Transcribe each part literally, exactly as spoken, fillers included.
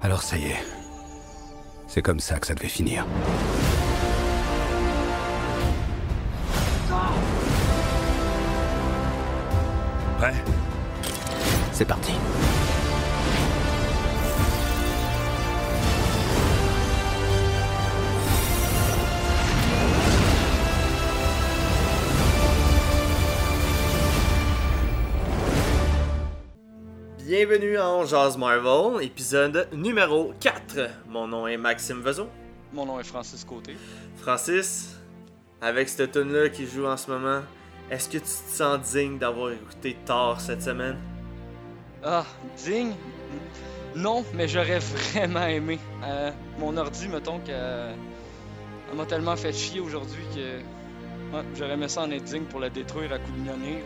Alors ça y est. C'est comme ça que ça devait finir. Prêt ? C'est parti. Bienvenue à On Jase Marvel, épisode numéro quatre. Mon nom est Maxime Vezot. Mon nom est Francis Côté. Francis, avec cette tune-là qui joue en ce moment, est-ce que tu te sens digne d'avoir écouté Thor cette semaine? Ah, digne? Non, mais j'aurais vraiment aimé. Euh, mon ordi, mettons, que, euh, elle m'a tellement fait chier aujourd'hui que ouais, j'aurais aimé ça en être digne pour la détruire à coups de mionner.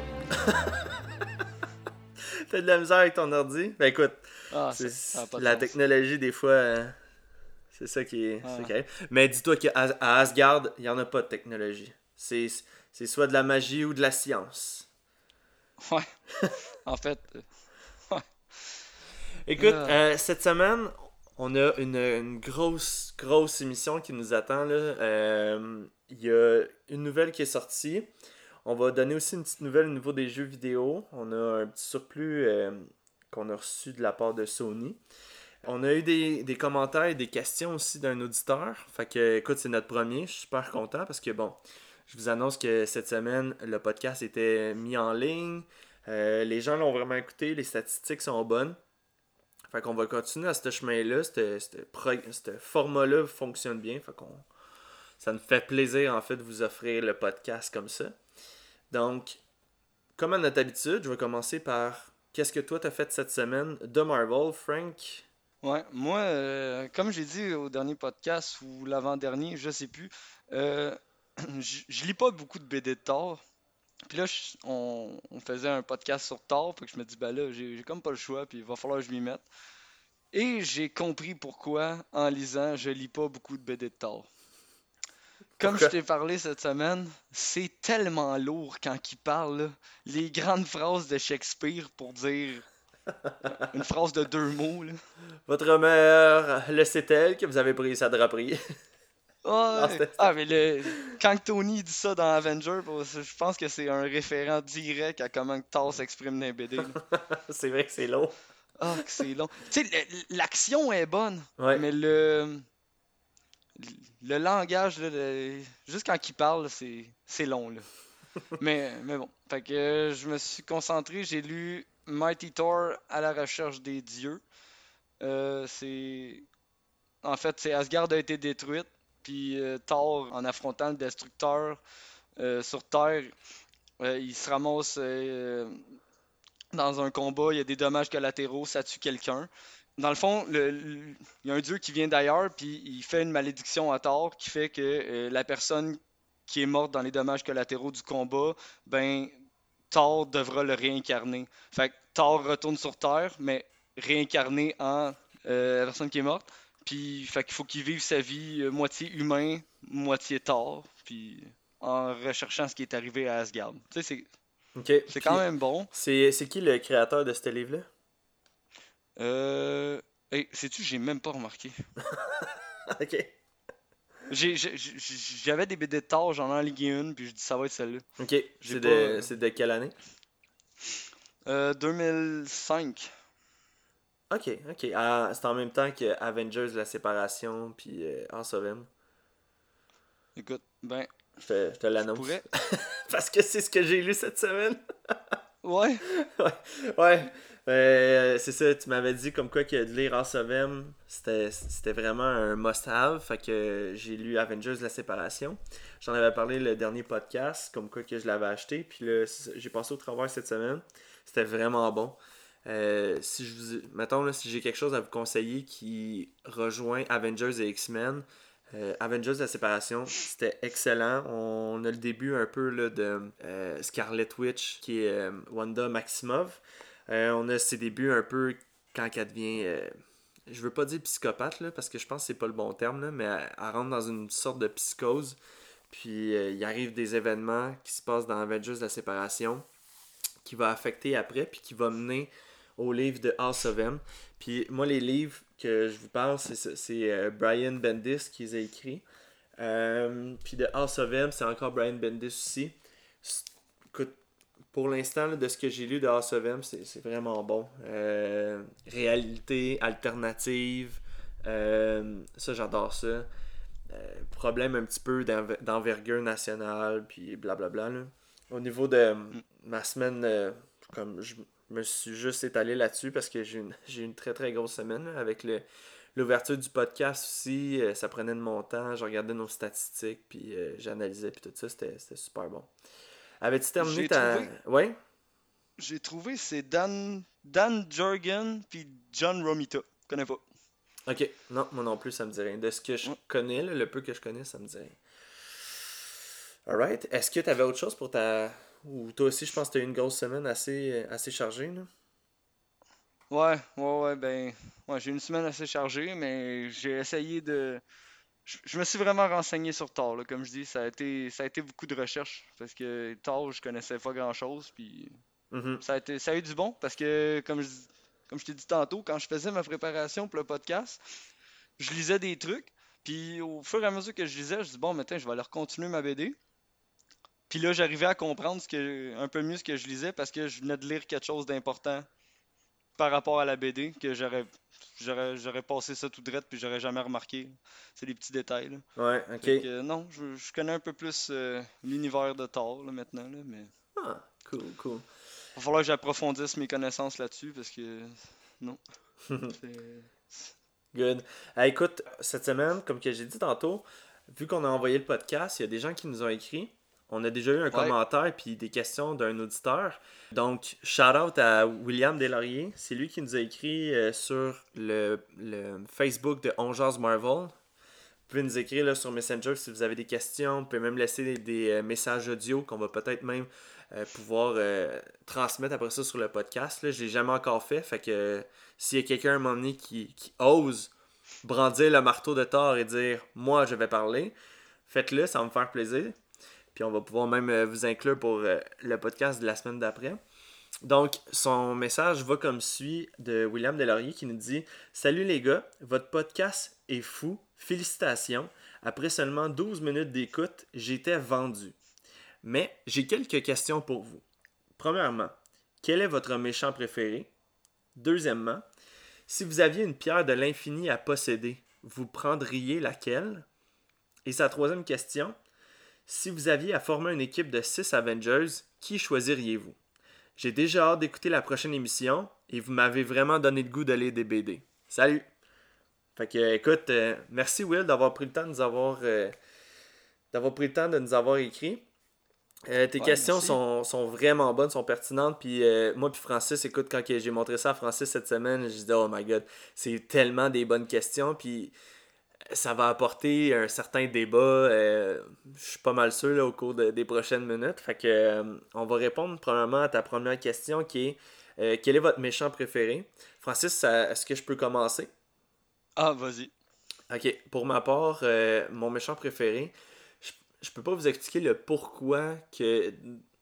T'as de la misère avec ton ordi? Ben écoute, Ah, c'est, ça, ça a pas de la sens. technologie, des fois, euh, c'est ça qui est, Ah. c'est ça qui arrive. Mais dis-toi qu'à à Asgard, il n'y en a pas de technologie. C'est, c'est soit de la magie ou de la science. Ouais. En fait, euh, Écoute, Ah. euh, cette semaine, on a une, une grosse, grosse émission qui nous attend. là. Euh, Il y a une nouvelle qui est sortie. On va donner aussi une petite nouvelle au niveau des jeux vidéo. On a un petit surplus euh, qu'on a reçu de la part de Sony. On a eu des, des commentaires et des questions aussi d'un auditeur. Fait que, écoute, c'est notre premier. Je suis super content parce que, bon, je vous annonce que cette semaine, le podcast était mis en ligne. Euh, les gens l'ont vraiment écouté. Les statistiques sont bonnes. Fait qu'on va continuer à ce chemin-là. Ce format-là fonctionne bien. Fait qu'on, ça nous fait plaisir, en fait, de vous offrir le podcast comme ça. Donc, comme à notre habitude, je vais commencer par qu'est-ce que toi t'as fait cette semaine de Marvel, Frank? ouais, moi, euh, comme j'ai dit au dernier podcast ou l'avant-dernier, je sais plus, euh, je je lis pas beaucoup de B D de Thor. Puis là, je- on, on faisait un podcast sur Thor, fait que je me dis, ben là, j'ai j'ai comme pas le choix, puis il va falloir que je m'y mette. Et j'ai compris pourquoi, en lisant, je lis pas beaucoup de B D de Thor. Comme Pourquoi? je t'ai parlé cette semaine, c'est tellement lourd quand il parle, là. Les grandes phrases de Shakespeare pour dire une phrase de deux mots, là. Votre mère le sait-elle que vous avez pris sa draperie? Ah, Non, ouais. c'était- Ah, mais le... quand Tony dit ça dans Avenger, je pense que c'est un référent direct à comment Thor s'exprime dans les B D, là. C'est vrai que c'est long. Ah, que c'est long. Tu sais, le- l'action est bonne, Ouais. mais le le langage, là, le- juste quand il parle, c'est c'est long, là. Mais, mais bon, fait que euh, je me suis concentré, j'ai lu Mighty Thor à la recherche des dieux. Euh, c'est... En fait, c'est Asgard a été détruite, puis euh, Thor, en affrontant le Destructeur euh, sur Terre, euh, il se ramasse euh, dans un combat, il y a des dommages collatéraux, ça tue quelqu'un. Dans le fond, le- le- il y a un dieu qui vient d'ailleurs, puis il fait une malédiction à Thor qui fait que euh, la personne qui est morte dans les dommages collatéraux du combat, ben, Thor devra le réincarner. Fait que Thor retourne sur Terre, mais réincarné en euh, la personne qui est morte. Puis, fait qu'il faut qu'il vive sa vie euh, moitié humain, moitié Thor, puis en recherchant ce qui est arrivé à Asgard. Tu sais, c'est, Ok. c'est Puis, quand même bon. C'est, c'est qui le créateur de ce livre-là? Euh. Hey, sais-tu, j'ai même pas remarqué. Ok. J'ai, j'ai- j'ai- j'avais des B D de Thor, j'en ai en ligué une, puis je dis ça va être celle-là. Ok. J'ai C'est pas, de, euh, c'est de quelle année? Euh, deux mille cinq. Ok, ok. Ah, c'est en même temps que Avengers, la séparation, puis euh, House of M. Écoute, ben, Je te, je te je l'annonce. pourrais. Parce que c'est ce que j'ai lu cette semaine. Ouais. ouais, ouais. Euh, c'est ça, tu m'avais dit comme quoi que de lire House of M, c'était, c'était vraiment un must-have. Fait que j'ai lu Avengers la séparation. J'en avais parlé le dernier podcast, comme quoi que je l'avais acheté. Puis là, c'est ça, j'ai passé au travers cette semaine. C'était vraiment bon. Euh, si je vous, mettons là, si j'ai quelque chose à vous conseiller qui rejoint Avengers et X-Men, euh, Avengers la séparation, c'était excellent. On a le début un peu là, de euh, Scarlet Witch qui est euh, Wanda Maximoff. Euh, on a ses débuts un peu quand elle devient, euh, je veux pas dire psychopathe là, parce que je pense que c'est pas le bon terme là, mais elle, elle rentre dans une sorte de psychose. Puis euh, il arrive des événements qui se passent dans Avengers la séparation qui va affecter après puis qui va mener au livre de House of M. Puis moi, les livres que je vous parle, c'est, c'est euh, Brian Bendis qui les a écrits. Euh, puis de House of M, c'est encore Brian Bendis aussi. C'est- Écoute, pour l'instant, là, de ce que j'ai lu de House of M, c'est, c'est vraiment bon. Euh, réalité alternative, euh, ça j'adore ça. Euh, problème un petit peu d'enver- d'envergure nationale, puis blablabla. Là. Au niveau de euh, ma semaine, euh, comme je me suis juste étalé là-dessus parce que j'ai une, j'ai une très très grosse semaine là, avec le, l'ouverture du podcast aussi. Euh, ça prenait de mon temps, je regardais nos statistiques, puis euh, j'analysais, puis tout ça, c'était, c'était super bon. Avais-tu terminé J'ai ta. trouvé, Ouais? j'ai trouvé, c'est Dan, Dan Jorgen puis John Romita. Je connais pas. Ok, non, moi non plus, ça me dit rien. De ce que je Ouais. connais, là, le peu que je connais, ça me dit rien. Alright. Est-ce que tu avais autre chose pour ta. Ou toi aussi, je pense que tu as eu une grosse semaine assez, assez chargée, là? Ouais, ouais, ouais, ben, ouais, j'ai une semaine assez chargée, mais j'ai essayé de, je, je me suis vraiment renseigné sur Thor, là, comme je dis, ça a été, ça a été beaucoup de recherches, parce que Thor, je connaissais pas grand-chose, puis Mhm. ça a été, ça a eu du bon, parce que, comme je, comme je t'ai dit tantôt, quand je faisais ma préparation pour le podcast, je lisais des trucs, puis au fur et à mesure que je lisais, je dis, bon, maintenant, je vais aller continuer ma B D, puis là, j'arrivais à comprendre ce que, un peu mieux ce que je lisais, parce que je venais de lire quelque chose d'important par rapport à la B D, que j'aurais j'aurais j'aurais passé ça tout droit puis j'aurais jamais remarqué. C'est des petits détails, là. Ouais, Fait que ok. euh, non, je, je connais un peu plus euh, l'univers de Thor là, maintenant, là, mais Ah, cool, cool. va falloir que j'approfondisse mes connaissances là-dessus parce que non, c'est Good. Ah, écoute, cette semaine, comme que j'ai dit tantôt, vu qu'on a envoyé le podcast, il y a des gens qui nous ont écrit. On a déjà eu un ouais, commentaire puis des questions d'un auditeur. Donc, shout out à William Deslauriers. C'est lui qui nous a écrit euh, sur le, le Facebook de On Jase Marvel. Vous pouvez nous écrire là, sur Messenger si vous avez des questions. Vous pouvez même laisser des, des, euh, messages audio qu'on va peut-être même euh, pouvoir euh, transmettre après ça sur le podcast. Là. Je ne l'ai jamais encore fait. Fait que euh, s'il y a quelqu'un à un moment donné qui, qui ose brandir le marteau de Thor et dire moi je vais parler, faites-le, ça va me faire plaisir. Puis on va pouvoir même euh, vous inclure pour euh, le podcast de la semaine d'après. Donc, son message va comme suit de William Deslauriers qui nous dit Salut les gars, votre podcast est fou, félicitations. Après seulement douze minutes d'écoute, j'étais vendu. Mais j'ai quelques questions pour vous. Premièrement, quel est votre méchant préféré? Deuxièmement, si vous aviez une pierre de l'infini à posséder, vous prendriez laquelle? Et sa troisième question, si vous aviez à former une équipe de six Avengers, qui choisiriez-vous? J'ai déjà hâte d'écouter la prochaine émission et vous m'avez vraiment donné le goût de lire des B D. Salut! Fait que, écoute, euh, merci Will d'avoir pris le temps de nous avoir, euh, d'avoir pris le temps de nous avoir écrit. Euh, tes ouais, questions merci. sont, sont vraiment bonnes, sont pertinentes. Puis euh, moi puis Francis, écoute, quand que j'ai montré ça à Francis cette semaine, j'ai dit oh my god, c'est tellement des bonnes questions. Puis ça va apporter un certain débat, euh, je suis pas mal sûr là, au cours de- des prochaines minutes. Fait que euh, on va répondre premièrement à ta première question qui est euh, quel est votre méchant préféré? Francis, ça- est-ce que je peux commencer? Ah, vas-y. Ok, pour ma part, euh, mon méchant préféré, je, je peux pas vous expliquer le pourquoi que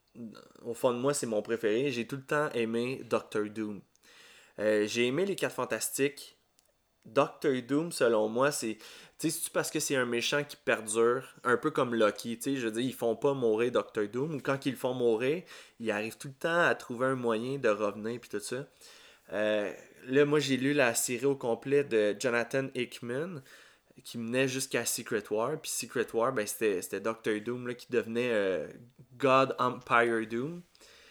au fond de moi c'est mon préféré. J'ai tout le temps aimé Doctor Doom. Euh, j'ai aimé les quatre fantastiques. Doctor Doom, selon moi, c'est. Tu sais, c'est parce que c'est un méchant qui perdure, un peu comme Loki. Tu sais, je veux dire, ils font pas mourir Doctor Doom, ou quand ils le font mourir, ils arrivent tout le temps à trouver un moyen de revenir, puis tout ça. Euh, là, moi, j'ai lu la série au complet de Jonathan Hickman, qui menait jusqu'à Secret War. Puis Secret War, ben, c'était, c'était Doctor Doom là, qui devenait euh, God Empire Doom.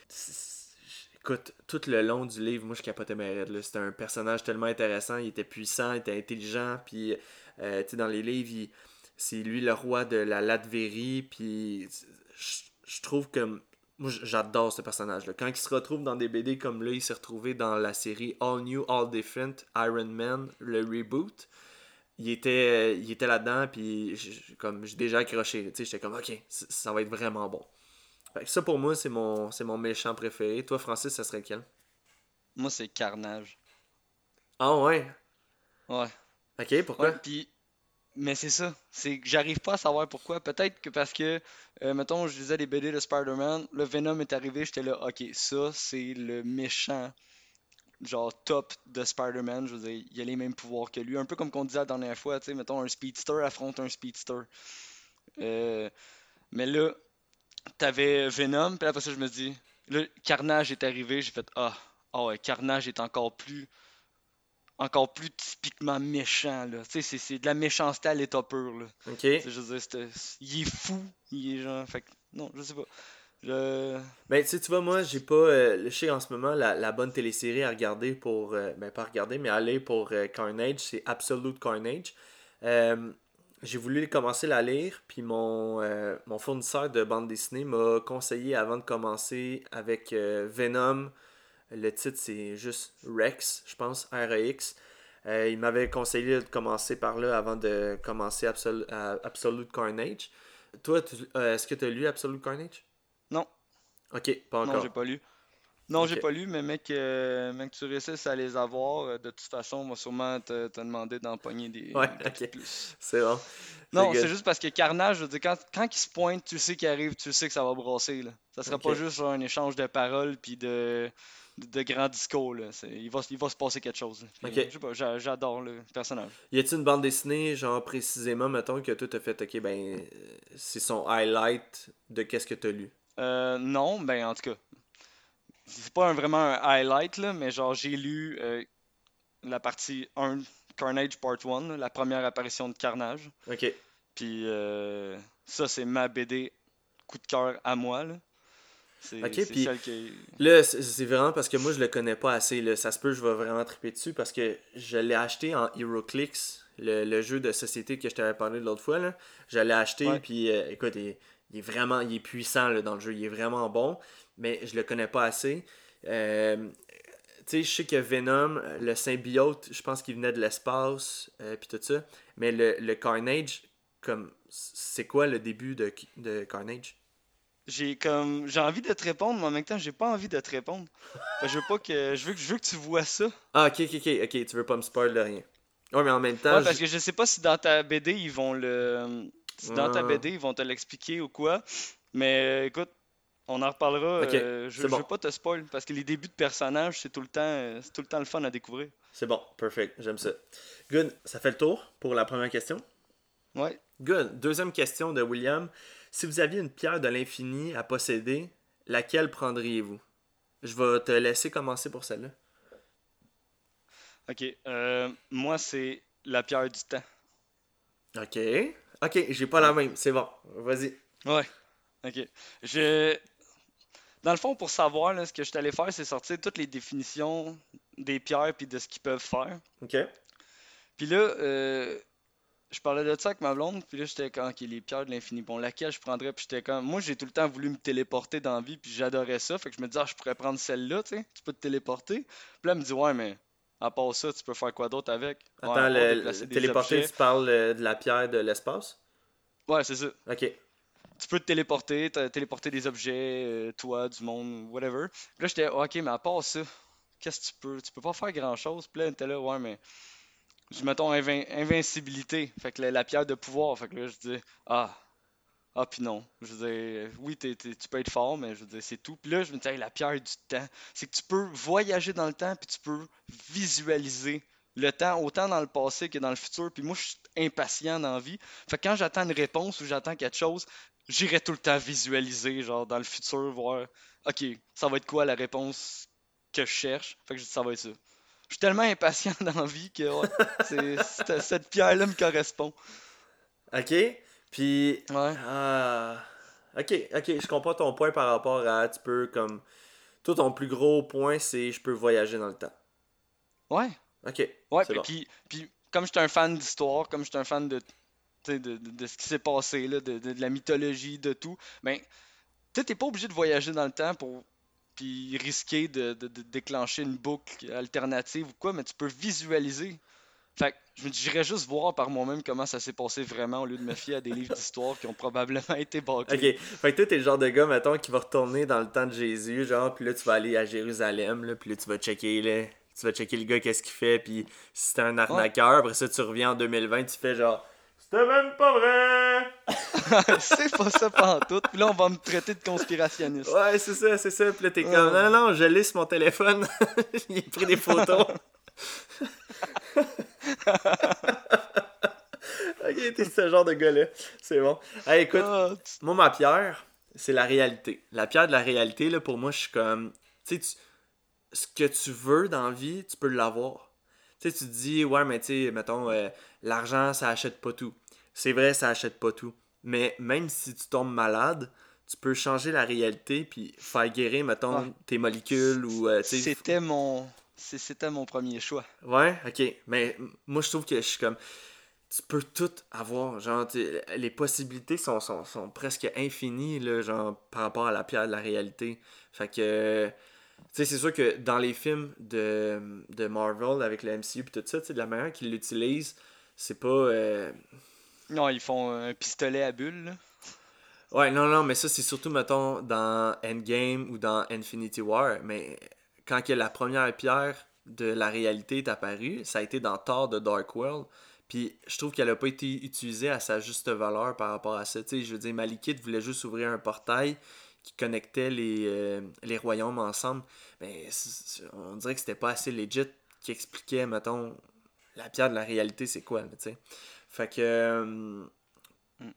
Écoute, tout le long du livre, moi je capotais ma raide, là. C'était un personnage tellement intéressant, il était puissant, il était intelligent, puis euh, tu sais, dans les livres, il- c'est lui le roi de la Latverie, puis je je trouve que moi j'adore ce personnage-là. Quand il se retrouve dans des B D comme là, il s'est retrouvé dans la série All New, All Different, Iron Man, le reboot, il était, il était là-dedans, puis j- comme j'ai déjà accroché, tu sais, j'étais comme ok, c- ça va être vraiment bon. Fait que ça pour moi, c'est mon, c'est mon méchant préféré. Toi, Francis, ça serait lequel? Moi, c'est Carnage. Ah ouais. Ouais. Ok, Ouais, pourquoi? puis mais c'est ça, c'est que j'arrive pas à savoir pourquoi. Peut-être que parce que, euh, mettons, je lisais les B D de Spider-Man, le Venom est arrivé, j'étais là, ok, ça, c'est le méchant genre top de Spider-Man. Je veux dire, il a les mêmes pouvoirs que lui. Un peu comme qu'on disait la dernière fois, tu sais, mettons un speedster affronte un speedster. Euh, mais là, t'avais Venom, puis après ça, je me dis, là, Carnage est arrivé, j'ai fait, ah, ah ouais, Carnage est encore plus, encore plus typiquement méchant, là. Tu sais, c'est, c'est de la méchanceté à l'état pur, là. Ok. Tu sais, je veux dire, c'était- il est fou, il est genre, fait que, non, je sais pas. Je... Ben, tu sais, tu vois, moi, j'ai pas. Euh, je sais en ce moment, la, la bonne télésérie à regarder pour. Euh, ben, pas regarder, mais aller pour euh, Carnage, c'est Absolute Carnage. Euh, j'ai voulu commencer à la lire, puis mon, euh, mon fournisseur de bande dessinée m'a conseillé avant de commencer avec euh, Venom. Le titre, c'est juste Rex, je pense, R E X. Euh, il m'avait conseillé de commencer par là avant de commencer Absol- à Absolute Carnage. Toi, tu- euh, est-ce que tu as lu Absolute Carnage? Non, Ok, pas non, j'ai encore. pas lu. Non, j'ai Ok. pas lu, mais mec, euh, mec, tu réussisses à les avoir, euh, de toute façon, on va sûrement te, te demander d'en pogner des, Ouais, des petites ok. plus. C'est bon. C'est Non, c'est good. juste parce que Carnage, je veux dire, quand, quand il se pointe, tu sais qu'il arrive, tu sais que ça va brasser, là. Ça sera pas Ok. juste genre, un échange de paroles puis de, de, de grands discours, là. C'est- il va, il va se passer quelque chose, là. Puis, Ok. je sais pas, j'a- j'adore le personnage. Y a-t-il une bande dessinée, genre précisément, mettons, que toi t'as fait, ok, ben, euh, c'est son highlight de qu'est-ce que t'as lu? Euh, non, ben en tout cas, c'est pas un- vraiment un highlight, là, mais genre, j'ai lu euh, la partie un, Carnage Part un, là, la première apparition de Carnage. Ok. Puis euh, ça, c'est ma B D coup de cœur à moi, là. C'est Ok, c'est puis celle qui... là, c'est c'est vraiment parce que moi je le connais pas assez, là. Ça se peut, je vais vraiment triper dessus parce que je l'ai acheté en HeroClix, le, le jeu de société que je t'avais parlé de l'autre fois, là. Je l'ai acheté, Ouais. puis euh, écoute, il, il est vraiment, il est puissant, là, dans le jeu, il est vraiment bon, mais je le connais pas assez. Euh, Tu sais, je sais que Venom, le symbiote, je pense qu'il venait de l'espace, euh, puis tout ça. Mais le, le Carnage, comme, c'est quoi le début de, de Carnage? J'ai comme j'ai envie de te répondre, mais en même temps, j'ai pas envie de te répondre. Fait que je veux pas que je veux que je veux que tu vois ça. Ah, ok, ok, ok, ok, tu veux pas me spoil de rien. Ouais, mais en même temps, Ouais, je... parce que je sais pas si dans ta B D ils vont le si dans ta Ah, B D ils vont te l'expliquer ou quoi. Mais euh, écoute, on en reparlera. ok, euh, je, c'est je bon. veux pas te spoil parce que les débuts de personnages, c'est tout le temps euh, c'est tout le temps le fun à découvrir. C'est bon, perfect, j'aime ça. Good, ça fait le tour pour la première question. Ouais. Good, deuxième question de William. Si vous aviez une pierre de l'infini à posséder, laquelle prendriez-vous? Je vais te laisser commencer pour celle-là. OK. Euh, moi, c'est la pierre du temps. Ok, ok, j'ai pas la Ouais. même, c'est bon, vas-y. Ouais. OK. Je Dans le fond, pour savoir, là, ce que je suis allé faire, c'est sortir toutes les définitions des pierres puis de ce qu'ils peuvent faire. Ok. Puis là, euh, je parlais de ça avec ma blonde, puis là, j'étais comme, ok, les pierres de l'infini, bon, laquelle je prendrais, puis j'étais comme, moi, j'ai tout le temps voulu me téléporter dans la vie, puis j'adorais ça, fait que je me disais, ah, je pourrais prendre celle-là, tu sais, tu peux te téléporter. Puis là, elle me dit, ouais, mais à part ça, tu peux faire quoi d'autre avec? Ouais, à Attends, part le, déplacer le- des téléporter, objets. tu parles euh, de la pierre de l'espace? Ouais, c'est ça. Ok. Tu peux te téléporter, te- téléporter des objets, euh, toi, du monde, whatever. Puis là, j'étais, ah, ok, mais à part ça, qu'est-ce que tu peux? Tu peux pas faire grand-chose. Puis là, elle était là, ouais, mais je mettons invin- invincibilité. Fait que la, la pierre de pouvoir. Fait que là, je dis, ah, ah, puis non. Je veux dire, oui, t'es- t'es- tu peux être fort, mais je veux dire, c'est tout. Puis là, je me disais, hey, la pierre du temps. C'est que tu peux voyager dans le temps, puis tu peux visualiser le temps, autant dans le passé que dans le futur. Puis moi, je suis impatient dans la vie. Fait que quand j'attends une réponse ou j'attends quelque chose, j'irai tout le temps visualiser, genre, dans le futur, voir, OK, ça va être quoi la réponse que je cherche. Fait que je dis, ça va être ça. Je suis tellement impatient dans la vie que, ouais, c'est, cette, cette pierre-là me correspond. Ok. Puis. Ouais. Ah. Ok, ok, je comprends ton point par rapport à. Tu peux, comme. Toi, ton plus gros point, c'est je peux voyager dans le temps. Ouais. Ok, Ouais, c'est puis, bon. puis, puis comme je suis un fan d'histoire, comme je suis un fan de, tu sais, de, de, de ce qui s'est passé, là, de, de, de la mythologie, de tout, ben, tu t'es pas obligé de voyager dans le temps pour puis risquer de, de, de déclencher une boucle alternative ou quoi, mais tu peux visualiser. Fait que je me dis, j'irais juste voir par moi-même comment ça s'est passé vraiment au lieu de me fier à des livres d'histoire qui ont probablement été Ok, bâclés. fait que toi, t'es le genre de gars, mettons, qui va retourner dans le temps de Jésus, genre, puis là, tu vas aller à Jérusalem, là, puis là, tu vas checker, là, tu vas checker le gars, qu'est-ce qu'il fait, puis si c'est un Ouais, arnaqueur, après ça, tu reviens en deux mille vingt, tu fais genre, c'était même pas vrai! C'est pas ça pantoute. Puis là, on va me traiter de conspirationniste. Ouais, c'est ça, c'est ça. Puis là, t'es comme, Ah. non, non, je l'ai sur mon téléphone. Il a pris des photos. Ok, t'es ce genre de gars-là. C'est bon. Hey, écoute, Ah, tu- moi, ma pierre, c'est la réalité. La pierre de la réalité, là, pour moi, je suis comme, tu sais, tu- ce que tu veux dans la vie, tu peux l'avoir. Tu sais, tu te dis, ouais, mais tu sais, mettons, euh, l'argent, ça achète pas tout. C'est vrai, ça achète pas tout. Mais même si tu tombes malade, tu peux changer la réalité puis faire guérir, ah, mettons, tes molécules ou, euh, tu sais, f- C'était mon... c'est- C'était mon premier choix. ouais, ok. Mais m- moi, je trouve que je suis comme, tu peux tout avoir. Genre, tu- les possibilités sont, sont, sont presque infinies, là, genre, par rapport à la pierre de la réalité. Fait que, tu sais, c'est sûr que dans les films de, de Marvel avec le M C U et tout ça, tu sais, de la manière qu'ils l'utilisent, c'est pas. euh, Non, ils font un pistolet à bulles, là. Ouais, non, non, mais ça, c'est surtout, mettons, dans Endgame ou dans Infinity War. Mais quand que la première pierre de la réalité est apparue, ça a été dans Thor de Dark World. Puis je trouve qu'elle a pas été utilisée à sa juste valeur par rapport à ça. Tu sais, je veux dire, Malekith voulait juste ouvrir un portail qui connectait les, euh, les royaumes ensemble. Mais c'est- c'est- on dirait que c'était pas assez legit qui expliquait, mettons, la pierre de la réalité, c'est quoi, là, tu sais. Fait que. euh, Mm.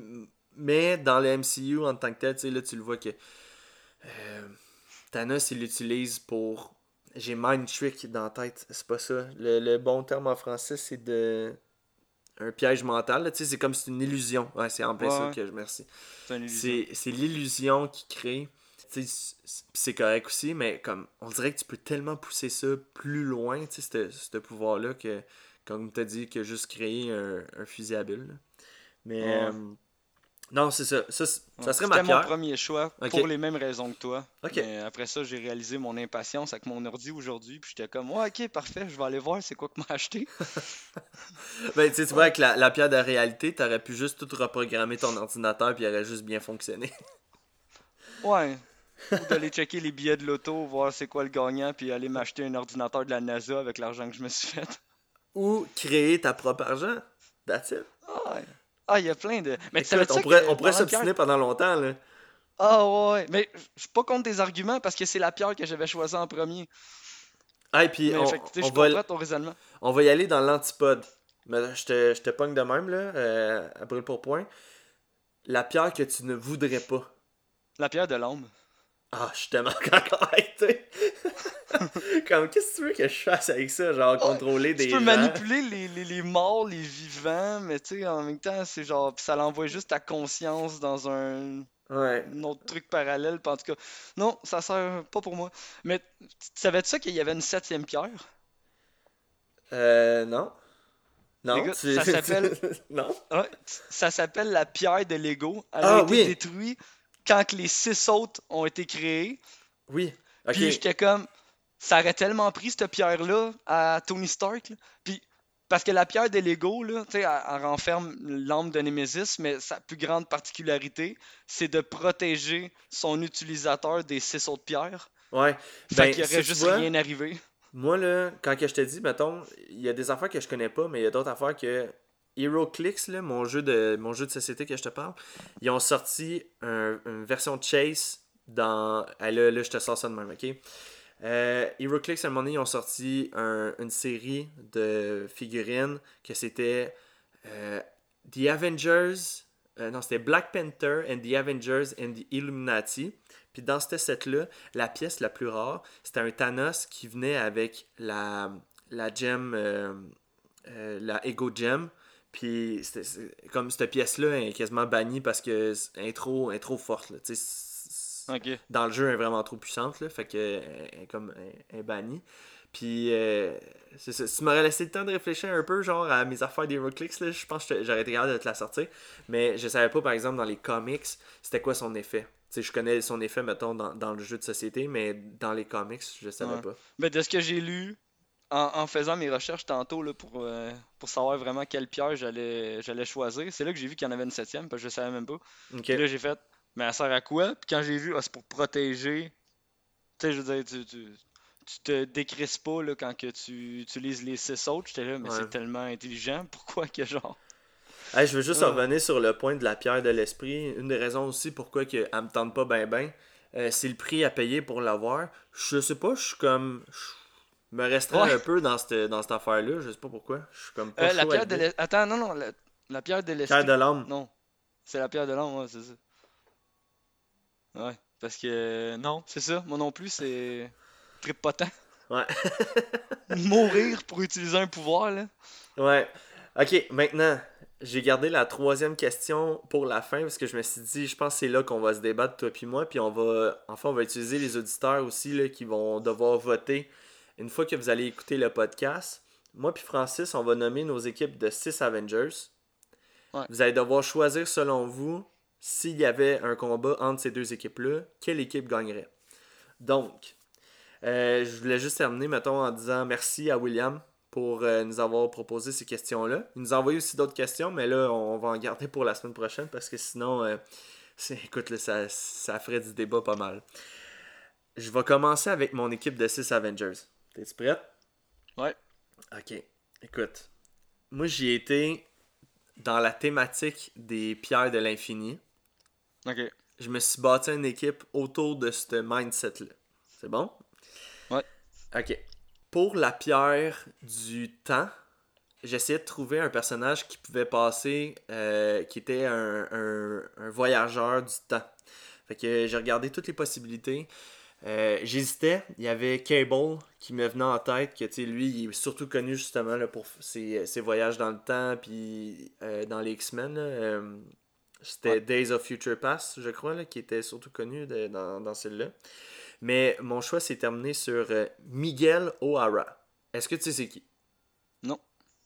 mais dans le M C U en tant que tel, tu sais, là, tu le vois que euh, Thanos, il l'utilise pour. J'ai Mind Trick dans la tête, c'est pas ça. Le, le bon terme en français, c'est de. Un piège mental, là, tu sais, c'est comme si c'est une illusion. Ouais, c'est en plein Ouais, ça ouais, que je merci. c'est une illusion. C'est, c'est l'illusion qui crée. Tu sais, c'est c'est correct aussi, mais comme on dirait que tu peux tellement pousser ça plus loin, tu sais, ce ce pouvoir-là, que, comme tu as dit, que juste créer un, un fusil à bulles. Là. Mais Ouais, euh, non, c'est ça. Ça, c'est- ouais. ça serait ma C'était mon pierre. premier choix Ok. pour les mêmes raisons que toi. Ok. Mais après ça, j'ai réalisé mon impatience avec mon ordi aujourd'hui. Puis j'étais comme, ouais, ok, parfait, je vais aller voir c'est quoi que m'a acheté. Ben, tu sais, tu vois, Ouais. avec la, la pierre de réalité, t'aurais pu juste tout reprogrammer ton ordinateur puis il aurait juste bien fonctionné. Ouais. Ou d'aller checker les billets de l'auto, voir c'est quoi le gagnant, puis aller m'acheter un ordinateur de la NASA avec l'argent que je me suis fait. Ou créer ta propre argent. That's it. Ah, ouais. Ah, il y a plein de. Mais tu Écoute, savais-tu on ça pourrait, que on pourrait parlant de pierre. s'obstiner pendant longtemps, là. Ah, ouais, ouais. Mais je suis pas contre tes arguments parce que c'est la pierre que j'avais choisie en premier. Ah, et puis Mais on, fait que, tu sais, on je va, comprends ton raisonnement. on va y aller dans l'antipode. Mais je te, je te pogne de même, là, euh, à brûle pour point. La pierre que tu ne voudrais pas. La pierre de l'âme. Ah, je suis tellement arrêté. Comme, qu'est-ce que tu veux que je fasse avec ça? Genre, Ouais, contrôler tu des peux gens. manipuler les, les, les morts, les vivants, mais tu sais, en même temps, c'est genre. Pis ça l'envoie juste ta conscience dans un, Ouais. un autre truc parallèle. Pis en tout cas, non, ça sert pas pour moi. Mais tu savais-tu ça qu'il y avait une septième pierre? Euh, non. Non, Écoute, tu... ça s'appelle. non. Ouais, ça s'appelle la pierre de Lego. Elle a Ah, été oui. détruite quand que les six autres ont été créés. Oui. Ok. Puis j'étais comme, ça aurait tellement pris cette pierre-là à Tony Stark. Là. Puis parce que la pierre de Lego, là, tu sais, elle, elle renferme l'âme de Nemesis, mais sa plus grande particularité, c'est de protéger son utilisateur des six autres pierres. Ouais. Fait Ben, qu'il y si aurait tu juste vois, rien arrivé. moi, là, quand que je te dis, mettons, il y a des affaires que je connais pas, mais il y a d'autres affaires que... HeroClix, là, mon jeu de mon jeu de société que je te parle, ils ont sorti un- une version de Chase dans... Ah, là, là, je te sors ça de même, ok? Euh, HeroClix, à un moment donné, ils ont sorti un- une série de figurines que c'était euh, The Avengers... euh, non, c'était Black Panther and the Avengers and the Illuminati. Puis dans ce set-là, la pièce la plus rare, c'était un Thanos qui venait avec la, la gem, euh, euh, la Ego Gem. Puis c'était, c'est- comme cette pièce-là est quasiment bannie parce que elle est trop, elle est trop forte. Là, tu sais, c'est- c'est- Ok. dans le jeu, elle est vraiment trop puissante. Là, fait que elle est comme elle, elle est bannie. Puis euh, c'est ça. Si tu m'aurais laissé le temps de réfléchir un peu genre à mes affaires d'HeroClix, là, je pense que j'aurais été capable de te la sortir. Mais je savais pas, par exemple, dans les comics, c'était quoi son effet. Tu sais, je connais son effet, mettons, dans, dans le jeu de société, mais dans les comics, je savais Ouais. pas. Ben, de ce que j'ai lu, en, en faisant mes recherches tantôt là, pour, euh, pour savoir vraiment quelle pierre j'allais j'allais choisir, c'est là que j'ai vu qu'il y en avait une septième, parce que je savais même pas. Ok. Puis là, j'ai fait, mais elle sert à quoi? Puis quand j'ai vu, ah, c'est pour protéger. Tu sais, je veux dire, tu, tu, tu te décrisses pas là, quand que tu utilises les six autres. J'étais là, mais Ouais. c'est tellement intelligent. Pourquoi que genre. Hey, je veux juste Ah. revenir sur le point de la pierre de l'esprit. Une des raisons aussi pourquoi que elle me tente pas ben ben, euh, c'est le prix à payer pour l'avoir. Je sais pas, je suis comme... Je me restreins Ouais. un peu dans cette, dans cette affaire-là. Je sais pas pourquoi. Je suis comme pas Euh, la chaud à pierre de l'idée. l'esprit. Attends, non, non, la, la pierre de Pierre de l'esprit. l'âme. Non, c'est la pierre de l'âme, ouais, c'est ça. Ouais, parce que non, c'est ça, moi non plus, c'est tripotant. Ouais. Mourir pour utiliser un pouvoir, là. Ouais. Ok, maintenant, j'ai gardé la troisième question pour la fin parce que je me suis dit, je pense que c'est là qu'on va se débattre, toi puis moi, puis on va, enfin, on va utiliser les auditeurs aussi là, qui vont devoir voter une fois que vous allez écouter le podcast. Moi puis Francis, on va nommer nos équipes de six Avengers. Ouais. Vous allez devoir choisir selon vous s'il y avait un combat entre ces deux équipes-là, quelle équipe gagnerait. Donc, euh, je voulais juste terminer, mettons, en disant merci à William pour euh, nous avoir proposé ces questions-là. Il nous a envoyé aussi d'autres questions, mais là, on va en garder pour la semaine prochaine parce que sinon, euh, c'est, écoute, là, ça, ça ferait du débat pas mal. Je vais commencer avec mon équipe de six Avengers. T'es-tu prête? Ouais. Ok. Écoute, moi, j'y ai été dans la thématique des pierres de l'infini. Ok. Je me suis bâti une équipe autour de ce mindset-là. C'est bon? Ouais. Ok. Pour la pierre du temps, j'essayais de trouver un personnage qui pouvait passer, euh, qui était un, un, un voyageur du temps. Fait que j'ai regardé toutes les possibilités. Euh, j'hésitais. Il y avait Cable qui me venait en tête, que tu sais, lui, il est surtout connu justement là, pour ses, ses voyages dans le temps, puis euh, dans les X-Men. Là, euh, c'était Ouais. Days of Future Past, je crois, là, qui était surtout connu de- dans, dans celle-là. Mais mon choix s'est terminé sur euh, Miguel O'Hara. Est-ce que tu sais c'est qui? Non.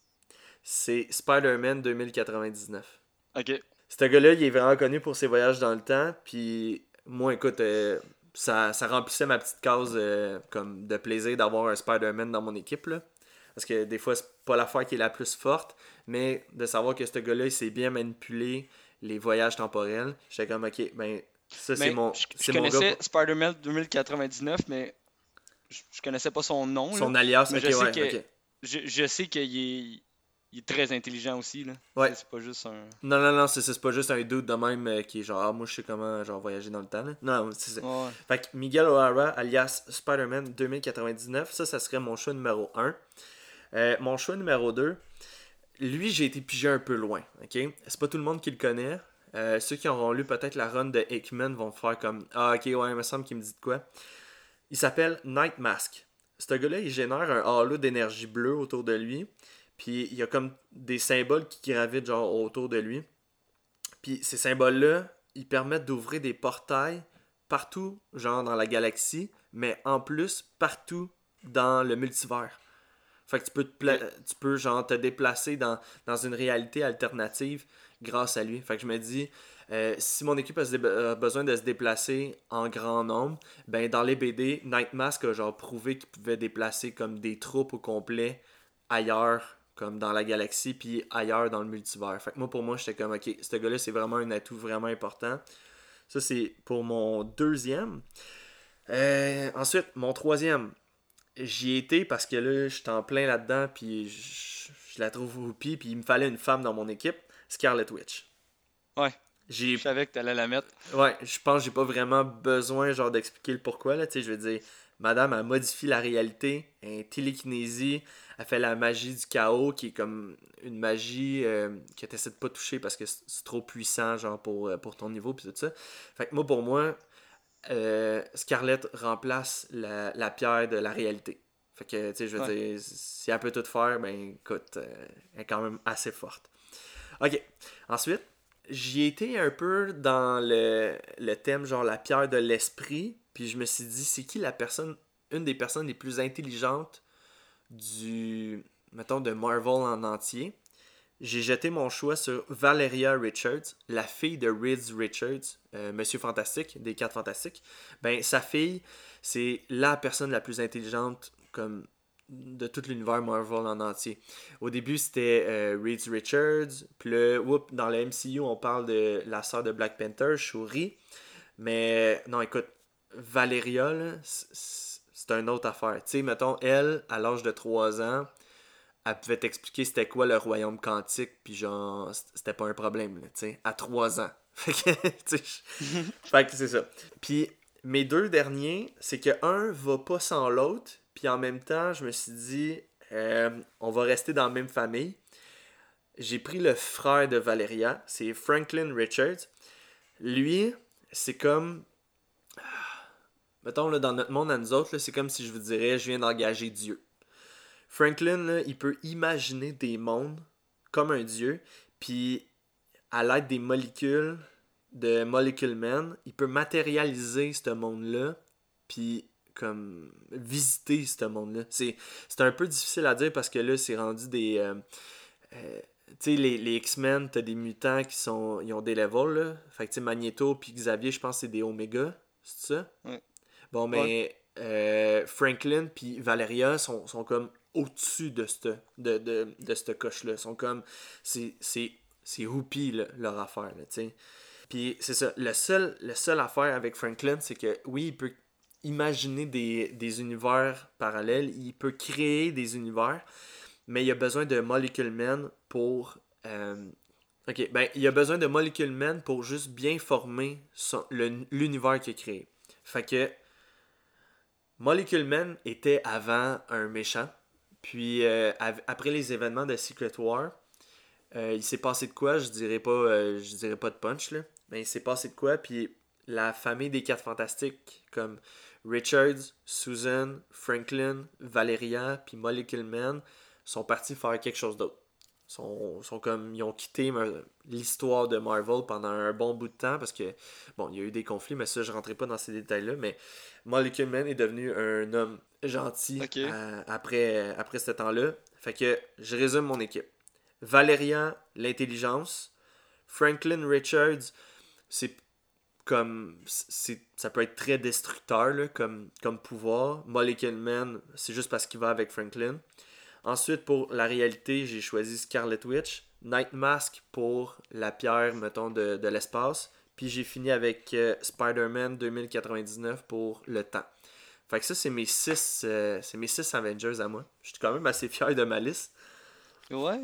C'est Spider-Man deux mille quatre-vingt-dix-neuf. Ok. Ce gars-là, il est vraiment connu pour ses voyages dans le temps. Puis moi, écoute, euh, ça, ça remplissait ma petite case euh, comme de plaisir d'avoir un Spider-Man dans mon équipe. Là. Parce que des fois, c'est pas l'affaire qui est la plus forte. Mais de savoir que ce gars-là, il sait bien manipuler les voyages temporels. J'étais comme, ok, ben, ça, c'est Mais mon, je, je c'est mon gars. connaissais Pour... Spider-Man deux mille quatre-vingt-dix-neuf, mais je, je connaissais pas son nom, là. Son alias, Mais ok, je sais ouais, que ok. je, je sais qu'il est, il est très intelligent aussi, là. Ouais. C'est c'est pas juste un. Non, non, non, c'est, c'est pas juste un dude de même euh, qui est genre, ah, moi je sais comment genre voyager dans le temps. Là. Non, c'est ça. Ouais. Fait que Miguel O'Hara, alias Spider-Man deux mille quatre-vingt-dix-neuf, ça, ça serait mon choix numéro un. Euh, mon choix numéro deux, lui, j'ai été pigé un peu loin, ok? C'est pas tout le monde qui le connaît. Euh, ceux qui auront lu peut-être la run de Hickman vont faire comme, ah, ok, ouais, il me semble qu'il me dit de quoi. Il s'appelle Night Mask. Ce gars-là, il génère un halo d'énergie bleue autour de lui. Puis il y a comme des symboles qui gravitent genre autour de lui. Puis ces symboles-là, ils permettent d'ouvrir des portails partout, genre dans la galaxie, mais en plus partout dans le multivers. Fait que tu peux, te pla- Ok. tu peux genre te déplacer dans, dans une réalité alternative grâce à lui. Fait que je me dis, euh, si mon équipe a, se dé- a besoin de se déplacer en grand nombre, ben dans les B D, Nightmask a genre prouvé qu'il pouvait déplacer comme des troupes au complet ailleurs, comme dans la galaxie, puis ailleurs dans le multivers. Fait que moi, pour moi, j'étais comme, ok, ce gars-là, c'est vraiment un atout vraiment important. Ça, c'est pour mon deuxième. Euh, ensuite, mon troisième, j'y ai été parce que là, j'étais en plein là-dedans, puis je, je la trouve oupie, puis il me fallait une femme dans mon équipe, Scarlet Witch. Ouais. J'ai, Je savais que t'allais la mettre. ouais, je pense que j'ai pas vraiment besoin genre d'expliquer le pourquoi, là, tu sais, je veux dire, madame, elle modifie la réalité, elle est télékinésie, elle fait la magie du chaos, qui est comme une magie euh, que t'essaies de pas toucher parce que c'est c'est trop puissant, genre, pour, euh, pour ton niveau, puis tout ça. Fait que moi, pour moi, euh, Scarlett remplace la, la pierre de la réalité. Fait que, tu sais, je veux Ouais. dire, si elle peut tout faire, ben, écoute, euh, elle est quand même assez forte. Ok. Ensuite, j'y ai été un peu dans le, le thème, genre la pierre de l'esprit, puis je me suis dit, c'est qui la personne, une des personnes les plus intelligentes du, mettons, de Marvel en entier. J'ai jeté mon choix sur Valeria Richards, la fille de Reed Richards, euh, Monsieur Fantastique, des Quatre Fantastiques. Ben, sa fille, c'est la personne la plus intelligente comme de tout l'univers Marvel en entier. Au début, c'était euh, Reed Richards, puis là, whoop, dans le M C U, on parle de la sœur de Black Panther, Shuri. Mais non, écoute, Valeria, là, c'est c'est une autre affaire. Tu sais, mettons, elle, à l'âge de trois ans, elle pouvait t'expliquer c'était quoi le royaume quantique, puis genre, c'était pas un problème, tu sais, à trois ans. Fait que, tu sais, fait que c'est ça. Puis mes deux derniers, c'est que un va pas sans l'autre, puis en même temps, je me suis dit, euh, on va rester dans la même famille. J'ai pris le frère de Valeria, c'est Franklin Richards. Lui, c'est comme... Mettons, là, dans notre monde à nous autres, là, c'est comme si je vous dirais, je viens d'engager Dieu. Franklin, là, il peut imaginer des mondes comme un dieu, puis à l'aide des molécules de Molecule Man, il peut matérialiser ce monde-là, puis comme visiter ce monde-là. C'est, c'est un peu difficile à dire parce que là, c'est rendu des... Euh, euh, tu sais, les, les X-Men, t'as des mutants qui sont... Ils ont des levels, là. Fait que, tu sais, Magneto puis Xavier, je pense que c'est des Oméga. C'est ça? Ouais. Bon, mais euh, Franklin puis Valeria sont, sont comme au-dessus de cette de, de, de cette coche-là. Ils sont comme... C'est, c'est, c'est whoopie, là, leur affaire, là, tu sais. Puis c'est ça. Le seul, le seul affaire avec Franklin, c'est que, oui, il peut imaginer des, des univers parallèles. Il peut créer des univers. Mais il a besoin de Molecule Man pour... Euh... Ok, ben, il a besoin de Molecule Man pour juste bien former son, le, l'univers qu'il a créé. Fait que... Molecule Man était avant un méchant. Puis, euh, av- après les événements de Secret War, euh, il s'est passé de quoi? Je dirais pas, euh, je dirais pas de punch, là. Mais il s'est passé de quoi? Puis, la famille des quatre fantastiques, comme Richards, Susan, Franklin, Valeria, puis Molecule Man, sont partis faire quelque chose d'autre. Sont, sont comme, ils ont quitté ma- l'histoire de Marvel pendant un bon bout de temps parce que, bon, il y a eu des conflits, mais ça, je rentrais pas dans ces détails-là. Mais Molecule Man est devenu un homme gentil Ok. à- après, après ce temps-là. Fait que, je résume mon équipe. Valérian, l'intelligence. Franklin Richards, c'est comme c'est, ça peut être très destructeur là, comme, comme pouvoir. Molecule Man, c'est juste parce qu'il va avec Franklin. Ensuite, pour la réalité, j'ai choisi Scarlet Witch. Night Mask pour la pierre, mettons, de, de l'espace. Puis j'ai fini avec euh, Spider-Man deux mille quatre-vingt-dix-neuf pour le temps. Fait que ça, c'est mes six, euh, c'est mes six Avengers à moi. Je suis quand même assez fier de ma liste. Ouais.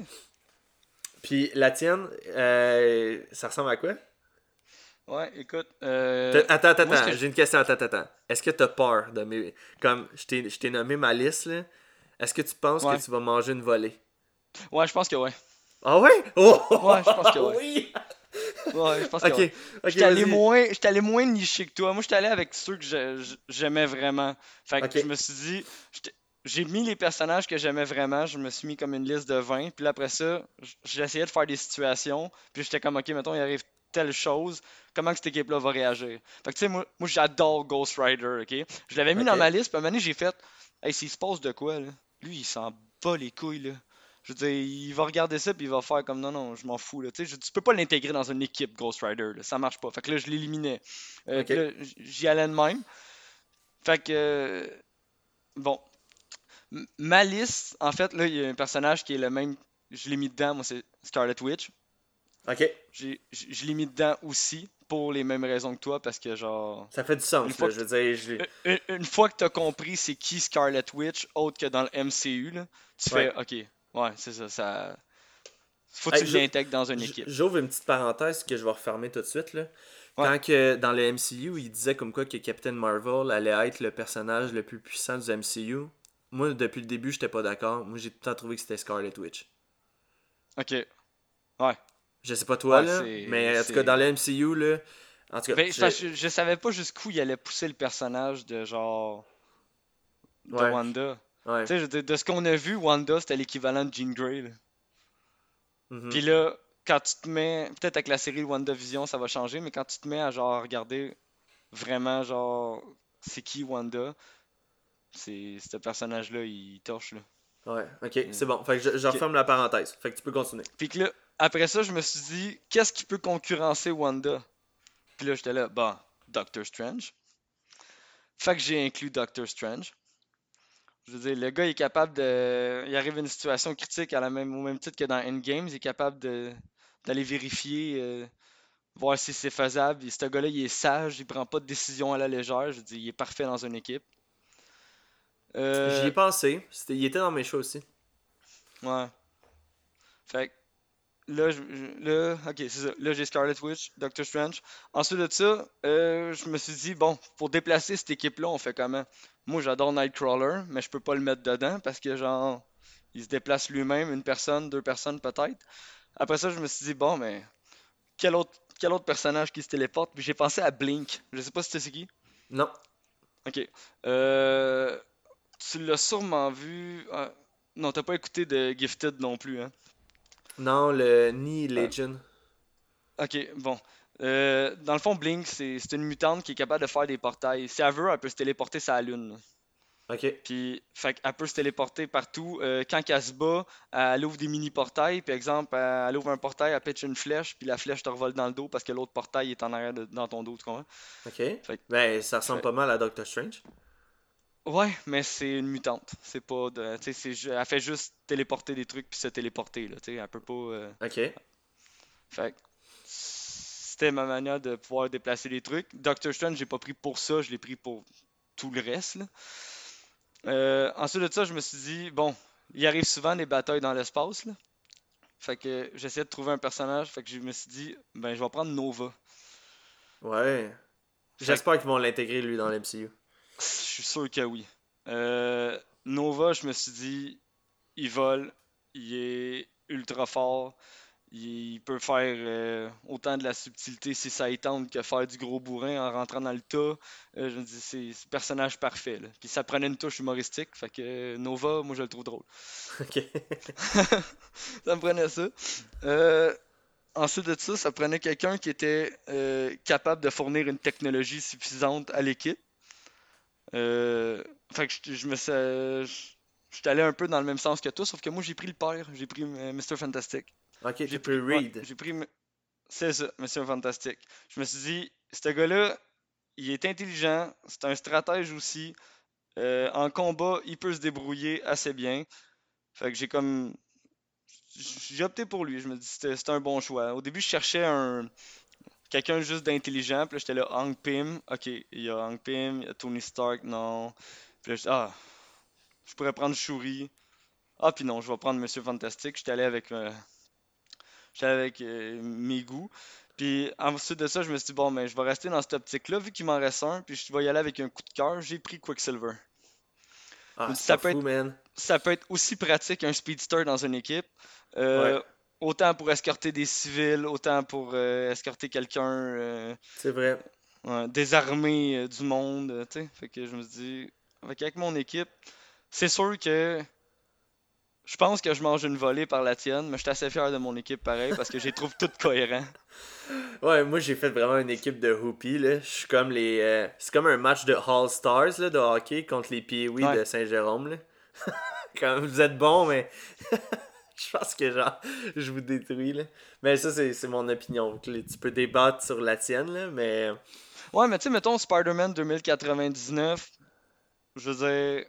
Puis la tienne, euh, ça ressemble à quoi? Ouais, écoute. Euh, T'as- Attends, attends, moi, ce que attends, je... j'ai une question, attends, attends, attends. Est-ce que t'as peur de mes... Comme, je t'ai, je t'ai nommé ma liste, là. Est-ce que tu penses que Ouais. tu vas manger une volée? Ouais, je pense que ouais. Ah ouais? Oh! Ouais, je pense que ouais. Oui! Ouais, je pense que Ok, ouais. ok, J'étais allé vas-y. moins, j'étais allé moins niché que toi. Moi, j'étais allé avec ceux que je- je- j'aimais vraiment. Fait que Ok, je me suis dit, j'étais- j'ai mis les personnages que j'aimais vraiment. Je me suis mis comme une liste de vingt. Puis là, après ça, j- j'ai essayé de faire des situations. Puis j'étais comme, ok, mettons, il arrive telle chose. Comment que cette équipe-là va réagir? Fait que tu sais, moi, moi j'adore Ghost Rider, ok? Je l'avais mis dans ok. ma liste. Puis à un moment donné, j'ai fait, hey, s'il se passe de quoi, là? Lui, il s'en bat les couilles, là. Je veux dire, il va regarder ça puis il va faire comme non, non, je m'en fous. Là. Tu sais, je- tu peux pas l'intégrer dans une équipe Ghost Rider. Là, ça marche pas. Fait que là, je l'éliminais. Euh, Ok. puis là, j- j'y allais de même. Fait que, euh, bon. M- Ma liste, en fait, là, il y a un personnage qui est le même. Je l'ai mis dedans, moi, c'est Scarlet Witch. Ok. J'ai- j- Je l'ai mis dedans aussi pour les mêmes raisons que toi parce que, genre. Ça fait du Une sens, fois là. que Je veux dire, je... une, une fois que tu as compris c'est qui Scarlet Witch, autre que dans le M C U, là, tu Ouais. fais OK, ouais, c'est ça, ça. Faut que Hey, tu j'o- l'intègres dans une j- équipe. j'ouvre une petite parenthèse que je vais refermer tout de suite, là. Ouais. Quand que dans le M C U, il disait comme quoi que Captain Marvel allait être le personnage le plus puissant du M C U, moi, depuis le début, j'étais pas d'accord. Moi, j'ai tout le temps trouvé que c'était Scarlet Witch. OK. Ouais. Je sais pas toi, Ouais, là, c'est. mais en tout cas, dans le c'est... M C U, là, en tout cas, Ben, c'est parce je... que je, je savais pas jusqu'où il allait pousser le personnage de genre. De Ouais, Wanda. ouais. Tu sais, je veux dire, de ce qu'on a vu, Wanda, c'était l'équivalent de Jean Grey. Là. Mhm. Puis là, quand tu te mets. Peut-être avec la série WandaVision, ça va changer, mais quand tu te mets à genre regarder vraiment, genre. C'est qui Wanda? C'est. Ce personnage-là, il torche, là. Ouais, ok, Euh, c'est bon. Fait que je, je OK. referme la parenthèse. Fait que tu peux continuer. Puis que là, après ça, je me suis dit, qu'est-ce qui peut concurrencer Wanda? Puis là, j'étais là, bah, Doctor Strange. Fait que j'ai inclus Doctor Strange. Je veux dire, le gars il est capable de. Il arrive à une situation critique à la même, au même titre que dans Endgame. Il est capable de d'aller vérifier, euh, voir si c'est faisable. Et ce gars-là, il est sage, il prend pas de décision à la légère. Je veux dire, il est parfait dans une équipe. J'y ai Euh, pensé. C'était... Il était dans mes choix aussi. Ouais. Fait que là, je, je- là, ok, c'est ça. Là, j'ai Scarlet Witch, Doctor Strange. Ensuite de ça, euh, je me suis dit, bon, pour déplacer cette équipe-là, on fait comment? Moi, j'adore Nightcrawler, mais je peux pas le mettre dedans parce que, genre, il se déplace lui-même, une personne, deux personnes peut-être. Après ça, je me suis dit, bon, mais quel autre, quel autre personnage qui se téléporte? Puis j'ai pensé à Blink. Je sais pas si tu sais c'est qui. Non. Ok. Euh, tu l'as sûrement vu. Ah, non, t'as pas écouté de Gifted non plus, hein? Non, le ni Ah, Legend. ok, bon. Euh, dans le fond, Blink, c'est c'est une mutante qui est capable de faire des portails. Si elle veut, elle peut se téléporter sur la Lune. Ok. Puis, fait qu'elle peut se téléporter partout. Euh, quand elle se bat, elle ouvre des mini-portails. Par exemple, elle ouvre un portail, elle pitch une flèche, puis la flèche te revole dans le dos parce que l'autre portail est en arrière de- dans ton dos, tu comprends? Ok. Fait, que- Ben, ça ressemble fait- pas mal à Doctor Strange. Ouais, mais c'est une mutante. C'est pas de. Tu sais, c'est ju- elle fait juste téléporter des trucs puis se téléporter, là. Tu sais, elle peut pas. euh, Ok. Fait que c'était ma manière de pouvoir déplacer les trucs. Doctor Strange, j'ai pas pris pour ça, je l'ai pris pour tout le reste, là. Euh, ensuite de ça, je me suis dit, bon, il arrive souvent des batailles dans l'espace, là. Fait que j'essayais de trouver un personnage. Fait que je me suis dit, ben, je vais prendre Nova. Ouais. Fait que J'espère qu'ils vont l'intégrer, lui, dans l'M C U. je suis sûr que oui. Euh, Nova, je me suis dit, il vole, il est ultra fort, il peut faire euh, autant de la subtilité si ça y tente que faire du gros bourrin en rentrant dans le tas. Euh, je me dis, c'est c'est le personnage parfait, là. Puis ça prenait une touche humoristique. Fait que euh, Nova, moi, je le trouve drôle. Ok. Ça me prenait ça. Euh, Ensuite de ça, ça prenait quelqu'un qui était euh, capable de fournir une technologie suffisante à l'équipe. Euh, fait que je, je me suis, je, je suis allé un peu dans le même sens que toi, sauf que moi j'ai pris le père, j'ai pris euh, mister Fantastic. Ok, J'ai t'as pris, pris ouais, Reed. j'ai pris, m- c'est ça, mister Fantastic. Je me suis dit, ce gars-là, il est intelligent, c'est un stratège aussi. Euh, en combat, il peut se débrouiller assez bien. Fait que j'ai comme, j'ai opté pour lui. Je me dis, c'était c'était un bon choix. Au début, je cherchais un, quelqu'un juste d'intelligent. Puis là, j'étais là, Hank Pym. Ok, il y a Hank Pym, il y a Tony Stark, non. Puis là, je- ah, je pourrais prendre Shuri. Ah, puis non, je vais prendre Monsieur Fantastique. J'étais allé avec, euh, j'étais allé avec euh, mes goûts. Puis ensuite de ça, je me suis dit, bon, mais je vais rester dans cette optique-là, vu qu'il m'en reste un. Puis je vais y aller avec un coup de cœur. J'ai pris Quicksilver. Je Ah, me dis, c'est ça pas peut fou, être, man. ça peut être aussi pratique qu'un speedster dans une équipe. Ouais, Euh, Autant pour escorter des civils, autant pour euh, escorter quelqu'un. euh, c'est vrai. Ouais, désarmer euh, du monde, euh, tu sais. Fait que je me suis dit, avec, avec mon équipe, c'est sûr que je pense que je mange une volée par la tienne, mais je suis assez fier de mon équipe pareil parce que je les trouve toutes cohérents. Ouais, moi j'ai fait vraiment une équipe de Hoopy, là. Je suis comme les. euh, C'est comme un match de All Stars, là, de hockey contre les Pee-Wee Ouais. de Saint-Jérôme, là. Comme vous êtes bons, mais. Je pense que genre, je vous détruis, là. Mais ça, c'est c'est mon opinion. Tu peux débattre sur la tienne, là, mais. Ouais, mais tu sais, mettons Spider-Man deux mille quatre-vingt-dix-neuf, je veux dire,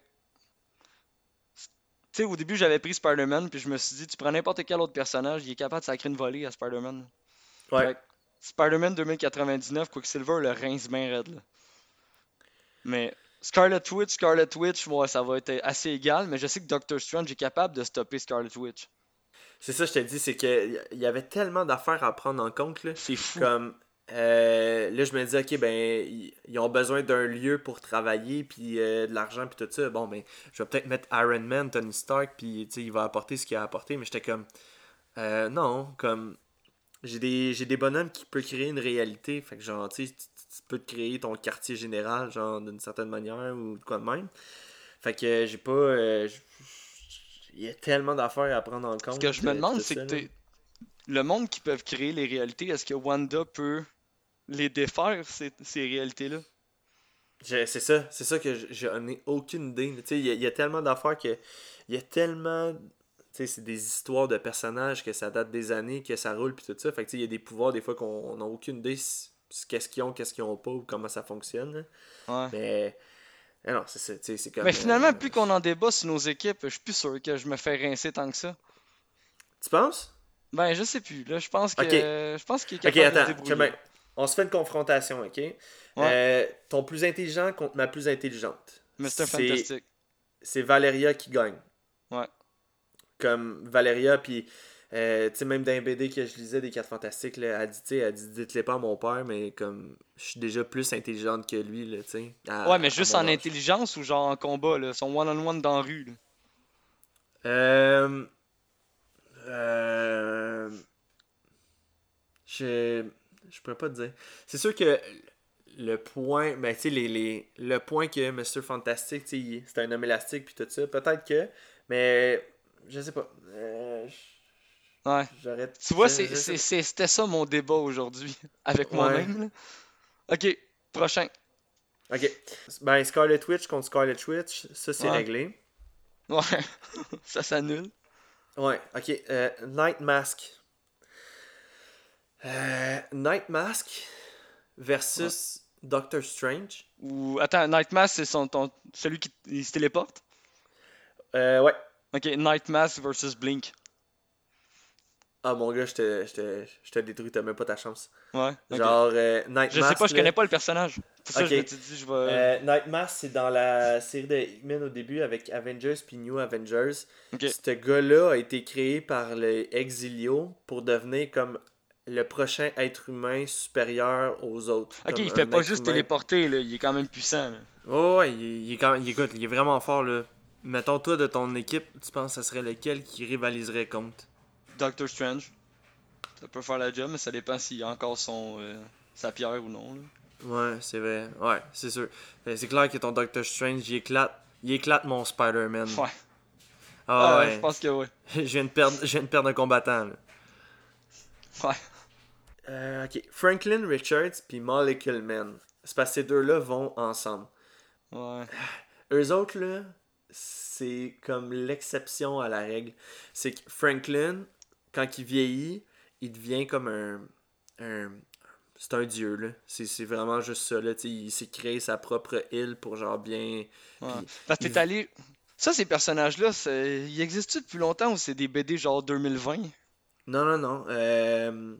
tu sais, au début j'avais pris Spider-Man, puis je me suis dit, tu prends n'importe quel autre personnage, il est capable de sacrer une volée à Spider-Man. Ouais. Fait que Spider-Man deux mille quatre-vingt-dix-neuf, Quicksilver le rince bien raide, là. Mais Scarlet Witch, Scarlet Witch, ouais, ça va être assez égal, mais je sais que Doctor Strange est capable de stopper Scarlet Witch. C'est ça, je te dis, c'est que il y avait tellement d'affaires à prendre en compte, là. C'est fou. Comme. euh, là, je me dis, ok, ben, ils ils ont besoin d'un lieu pour travailler, puis euh, de l'argent, puis tout ça. Bon, ben, je vais peut-être mettre Iron Man, Tony Stark, puis, tu sais, il va apporter ce qu'il a apporté, mais j'étais comme. Euh, non, comme. J'ai des, j'ai des bonhommes qui peuvent créer une réalité. Fait que, genre, tu sais, tu tu peux te créer ton quartier général, genre, d'une certaine manière, ou de quoi de même. Fait que euh, j'ai pas. euh, j- Il y a tellement d'affaires à prendre en Ce que compte, je me euh, pis demande, tout c'est ça, que là. t'es- le monde qui peuvent créer les réalités, est-ce que Wanda peut les défaire, ces, ces réalités-là? Je- C'est ça, c'est ça que j- j'en ai aucune idée. Tu sais, il y, a il y a tellement d'affaires que. Il y a tellement. Tu sais, c'est des histoires de personnages que ça date des années, que ça roule, puis tout ça. Fait que, tu sais, il y a des pouvoirs, des fois, qu'on n'a aucune idée s- s- qu'est-ce qu'ils ont, qu'est-ce qu'ils ont pas, ou comment ça fonctionne, là. Ouais. Mais. ah non, c'est ça, tu sais, c'est Mais comme. finalement, euh, plus qu'on en débat sur nos équipes, je suis plus sûr que je me fais rincer tant que ça. Tu penses? Ben, je sais plus. Là, je pense Ok, que je pense qu'il est ok, capable de se attends, check débrouiller. bien. On se fait une confrontation, ok? Ouais, Euh, ton plus intelligent contre ma plus intelligente. mister C'est Fantastic. c'est Valeria qui gagne. Ouais. comme Valeria, puis euh, tu sais, même dans un B D que je lisais des quatre Fantastiques, là, elle dit, tu sais, elle dit, dites-les pas à mon père, mais comme, je suis déjà plus intelligente que lui, là, tu sais, à, Ouais, mais à juste mon en âge. intelligence ou genre en combat, là, son one-on-one dans la rue, là. Euh... Euh... Je... Je pourrais pas te dire. C'est sûr que le point, ben tu sais, les, les, le point que Mister Fantastic, tu sais, il- c'est un homme élastique puis tout ça, peut-être que, mais je sais pas. Euh, Ouais. J'aurais. Tu vois, Je, c'est, je sais c'est, pas. c'est- c'était ça mon débat aujourd'hui avec Ouais. moi-même, là. Ok, prochain. Ok. Ben, Scarlet Witch contre Scarlet Witch, ça c'est Ouais. réglé. Ouais. Ça s'annule. Ouais, ok. Euh, Night Mask. Euh, Night Mask Ouais. versus Doctor Strange. Ou, attends, Nightmask, c'est son, ton, celui qui il se téléporte? Euh, ouais. Ok, Nightmask versus Blink. Ah mon gars, je te, je te, je te détruis, t'as même pas ta chance. Ouais, ok. Genre, euh, Night Je sais pas, Mask, je là. connais pas le personnage. Pour ça, Ok. je me suis dit, je vais. Euh, Night Mask, c'est dans la série de Hickman au début avec Avengers puis New Avengers. Ok. Ce gars-là a été créé par les Exilio pour devenir comme le prochain être humain supérieur aux autres. Ok, Comme il fait un pas être juste humain. téléporter, là. Il est quand même puissant, là. Oh, ouais, il, est- il est quand même, il, écoute, il est vraiment fort, là. Mettons, toi, de ton équipe, tu penses que ça serait lequel qui rivaliserait contre? Doctor Strange. Ça peut faire la job, mais ça dépend s'il a encore son, euh, sa pierre ou non, là. Ouais, c'est vrai. Ouais, c'est sûr. Euh, C'est clair que ton Doctor Strange, il éclate, il éclate mon Spider-Man. Ouais. Ah Ah, je ouais. pense que ouais. Je viens de perdre, je viens de perdre un combattant, là. Ouais. Euh, ok. Franklin Richards puis Molecule Man. C'est parce que ces deux-là vont ensemble. Ouais. Eux autres, là, c'est comme l'exception à la règle. C'est que Franklin, quand il vieillit, il devient comme un. un c'est un dieu, là. C'est, c'est vraiment juste ça, là. T'sais, il s'est créé sa propre île pour genre bien. Ouais. Puis, Parce que il- t'es allé. Ça, ces personnages-là, c'est... ils existent depuis longtemps ou c'est des B D genre deux mille vingt? Non, non, non. Euh,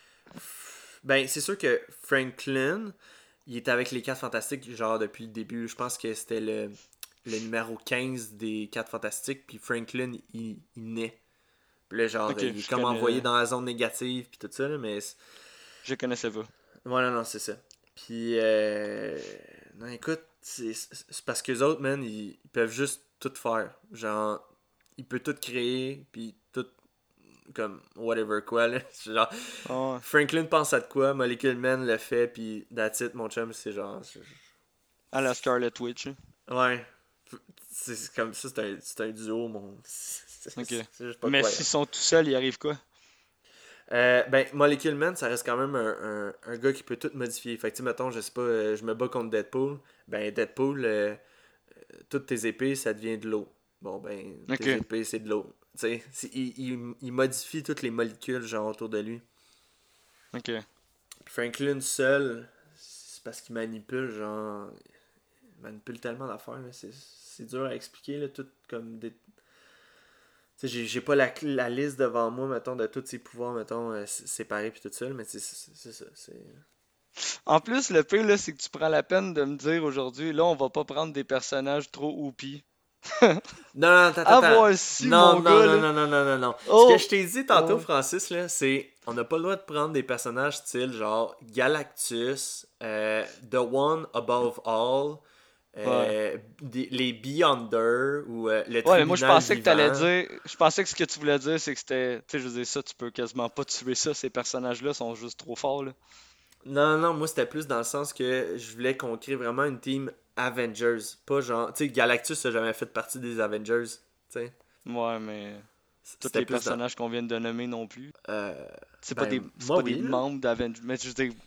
Ben, c'est sûr que Franklin, il était avec les quatre Fantastiques, genre, depuis le début. Je pense que c'était le, le numéro quinze des quatre Fantastiques, puis Franklin, il, il naît. Puis là, genre, Ok, il est je comme connais. envoyé dans la zone négative, puis tout ça, là, mais... c'est- Je connaissais pas. Ouais, non, non, c'est ça. Puis, euh... non, écoute, c'est c'est parce que les autres, man, ils, ils peuvent juste tout faire. Genre, il peut tout créer, puis tout, comme, whatever quoi, là. C'est genre... Ah ouais. Franklin pense à de quoi, Molecule Man le fait, puis that's it, mon chum, c'est genre... c'est- À la Scarlet Witch. Hein. Ouais. C'est c'est comme ça, c'est un, c'est un duo, mon... C'est Ok. c'est juste pas Mais croyable. s'ils sont tout seuls, il arrive quoi? Euh, ben, Molecule Man, ça reste quand même un, un, un gars qui peut tout modifier. Fait que, tu sais, mettons, je sais pas, euh, je me bats contre Deadpool. Ben, Deadpool, euh, euh, toutes tes épées, ça devient de l'eau. Bon, ben, Ok. tes épées, c'est de l'eau. Tu sais, c'est- il, il, il modifie toutes les molécules, genre, autour de lui. Ok. Puis Franklin seul, c'est parce qu'il manipule, genre. Il manipule tellement d'affaires, là. C'est, c'est dur à expliquer, là, tout comme des. Tu sais, j'ai, j'ai pas la, cl- la liste devant moi, mettons, de tous ses pouvoirs, mettons, euh, s- séparés puis tout ça, mais c'est, c'est, c'est ça. C'est... En plus, le pire, là, c'est que tu prends la peine de me dire aujourd'hui, là, on va pas prendre des personnages trop O P. Non, non, attends, Ah, attends. voici, Non, mon non, gars, non, là. non, non, non, non, non. Oh! Ce que je t'ai dit tantôt, Ouais. Francis, là, c'est on n'a pas le droit de prendre des personnages style genre Galactus, euh, The One Above All, euh, des- les Beyonder ou euh, le Ouais, mais moi, je Tribunal pensais que t'allais Vivant. dire. Je pensais que ce que tu voulais dire, c'est que c'était. Tu sais, je veux dire, ça, tu peux quasiment pas tuer ça. Ces personnages-là sont juste trop forts, là. Non, non, moi c'était plus dans le sens que je voulais qu'on crée vraiment une team Avengers. Pas genre. Tu sais, Galactus n'a jamais fait partie des Avengers. Tu sais. Ouais, mais. Tous C'était les plus dans. personnages qu'on vient de nommer non plus. Euh, C'est pas ben, des, c'est moi pas des oui, là. membres d'Avengers. Mais je veux dire.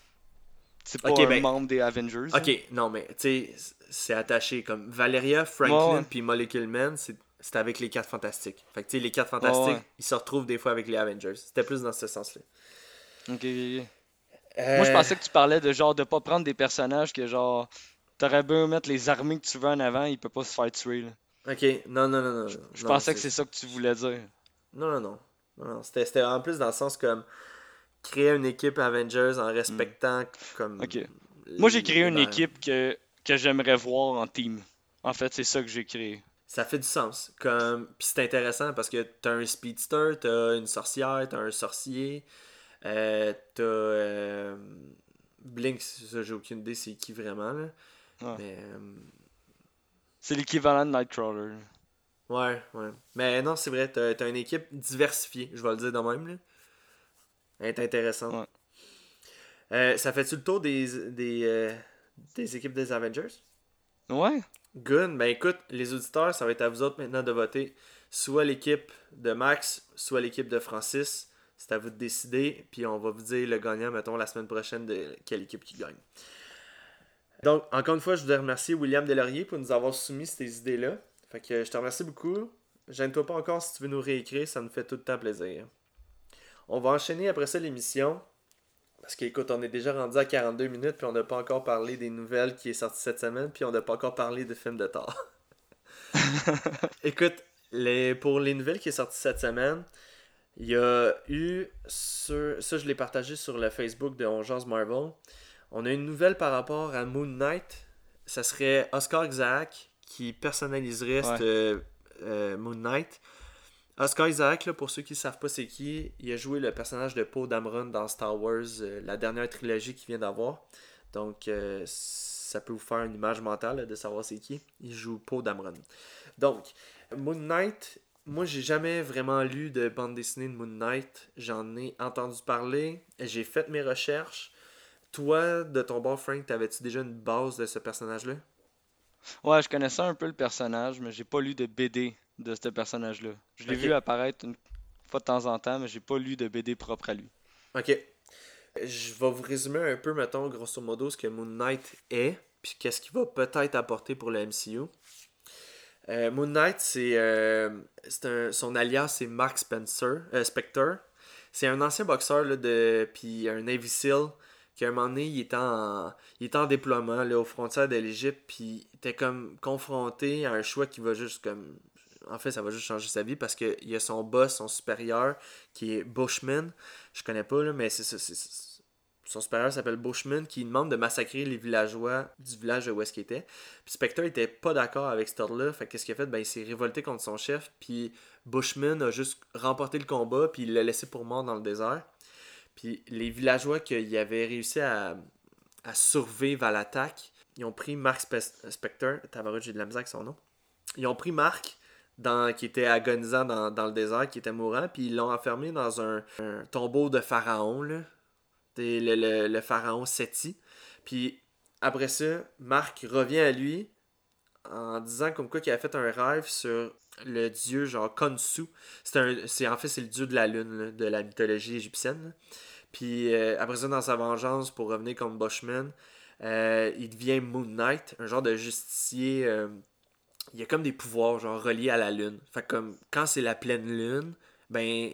C'est pas Ok, un ben, membre des Avengers. là. Ok, non, mais tu sais, c'est attaché. Comme Valeria, Ouais, Franklin ouais. puis Molecule Man, c'est c'est avec les quatre Fantastiques. Fait que tu sais, les quatre Ouais, Fantastiques, ouais. ils se retrouvent des fois avec les Avengers. C'était plus dans ce sens-là. Ok, ok, ok. Moi, je Euh, pensais que tu parlais de genre de pas prendre des personnages que genre. T'aurais beau mettre les armées que tu veux en avant, il peut pas se faire tuer, là. ok, non, non, non, non. Je, Non, je non, pensais que c'est- c'est ça que tu voulais dire. non, non, non. Non, non, C'était c'était en plus dans le sens comme créer une équipe Avengers en Hmm. respectant comme. Ok. Moi, j'ai créé les une ba- équipe que, que j'aimerais voir en team. En fait, c'est ça que j'ai créé. ça fait du sens. Comme... Puis c'est intéressant parce que t'as un speedster, t'as une sorcière, t'as un sorcier, euh, t'as euh, Blink, ça j'ai aucune idée c'est qui vraiment là. Ouais. Mais euh, C'est l'équivalent de Nightcrawler. ouais, ouais. Mais non, c'est vrai, t'as, t'as une équipe diversifiée, je vais le dire de même là. Elle est intéressante. Ouais. Euh, ça fait-tu le tour des, des, euh, des équipes des Avengers? Ouais. Good. Ben écoute, les auditeurs, ça va être à vous autres maintenant de voter. Soit l'équipe de Max, soit l'équipe de Francis. C'est à vous de décider. Puis on va vous dire le gagnant, mettons, la semaine prochaine de quelle équipe qui gagne. Donc, encore une fois, je voudrais remercier William Delaurier pour nous avoir soumis ces idées-là. Fait que je te remercie beaucoup. Gêne-toi pas encore si tu veux nous réécrire, ça nous fait tout le temps plaisir. On va enchaîner après ça l'émission. Parce qu'écoute, on est déjà rendu à quarante-deux minutes, puis on n'a pas encore parlé des nouvelles qui est sorties cette semaine, puis on n'a pas encore parlé de films de Thor. Écoute, les, pour les nouvelles qui est sorties cette semaine, il y a eu, sur, ça je l'ai partagé sur le Facebook de On Jase Marvel, on a une nouvelle par rapport à Moon Knight. Ça serait Oscar Isaac qui personnaliserait Ouais. cette, euh, Moon Knight. Oscar Isaac, là, pour ceux qui ne savent pas c'est qui, il a joué le personnage de Poe Dameron dans Star Wars, euh, la dernière trilogie qu'il vient d'avoir. Donc, euh, ça peut vous faire une image mentale là, de savoir c'est qui. Il joue Poe Dameron. Donc, Moon Knight, moi, j'ai jamais vraiment lu de bande dessinée de Moon Knight. J'en ai entendu parler. J'ai fait mes recherches. Toi, de ton bord, Frank, t'avais-tu déjà une base de ce personnage-là? Ouais, je connaissais un peu le personnage, mais j'ai pas lu de B D de ce personnage-là. Je l'ai Ok. vu apparaître une fois de temps en temps, mais j'ai pas lu de B D propre à lui. Ok. Je vais vous résumer un peu, mettons, grosso modo, ce que Moon Knight est, puis qu'est-ce qu'il va peut-être apporter pour le M C U. Euh, Moon Knight, c'est, euh, c'est un, son alias, c'est Mark Spencer, euh, Spector. C'est un ancien boxeur, là, de, puis un Navy SEAL, qui à un moment donné, il était en, il était en déploiement, là, aux frontières de l'Égypte, puis il était comme confronté à un choix qui va juste comme... En fait, ça va juste changer sa vie parce qu'il y a son boss, son supérieur, qui est Bushman. Je connais pas, là, mais c'est ça. C'est, c'est- son supérieur s'appelle Bushman, qui demande de massacrer les villageois du village de où est-ce qu'il était. Puis Spectre était pas d'accord avec cet ordre-là. Fait qu'est-ce qu'il a fait? Ben, il s'est révolté contre son chef. Puis Bushman a juste remporté le combat, puis il l'a laissé pour mort dans le désert. Puis les villageois qui avaient réussi à, à survivre à l'attaque, ils ont pris Mark Spe- Spector. Tabarouette, j'ai de la misère avec son nom. Ils ont pris Mark, dans, qui était agonisant dans, dans le désert, qui était mourant, puis ils l'ont enfermé dans un, un tombeau de pharaon, là. Des- Le, le, le pharaon Seti. Puis après ça, Mark revient à lui en disant comme quoi qu'il a fait un rêve sur le dieu genre Khonsu. C'est un, c'est, en fait, c'est le dieu de la lune, là, de la mythologie égyptienne, là. Puis euh, après ça, dans sa vengeance pour revenir contre Bushman, euh, il devient Moon Knight, un genre de justicier. Euh, il y a comme des pouvoirs genre reliés à la lune. Fait que comme quand c'est la pleine lune, ben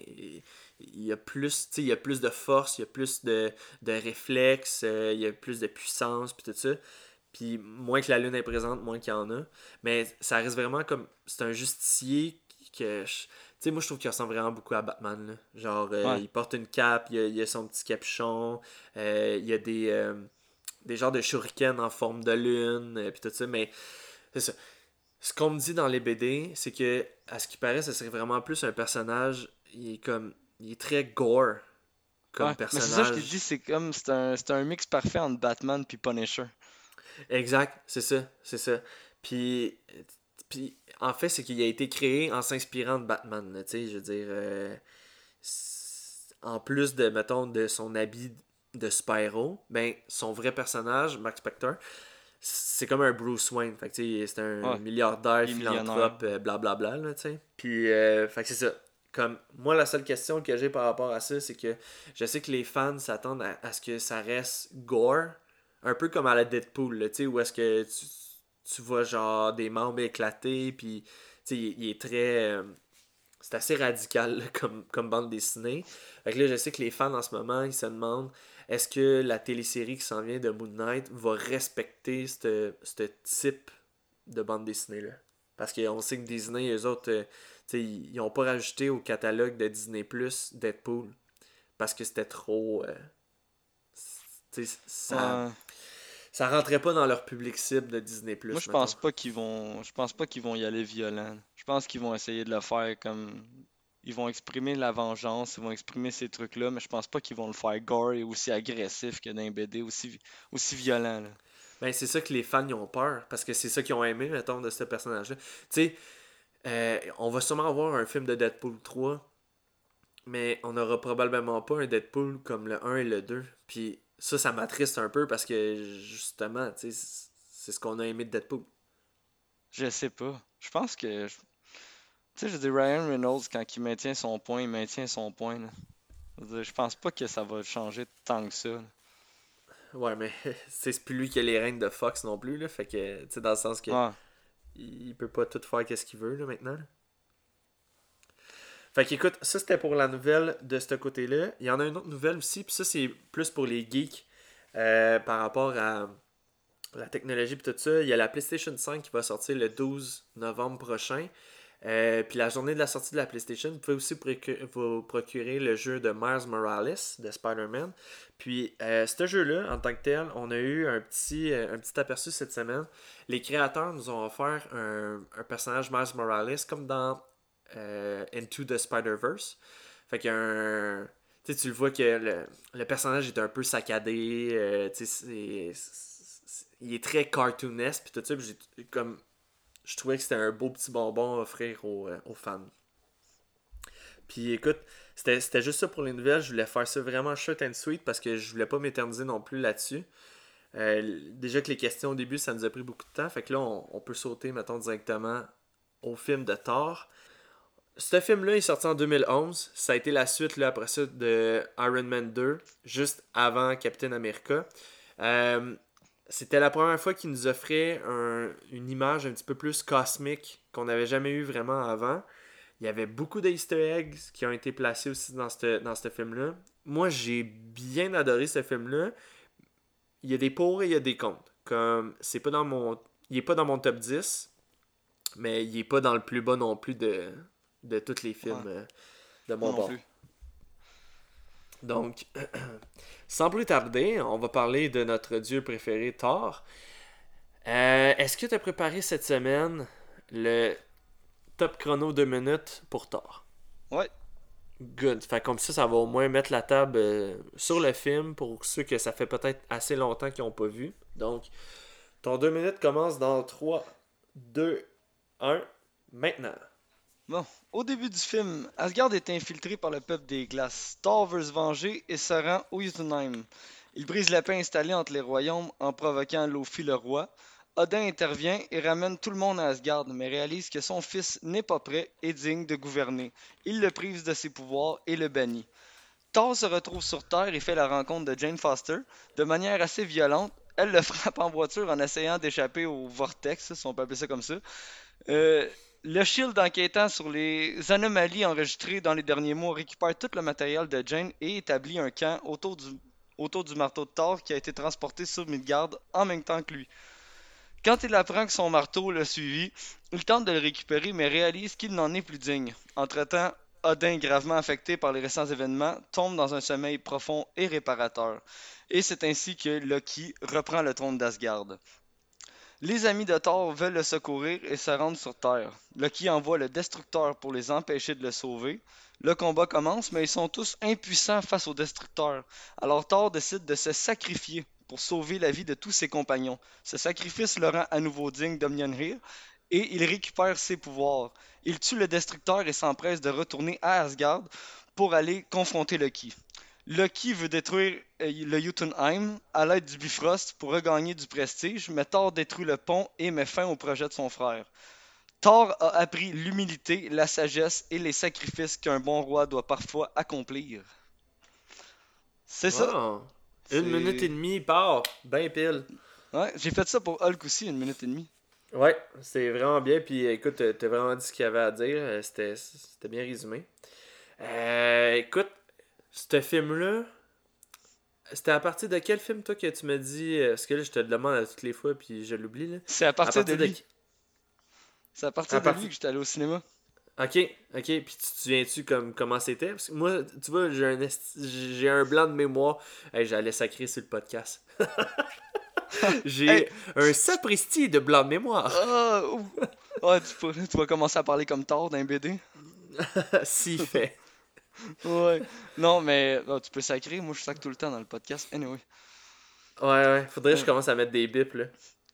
il y a plus, tu sais, il y a plus de force, il y a plus de, de réflexes, euh, il y a plus de puissance puis tout ça. Puis moins que la lune est présente, moins qu'il y en a. Mais ça reste vraiment comme c'est un justicier que je- tu sais, moi je trouve qu'il ressemble vraiment beaucoup à Batman là. Genre euh, Ouais. il porte une cape, il a, il a son petit capuchon, euh, il y a des euh, des genres de shurikens en forme de lune, euh, puis tout ça, mais c'est ça. Ce qu'on me dit dans les B D, c'est que, à ce qui paraît, ce serait vraiment plus un personnage. Il est comme. Il est très gore comme Ouais. Mais c'est ça, je t'ai dit, personnage. c'est comme, c'est un, c'est un mix parfait entre Batman puis Punisher. Exact, c'est ça, c'est ça. Puis, puis en fait, c'est qu'il a été créé en s'inspirant de Batman, là, tu sais, je veux dire. euh, c'est- en plus de, mettons, de son habit de Spyro, ben, son vrai personnage, Max Spector, c'est comme un Bruce Wayne. Fait que, tu sais, c'est un Ouais. milliardaire, Il est philanthrope, euh, blablabla, là, tu sais. Puis, euh, fait que c'est ça. Comme, moi, la seule question que j'ai par rapport à ça, c'est que je sais que les fans s'attendent à, à ce que ça reste gore, un peu comme à la Deadpool, là, tu sais, où est-ce que tu, tu vois, genre, des membres éclatés, puis, tu sais, il, il est très... euh, c'est assez radical là, comme, comme bande dessinée. Fait que là, je sais que les fans en ce moment, ils se demandent est-ce que la télésérie qui s'en vient de Moon Knight va respecter ce type de bande dessinée-là. Parce qu'on sait que Disney, eux autres, euh, tu sais, ils n'ont pas rajouté au catalogue de Disney Plus Deadpool. Parce que c'était trop. euh, tu sais, ça, Ouais. ça rentrait pas dans leur public cible de Disney+. Moi, je mettons. pense pas qu'ils vont. Je pense pas qu'ils vont y aller violent. Je pense qu'ils vont essayer de le faire comme. Ils vont exprimer la vengeance, ils vont exprimer ces trucs-là, mais je pense pas qu'ils vont le faire gore et aussi agressif que dans un B D, aussi, aussi violent. Là. Ben, c'est ça que les fans ils ont peur, parce que c'est ça qu'ils ont aimé, mettons, de ce personnage-là. Tu sais, euh, on va sûrement avoir un film de Deadpool trois, mais on n'aura probablement pas un Deadpool comme le un et le deux. Puis ça, ça m'attriste un peu parce que, justement, tu sais, c'est ce qu'on a aimé de Deadpool. Je sais pas. Je pense que. Tu sais, je dis Ryan Reynolds, quand il maintient son point, il maintient son point. Là. Je veux dire, je pense pas que ça va changer tant que ça. Là. Ouais, mais c'est plus lui qui a les rênes de Fox non plus, là. Fait que, tu sais, dans le sens que Ouais. il peut pas tout faire qu'est-ce qu'il veut, là, maintenant. Là. Fait qu'écoute, ça c'était pour la nouvelle de ce côté-là. Il y en a une autre nouvelle aussi, puis ça c'est plus pour les geeks euh, par rapport à la technologie et tout ça. Il y a la PlayStation cinq qui va sortir le douze novembre prochain. Euh, puis la journée de la sortie de la PlayStation, vous pouvez aussi procu- vous procurer le jeu de Miles Morales de Spider-Man. Puis euh, ce jeu-là, en tant que tel, on a eu un petit, euh, un petit aperçu cette semaine. Les créateurs nous ont offert un, un personnage Miles Morales comme dans euh, Into the Spider-Verse. Fait qu'il y a un... Tu sais, tu le vois que le, le personnage est un peu saccadé. Euh, tu sais, c'est, c'est- c'est- il est très cartoonesque puis tout ça. Puis j'ai comme... Je trouvais que c'était un beau petit bonbon à offrir aux, euh, aux fans. Puis écoute, c'était, c'était juste ça pour les nouvelles. Je voulais faire ça vraiment short and sweet parce que je voulais pas m'éterniser non plus là-dessus. Euh, déjà que les questions au début, ça nous a pris beaucoup de temps. Fait que là, on, on peut sauter, mettons, directement au film de Thor. Ce film-là est sorti en deux mille onze. Ça a été la suite, là, après ça, de Iron Man deux, juste avant Captain America. Euh, C'était la première fois qu'ils nous offraient un- une image un petit peu plus cosmique qu'on n'avait jamais eu vraiment avant. Il y avait beaucoup d'easter eggs qui ont été placés aussi dans ce dans ce film-là. Moi, j'ai bien adoré ce film-là. Il y a des pour et il y a des contre. Comme, c'est pas dans mon... Il est pas dans mon top dix, mais il est pas dans le plus bas non plus de, de tous les films Ouais. euh, de Moi mon non bord. plus. Donc, sans plus tarder, on va parler de notre dieu préféré, Thor. Euh, est-ce que tu as préparé cette semaine le top chrono deux minutes pour Thor? Ouais. Good. Fait comme ça, ça va au moins mettre la table euh, sur le film pour ceux que ça fait peut-être assez longtemps qu'ils n'ont pas vu. Donc, ton deux minutes commence dans trois, deux, un, maintenant. Bon, au début du film, Asgard est infiltré par le peuple des glaces. Thor veut se venger et se rend au Jotunheim. Il brise la paix installée entre les royaumes en provoquant Loki le roi. Odin intervient et ramène tout le monde à Asgard, mais réalise que son fils n'est pas prêt et digne de gouverner. Il le prive de ses pouvoirs et le bannit. Thor se retrouve sur Terre et fait la rencontre de Jane Foster. De manière assez violente, elle le frappe en voiture en essayant d'échapper au vortex, si on peut appeler ça comme ça. Euh, le Shield, enquêtant sur les anomalies enregistrées dans les derniers mois, récupère tout le matériel de Jane et établit un camp autour du, autour du marteau de Thor qui a été transporté sur Midgard en même temps que lui. Quand il apprend que son marteau l'a suivi, il tente de le récupérer mais réalise qu'il n'en est plus digne. Entre-temps, Odin, gravement affecté par les récents événements, tombe dans un sommeil profond et réparateur. Et c'est ainsi que Loki reprend le trône d'Asgard. Les amis de Thor veulent le secourir et se rendent sur Terre. Loki envoie le Destructeur pour les empêcher de le sauver. Le combat commence, mais ils sont tous impuissants face au Destructeur. Alors Thor décide de se sacrifier pour sauver la vie de tous ses compagnons. Ce sacrifice le rend à nouveau digne d'Mjolnir et il récupère ses pouvoirs. Il tue le Destructeur et s'empresse de retourner à Asgard pour aller confronter Loki. Loki veut détruire euh, le Jotunheim à l'aide du Bifrost pour regagner du prestige, mais Thor détruit le pont et met fin au projet de son frère. Thor a appris l'humilité, la sagesse et les sacrifices qu'un bon roi doit parfois accomplir. C'est ça. Oh, C'est... une minute et demie, part, ben pile. Ouais, j'ai fait ça pour Hulk aussi, une minute et demie. Ouais, c'est vraiment bien. Puis écoute, t'as t'as vraiment dit ce qu'il y avait à dire. euh, C'était, c'était bien résumé. Euh, écoute, ce film-là, c'était à partir de quel film, toi, que tu me dis... euh, Parce que là, je te le demande à toutes les fois, puis je l'oublie, là. C'est à partir, À partir de lui. qui- C'est à partir À de partir- lui que j'étais allé au cinéma. Ok, ok. Puis tu te souviens-tu comme, comment c'était? Parce que moi, tu vois, j'ai un, esti- j'ai un blanc de mémoire. Hey, j'allais sacrer sur le podcast. J'ai Hey, un sapristi de blanc de mémoire. ah, ouh. Ouais, tu, peux- tu vas commencer à parler comme Thor d'un B D. Si fait. Ouais. Non, mais ah, tu peux sacrer, moi je sac tout le temps dans le podcast. Anyway. Ouais, ouais. Faudrait que je Euh, commence à mettre des bips, là.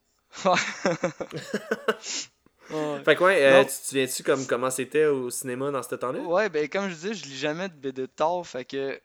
ouais. Fait que ouais, euh, Non, tu te souviens-tu comme comment c'était au cinéma dans ce temps-là? ouais, ben comme je disais, je lis jamais de B D de Thor, fait que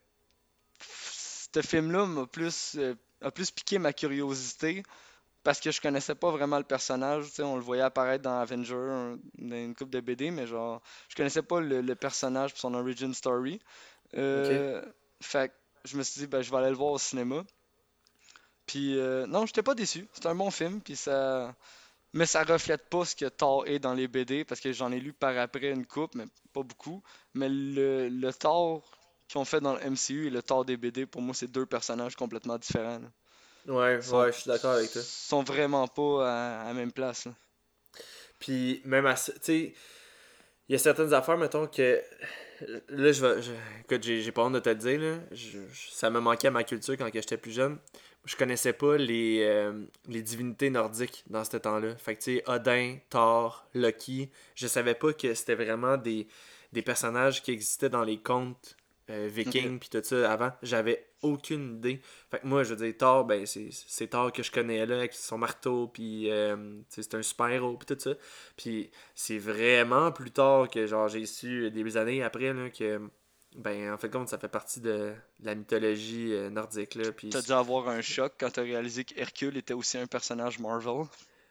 ce film-là m'a plus, euh, a plus piqué ma curiosité parce que je connaissais pas vraiment le personnage. Tu sais, on le voyait apparaître dans Avenger, un- dans une coupe de B D, mais genre, je connaissais pas le, le personnage et son origin story. Ok. Euh, fait que je me suis dit, ben, je vais aller le voir au cinéma. Puis euh, non, j'étais pas déçu. C'est un bon film, puis ça. Mais ça reflète pas ce que Thor est dans les B D, parce que j'en ai lu par après une coupe, mais pas beaucoup. Mais le, le Thor qu'ils ont fait dans le M C U et le Thor des B D, pour moi, c'est deux personnages complètement différents, là. Ouais, Ils sont, ouais, je suis d'accord avec toi. sont vraiment pas à, à la même place, là. Puis même à ça, tu sais, il y a certaines affaires, mettons, que. Là, je vais. je- Écoute, j'ai j'ai pas honte de te le dire, là. Je- je- ça me manquait à ma culture quand que j'étais plus jeune. Je connaissais pas les, euh, les divinités nordiques dans ce temps-là. Fait que, tu sais, Odin, Thor, Loki, je savais pas que c'était vraiment des, des personnages qui existaient dans les contes euh, Ok. vikings puis tout ça avant. J'avais aucune idée. Fait que moi, je veux dire, Thor, ben, c'est c'est Thor que je connais là, avec son marteau, puis euh, tu sais, c'est un super héros, puis tout ça. Puis c'est vraiment plus tard que genre j'ai su des années après là, que ben en fait compte ça fait partie de, de la mythologie euh, nordique là puis T'as dû avoir un choc quand t'as réalisé qu'Hercule était aussi un personnage Marvel.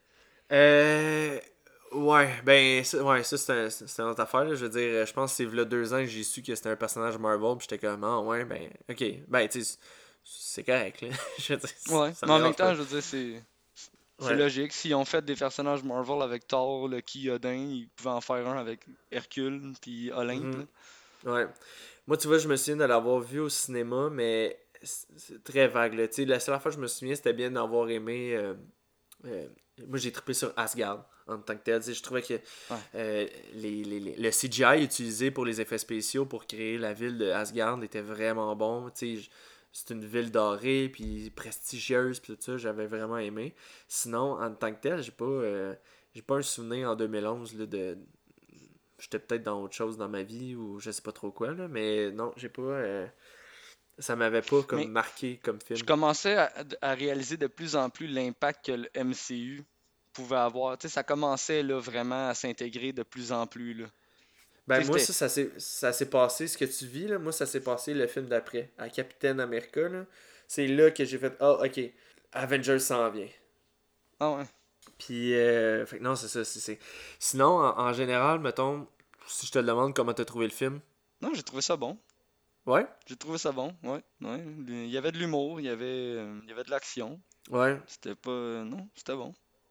euh ouais ben ça, ouais ça c'est un- c'est une autre affaire là. Je veux dire je pense que c'est là deux ans que j'ai su que c'était un personnage Marvel puis j'étais comme ah ouais ben ok ben tu sais c'est correct là. Je veux dire Ouais, ça mais me en même dérange pas. temps, je veux dire, c'est c'est Ouais. logique. S'ils ont fait des personnages Marvel avec Thor, Loki, Odin, ils pouvaient en faire un avec Hercule puis Olympe, là. Mhm. Ouais. Moi, tu vois, je me souviens de l'avoir vu au cinéma, mais c'est c'est très vague, là. Tu sais, la seule fois que je me souviens, c'était bien d'avoir aimé. euh, euh, moi, j'ai trippé sur Asgard en tant que tel. Tu sais, je trouvais que Ouais. euh, les, les- les- le C G I utilisé pour les effets spéciaux pour créer la ville de Asgard était vraiment bon. Tu sais, je- c'est une ville dorée, puis prestigieuse, puis tout ça. J'avais vraiment aimé. Sinon, en tant que tel, j'ai pas, euh, j'ai pas un souvenir en deux mille onze là, de, j'étais peut-être dans autre chose dans ma vie ou je sais pas trop quoi là, mais non, j'ai pas euh, ça m'avait pas comme Mais marqué comme je film. commençais à, à réaliser de plus en plus l'impact que le M C U pouvait avoir. Tu sais, ça commençait là, vraiment à s'intégrer de plus en plus, là. Tu Ben sais, moi c'était. ça ça s'est ça s'est passé ce que tu vis là, moi ça s'est passé le film d'après à Capitaine America là. C'est là que j'ai fait ah OK, Avengers s'en vient. Ah ouais. Puis euh, fait que non, c'est ça, c'est c'est- sinon en, en général, mettons si je te demande comment t'as trouvé le film. Non, j'ai trouvé ça bon. Ouais? J'ai trouvé ça bon, ouais, ouais. Il y avait de l'humour, il y avait, euh, il y avait de l'action. Ouais. C'était pas. euh, Non, c'était bon.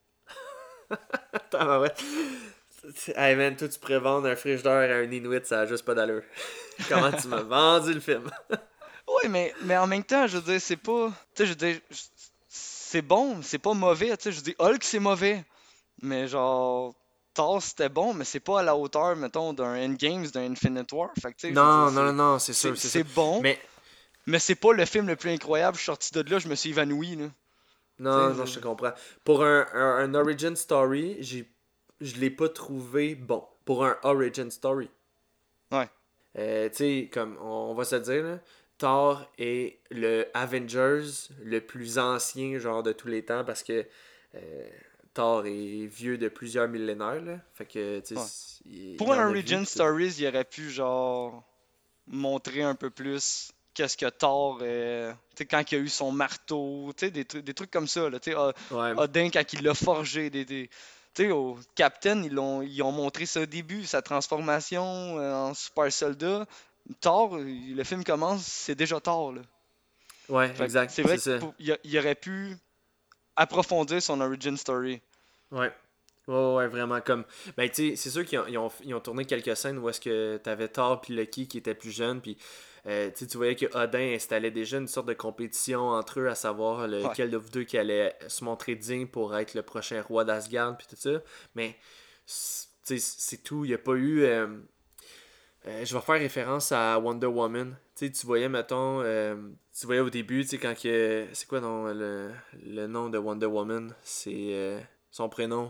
Tabarouette. Hey man, toi tu pourrais vendre un frigidaire à un Inuit, ça a juste pas d'allure. Comment tu m'as vendu le film? Ouais, mais, mais en même temps, je veux dire, c'est pas. Tu sais, je veux dire, c'est bon, c'est pas mauvais. Tu sais, je veux dire, Hulk, c'est mauvais. Mais genre, Thor, c'était bon, mais c'est pas à la hauteur, mettons, d'un Endgames, d'un Infinite War. Fait que, tu sais, je veux dire, Non, non, non, c'est. non, c'est C'est sûr, c'est sûr. c'est bon, Mais mais c'est pas le film le plus incroyable. Je suis sorti de là, je me suis évanoui, là. Tu non, sais, non, je te je- comprends. Pour un, un, un origin story, j'ai je l'ai pas trouvé bon. Pour un origin story. Ouais. Euh, tu sais, comme on, on va se le dire, là, Thor est le Avengers le plus ancien genre de tous les temps parce que euh, Thor est vieux de plusieurs millénaires. Là. Fait que, tu sais, Ouais. s- il, Pour il un en a vu. Origin Pis tout. Stories, il aurait pu, genre, montrer un peu plus qu'est-ce que Thor est. Tu sais, quand il a eu son marteau, tu sais, des, trucs- des trucs comme ça, là. Tu sais, O- Ouais. Odin, quand il l'a forgé, des, des- tu sais, au Captain, ils l'ont, ils ont montré ça au début, sa transformation euh, en super soldat. Thor, il- le film commence, c'est déjà Thor, là. Ouais, Fait que exact. c'est C'est vrai ça. qu'il aurait pu approfondir son origin story. Ouais. Ouais, ouais, ouais, vraiment comme. Ben, tu sais, c'est sûr qu'ils ont, ils ont, ils ont tourné quelques scènes où est-ce que t'avais Thor puis Loki qui étaient plus jeunes, puis euh, tu sais, tu voyais que Odin installait déjà une sorte de compétition entre eux à savoir Ouais. lequel de vous deux qui allait se montrer digne pour être le prochain roi d'Asgard, puis tout ça. Mais, c'est- tu sais, c'est tout. Il n'y a pas eu. euh, Euh, je vais faire référence à Wonder Woman. Tu sais, tu voyais, mettons, euh, tu voyais au début, tu sais, quand que. C'est quoi non, le, le nom de Wonder Woman? C'est euh, son prénom.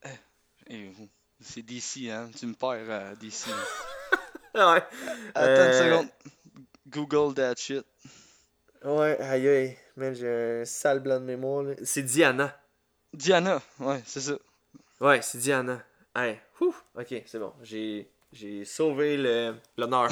Eh, c'est D C, hein? Tu me perds à D C. Ah ouais. Attends une Euh, seconde. Google that shit. ouais, aïe aïe. Man, j'ai un sale blanc de mémoire, là. C'est Diana. Diana, ouais, c'est ça. Ouais, c'est Diana. Hey, ouf, ok, c'est bon. J'ai, j'ai sauvé le, l'honneur.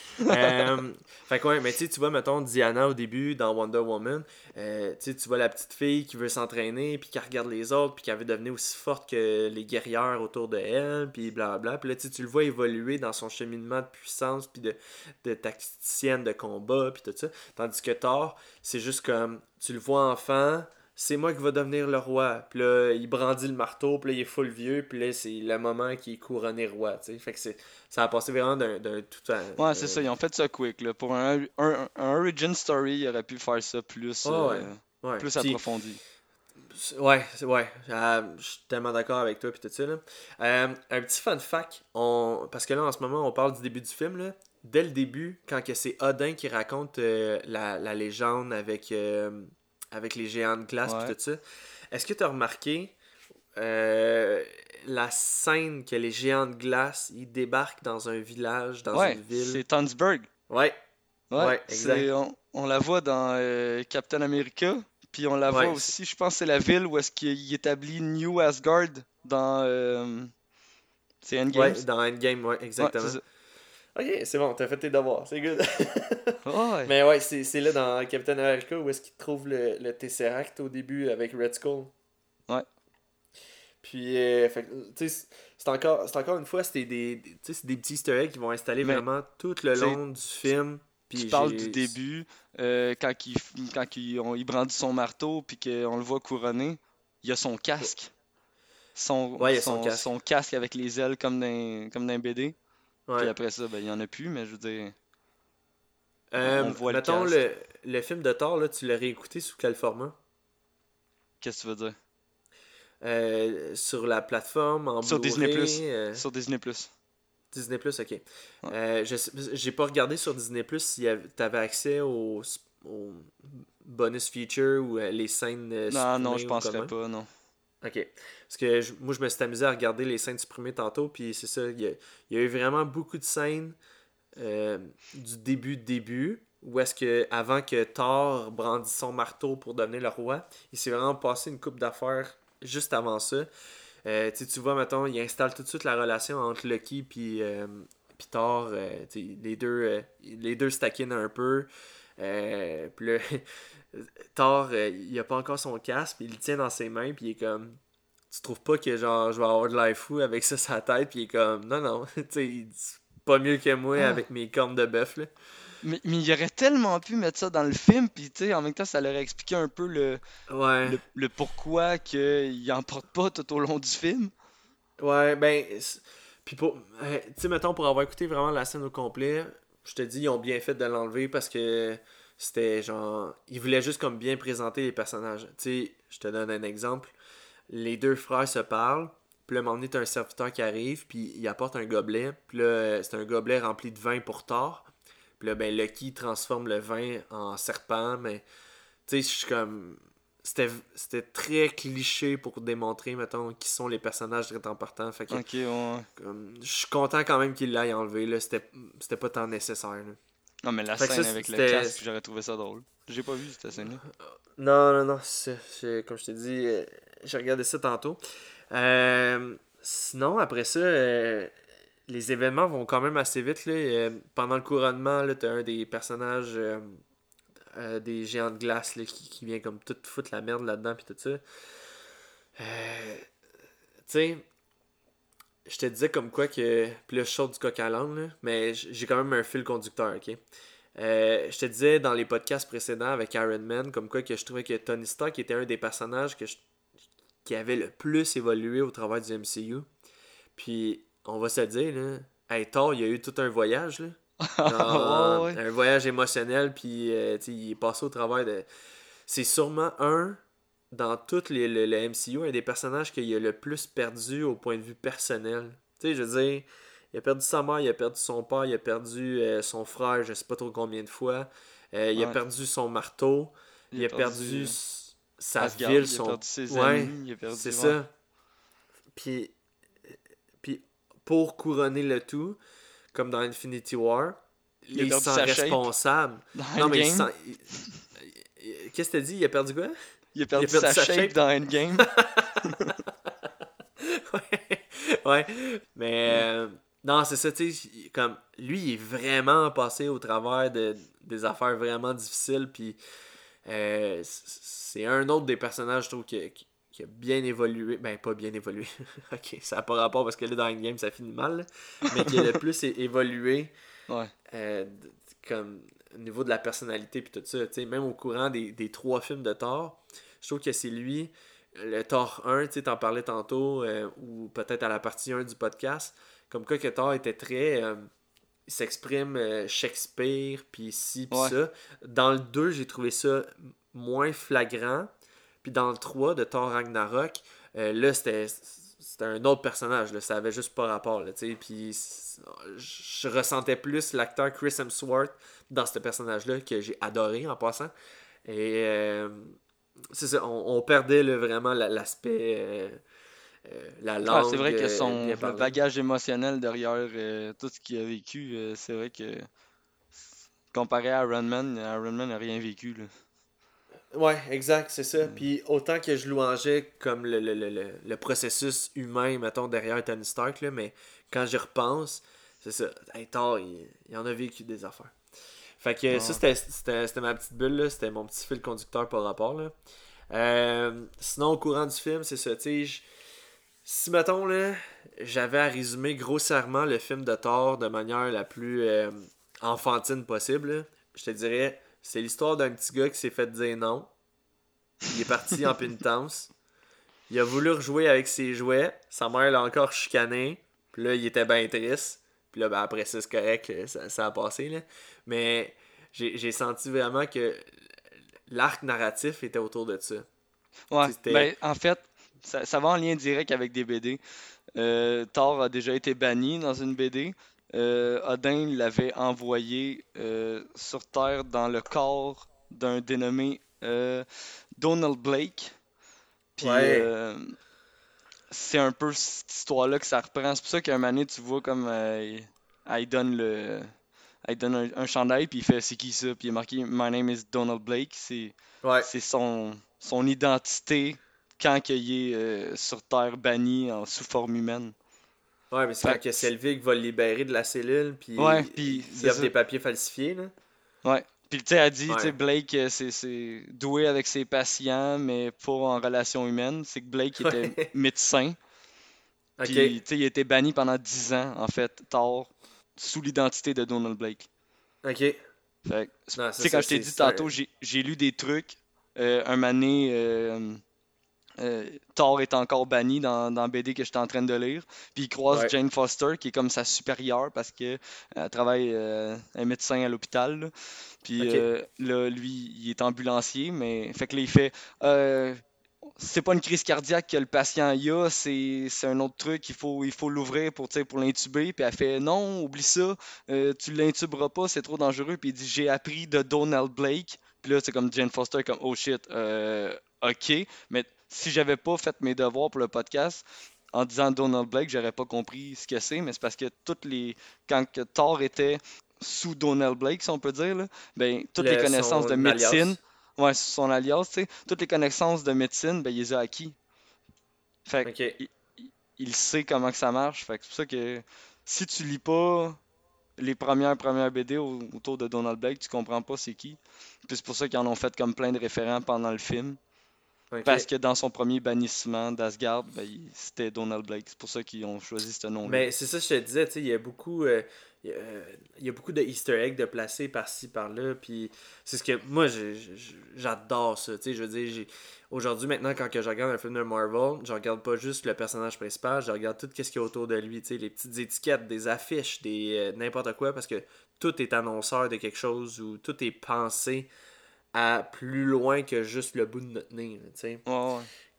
euh, fait que ouais, mais tu sais, tu vois, mettons, Diana au début dans Wonder Woman, euh, tu sais, tu vois la petite fille qui veut s'entraîner, puis qui regarde les autres, puis qui veut devenir aussi forte que les guerrières autour de elle, puis blablabla. Puis là, tu sais, tu le vois évoluer dans son cheminement de puissance, puis de, de tacticienne de combat, puis tout ça. Tandis que Thor, c'est juste comme, tu le vois enfant, c'est moi qui va devenir le roi. Puis là, il brandit le marteau, puis là, il est full vieux, puis là, c'est le moment qu'il est couronné roi, tu sais. Fait que c'est, ça a passé vraiment d'un, d'un tout à... Ouais, c'est d'un- ça, ils ont fait ça quick, là. Pour un, un, un origin story, ils auraient pu faire ça plus, Oh, ouais. euh, Ouais. plus Puis, approfondi. ouais, c'est- ouais. Euh, je suis tellement d'accord avec toi, puis tout ça, là. Euh, un petit fun fact, on... parce que là, en ce moment, on parle du début du film, là. Dès le début, quand que c'est Odin qui raconte euh, la, la légende avec, euh, avec les géants de glace, Ouais. puis tout ça, est-ce que tu as remarqué euh, la scène que les géants de glace, ils débarquent dans un village, dans Ouais, une ville? c'est Tonsberg. Ouais, Ouais, ouais, c'est, exact. on, on la voit dans euh, Captain America, puis on la voit Ouais, c'est- aussi, je pense que c'est la ville où est-ce qu'il établit New Asgard dans euh, c'est Endgames. ouais, dans Endgame, ouais, Ouais, c'est exactement. ça. Ok, c'est bon, t'as fait tes devoirs, c'est good. Ouais. Mais ouais, c'est, c'est là dans Captain America où est-ce qu'il trouve le, le Tesseract au début avec Red Skull. Ouais. Puis, euh, fait que, tu sais, c'est c'est encore, c'est encore une fois, c'est des, des, tu sais, c'est des petits easter eggs qui vont installer Mais vraiment tout le tu sais, long du film. tu Puis parles du j'ai... début, euh, quand il, f- quand il, on- il brandit son marteau, puis qu'on le voit couronner, il y a son casque. Son, Ouais, il y a son son, casque. son casque avec les ailes comme dans, comme dans un B D. Puis Ouais. après ça, ben, il y en a plus, mais je veux dire, on, on Euh, voit le mettons, casque. le, le film de Thor, là, tu l'as réécouté sous quel format? Qu'est-ce que tu veux dire? Euh, sur la plateforme, en Sur Disney+. Blu-ray, euh, Sur Disney+. Disney+, ok. Ouais. Euh, je sais- j'ai pas regardé sur Disney+, si tu avais accès aux, aux bonus features ou euh, les scènes euh, Non, non, je supprimées ou penserais comment. pas, non. Ok. Parce que je- moi, je me suis amusé à regarder les scènes supprimées tantôt, puis c'est ça, il y a, il y a eu vraiment beaucoup de scènes euh, du début début, où est-ce que, avant que Thor brandisse son marteau pour devenir le roi, il s'est vraiment passé une coupe d'affaires juste avant ça. Euh, tu sais, tu vois, mettons, il installe tout de suite la relation entre Loki puis euh, puis Thor. Euh, tu sais, les deux, euh, les deux se taquinent un peu. Euh, puis là, Thor, euh, il a pas encore son casque, puis il le tient dans ses mains, puis il est comme... Tu trouves pas que genre je vais avoir de l'air fou avec ça sur la tête, puis il est comme... Non, non, tu sais, il dit pas mieux que moi Ah. avec mes cornes de bœuf, là. Mais, mais il aurait tellement pu mettre ça dans le film, puis tu sais, en même temps, ça leur aurait expliqué un peu le, Ouais. le, le pourquoi qu'il en porte pas tout au long du film. Ouais, ben... c'est- Puis pour... euh, tu sais, mettons, pour avoir écouté vraiment la scène au complet, je te dis, ils ont bien fait de l'enlever parce que c'était genre... Ils voulaient juste comme bien présenter les personnages. Tu sais, je te donne un exemple. Les deux frères se parlent, puis là, à un moment donné, t'as un serviteur qui arrive, puis il apporte un gobelet, puis là, euh, c'est un gobelet rempli de vin pour Thor. Puis là, ben, Lucky transforme le vin en serpent, mais... Tu sais, je suis comme... C'était, c'était très cliché pour démontrer, mettons, qui sont les personnages très importants. Fait que, Ok, ouais. comme, je suis content quand même qu'il l'ait enlevé, là. C'était, c'était pas tant nécessaire, là. Non, mais la Fait que scène ça, avec le c'était... casque, j'aurais trouvé ça drôle. J'ai pas vu cette scène-là. Non, non, non, c'est, c'est- comme je t'ai dit, euh, j'ai regardé ça tantôt. Euh, sinon, après ça, euh, les événements vont quand même assez vite, là. Euh, pendant le couronnement, là, t'as un des personnages euh, euh, des géants de glace là, qui, qui vient comme tout foutre la merde là-dedans, puis tout ça. Euh, tu sais, je te disais comme quoi que. Puis là, je saute du coq à l'âne, là, mais j- j'ai quand même un fil conducteur, ok? Euh, je te disais dans les podcasts précédents avec Iron Man, comme quoi que je trouvais que Tony Stark était un des personnages que je- qui avait le plus évolué au travers du M C U. Puis, on va se le dire, là, hey, Thor, il y a eu tout un voyage, là. Ouais, Genre, ouais. un voyage émotionnel, puis euh, tu sais, il est passé au travers de. C'est sûrement un, dans tout les, le, le M C U, un des personnages qu'il a le plus perdu au point de vue personnel. Tu sais, je veux dire, Il a perdu sa mère, il a perdu son père, il a perdu euh, son frère, je sais pas trop combien de fois. Euh, il a Ouais. perdu son marteau. Il Il a a perdu perdu euh, s- sa Asgard, ville, il a son... perdu ses Ouais, amis, il a c'est perdu. Ouais. ça. Puis, puis pour couronner le tout, comme dans Infinity War, Il a il se perdu sent sa shape responsable. dans Non, mais il se Endgame. sent... il- il- Qu'est-ce que t'as dit? Il a perdu quoi? Il a Il a perdu perdu sa sa shape shape? dans Endgame. Ouais, ouais. Mais Ouais. euh, non, c'est ça, tu sais, il- comme lui, il est vraiment passé au travers de, des affaires vraiment difficiles, puis euh, c- c'est un autre des personnages, je trouve, qui, qui- qui a bien évolué. Ben, pas bien évolué. Ok, ça n'a pas rapport parce que là, dans Endgame, ça finit mal, là. Mais qui a le plus é- évolué Ouais. euh, d- d- comme au niveau de la personnalité, puis tout ça, tu sais, même au courant des, des trois films de Thor, je trouve que c'est lui. Le Thor un, tu sais, t'en parlais tantôt, euh, ou peut-être à la partie un du podcast, comme quoi que Thor était très... euh, il s'exprime euh, Shakespeare, puis ci, puis Ouais. ça. Dans le deux, j'ai trouvé ça moins flagrant. Puis dans le trois de Thor Ragnarok, euh, là, c'était c'était un autre personnage, là, ça avait juste pas rapport, là, tu sais. Puis c- je ressentais plus l'acteur Chris Hemsworth dans ce personnage-là, que j'ai adoré en passant. Et... euh, c'est ça, on, on perdait là, vraiment la- l'aspect, euh, euh, la Ah, c'est langue vrai que euh, son bien le parlée. bagage émotionnel derrière euh, tout ce qu'il a vécu, euh, c'est vrai que comparé à Iron Man, Iron Man n'a rien vécu là. Ouais, exact, c'est ça. Euh, Puis autant que je louangeais comme le, le, le, le, le processus humain, mettons, derrière Tony Stark, là, mais quand j'y repense, c'est ça. Hey, Thor, il, il en a vécu des affaires. Fait que ça, ouais. c'était c'était- c'était ma petite bulle, là. C'était mon petit fil conducteur par rapport, là. Euh, sinon, au courant du film, c'est ça, tu sais, je- si, mettons, là, j'avais à résumer grossièrement le film de Thor de manière la plus euh, enfantine possible, là, je te dirais, c'est l'histoire d'un petit gars qui s'est fait dire non. Il est parti en pénitence. Il a voulu rejouer avec ses jouets. Sa mère l'a encore chicané. Puis là, il était bien triste. Puis là, ben, après ça, c'est correct, ça, ça a passé, là. Mais j'ai j'ai senti vraiment que l'arc narratif était autour de ça. Ouais, Tu sais, c'était... ben en fait, ça, ça va en lien direct avec des B D. Euh, Thor a déjà été banni dans une B D. Euh, Odin l'avait envoyé euh, sur Terre dans le corps d'un dénommé euh, Donald Blake. Puis Ouais. euh, c'est un peu cette histoire-là que ça reprend. C'est pour ça qu'à un moment donné, tu vois comme euh, il, elle donne le, elle donne un, un chandail, puis il fait c'est qui ça? Puis il est marqué My name is Donald Blake. C'est, Ouais. c'est son, son identité quand il est euh, sur Terre banni en, sous forme humaine. Ouais, mais c'est Fait quand que que c'est- Selvig va le libérer de la cellule, ouais, puis puis il c'est offre ça. des papiers falsifiés, là. Ouais. Puis tu sais, elle dit, tu sais, Ouais. Blake, euh, c'est, c'est doué avec ses patients, mais pas en relation humaine. C'est que Blake était Ouais. médecin. Ok. Puis, tu sais, il a été banni pendant dix ans, en fait, Thor, sous l'identité de Donald Blake. Ok. Fait que, tu Non, c'est sais, quand ça, je t'ai c'est dit c'est un... tantôt, j'ai j'ai lu des trucs. Euh, un moment donné, euh, euh, Thor est encore banni dans, dans B D que j'étais en train de lire. Puis il croise Ouais. Jane Foster, qui est comme sa supérieure parce que euh, elle travaille euh, un médecin à l'hôpital. Là. Puis Ok. euh, là, lui, il est ambulancier, mais fait que là, il fait euh, c'est pas une crise cardiaque que le patient y a, c'est c'est un autre truc, il faut il faut l'ouvrir pour, tu sais, pour l'intuber. Puis elle fait non, oublie ça, euh, tu l'intuberas pas, c'est trop dangereux. Puis il dit j'ai appris de Donald Blake. Puis là, c'est comme Jane Foster, comme oh shit, euh, ok. Mais si j'avais pas fait mes devoirs pour le podcast, en disant Donald Blake, j'aurais pas compris ce que c'est, mais c'est parce que toutes les. Quand que Thor était sous Donald Blake, si on peut dire, là, ben, toutes les Le, connaissances de son médecine, alias. ouais, sous son alias, tu sais, toutes les connaissances de médecine, ben, il les a acquis. Fait que, Ok. il, il- il sait comment que ça marche. Fait que c'est pour ça que si tu lis pas les premières premières B D au- autour de Donald Blake, tu comprends pas c'est qui. Puis c'est pour ça qu'ils en ont fait comme plein de référents pendant le film. Parce Ok. que dans son premier bannissement d'Asgard, ben, il- c'était Donald Blake. C'est pour ça qu'ils ont choisi ce nom-là. Mais c'est ça que je te disais, tu sais, il y a beaucoup, euh, il y a, euh, il y a beaucoup de Easter eggs de placer par-ci, par-là, puis c'est ce que, moi, j'ai- j'ai- j'adore ça, tu sais, je veux dire, j'ai- aujourd'hui, maintenant, quand que je regarde un film de Marvel, je regarde pas juste le personnage principal, je regarde tout ce qu'il y a autour de lui, tu sais, les petites étiquettes, des affiches, des euh, n'importe quoi, parce que tout est annonceur de quelque chose, ou tout est pensé à plus loin que juste le bout de notre nez, là, tu sais. Ouais, ouais.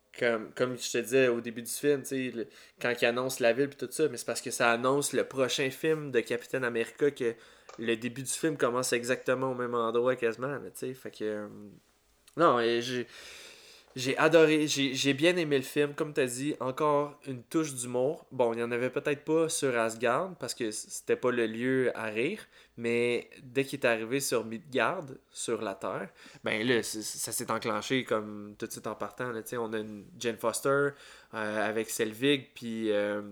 comme, comme je te disais au début du film, tu sais, le- quand il annonce la ville et tout ça, mais c'est parce que ça annonce le prochain film de Captain America que le début du film commence exactement au même endroit quasiment, là, tu sais, fait que... euh, non, et j'ai... J'ai adoré, j'ai, j'ai bien aimé le film, comme tu as dit, encore une touche d'humour. Bon, il n'y en avait peut-être pas sur Asgard, parce que c'était pas le lieu à rire, mais dès qu'il est arrivé sur Midgard, sur la Terre, ben là, c'est- ça s'est enclenché comme tout de suite en partant. Là, tu sais, on a une Jane Foster euh, avec Selvig, puis... euh,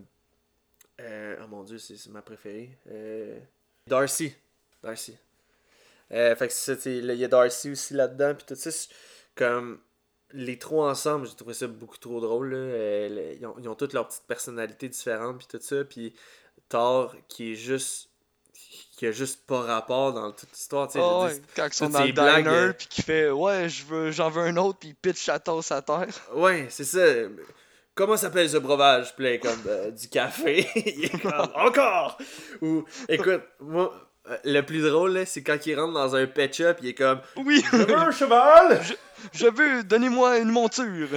euh, oh mon Dieu, c'est, c'est ma préférée. Euh, Darcy. Darcy. Euh, fait que c'est ça, tu sais, là, il y a Darcy aussi là-dedans, puis tout ça, c'est comme les trois ensemble, j'ai trouvé ça beaucoup trop drôle. Là. Euh, le- ils, ont, ils ont toutes leurs petites personnalités différentes, puis tout ça, puis Thor qui est juste qui a juste pas rapport dans toute l'histoire, tu sais, je Ah veux ouais, dire, quand ils sont toutes dans ces le blagues, diner, euh, puis qui fait ouais, je veux, j'en veux un autre, puis il pitch sa tasse à terre. ouais, c'est ça. Comment s'appelle ce breuvage? Puis là, il est comme euh, du café. Il est comme encore! Ou, écoute, moi, euh, le plus drôle, là, c'est quand il rentre dans un pet shop, il est comme Oui, Je veux un cheval! je, je veux, donnez-moi une monture.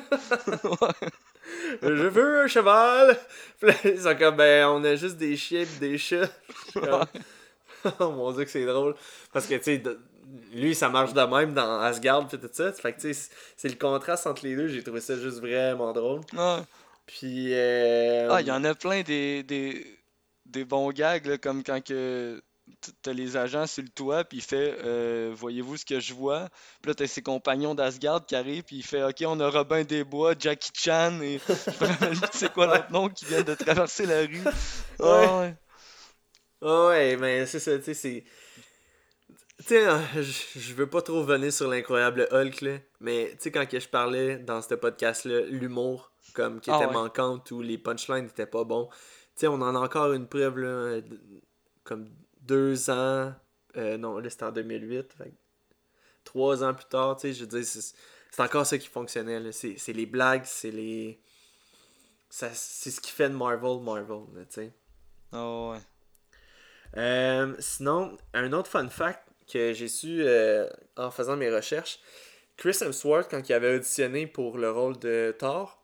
Ouais. Je veux un cheval! Puis là, ils sont comme Ben, on a juste des chiens pis des chats. Je suis comme, oh mon dieu, que c'est drôle. Parce que, tu sais, de- lui, ça marche de même dans Asgard pis tout ça. Fait que, tu sais, c'est c'est le contraste entre les deux. J'ai trouvé ça juste vraiment drôle. Ouais. Puis, euh... Ah, il y en a plein des, des, des bons gags, là, comme quand que t- t'as les agents sur le toit, puis il fait euh, voyez-vous ce que je vois? Puis là, t'as ses compagnons d'Asgard qui arrivent, puis il fait ok, on a Robin des Bois, Jackie Chan, et je me rappelle plus c'est quoi ouais. l'autre nom qui vient de traverser la rue. Ouais. Ah ouais. Ah ouais, mais c'est ça, tu sais, c'est... Tu sais, hein, je je veux pas trop venir sur l'incroyable Hulk, là, mais tu sais, quand que je parlais dans ce podcast-là, l'humour, comme, qui Ah était ouais. manquante ou les punchlines n'étaient pas bons, tu sais, on en a encore une preuve, là, d- comme deux ans, euh, non, là, c'était en deux mille huit, fait que trois ans plus tard, tu sais, je veux dire, c'est c'est encore ça qui fonctionnait, là, c'est c'est les blagues, c'est les... ça- C'est ce qui fait de Marvel, Marvel, là, tu sais. Ah ouais. Euh, sinon, un autre fun fact que j'ai su euh, en faisant mes recherches, Chris Hemsworth, quand il avait auditionné pour le rôle de Thor,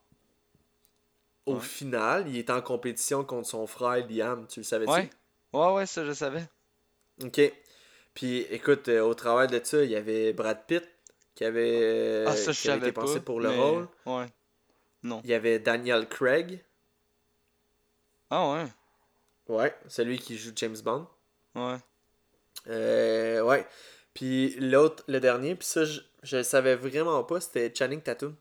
au Ouais. final, il était en compétition contre son frère Liam. Tu le savais-tu? Ouais. Ouais, ouais, ça je savais. Ok. Puis écoute, euh, au travail de ça, il y avait Brad Pitt qui avait, Ah, euh, ça je qui avait savais été pensé pas, pour le mais rôle. ouais. Non. Il y avait Daniel Craig, Ah ouais. ouais, celui qui joue James Bond. Ouais. Euh, ouais. Puis l'autre, le dernier, puis ça, je, je le savais vraiment pas, c'était Channing Tatum.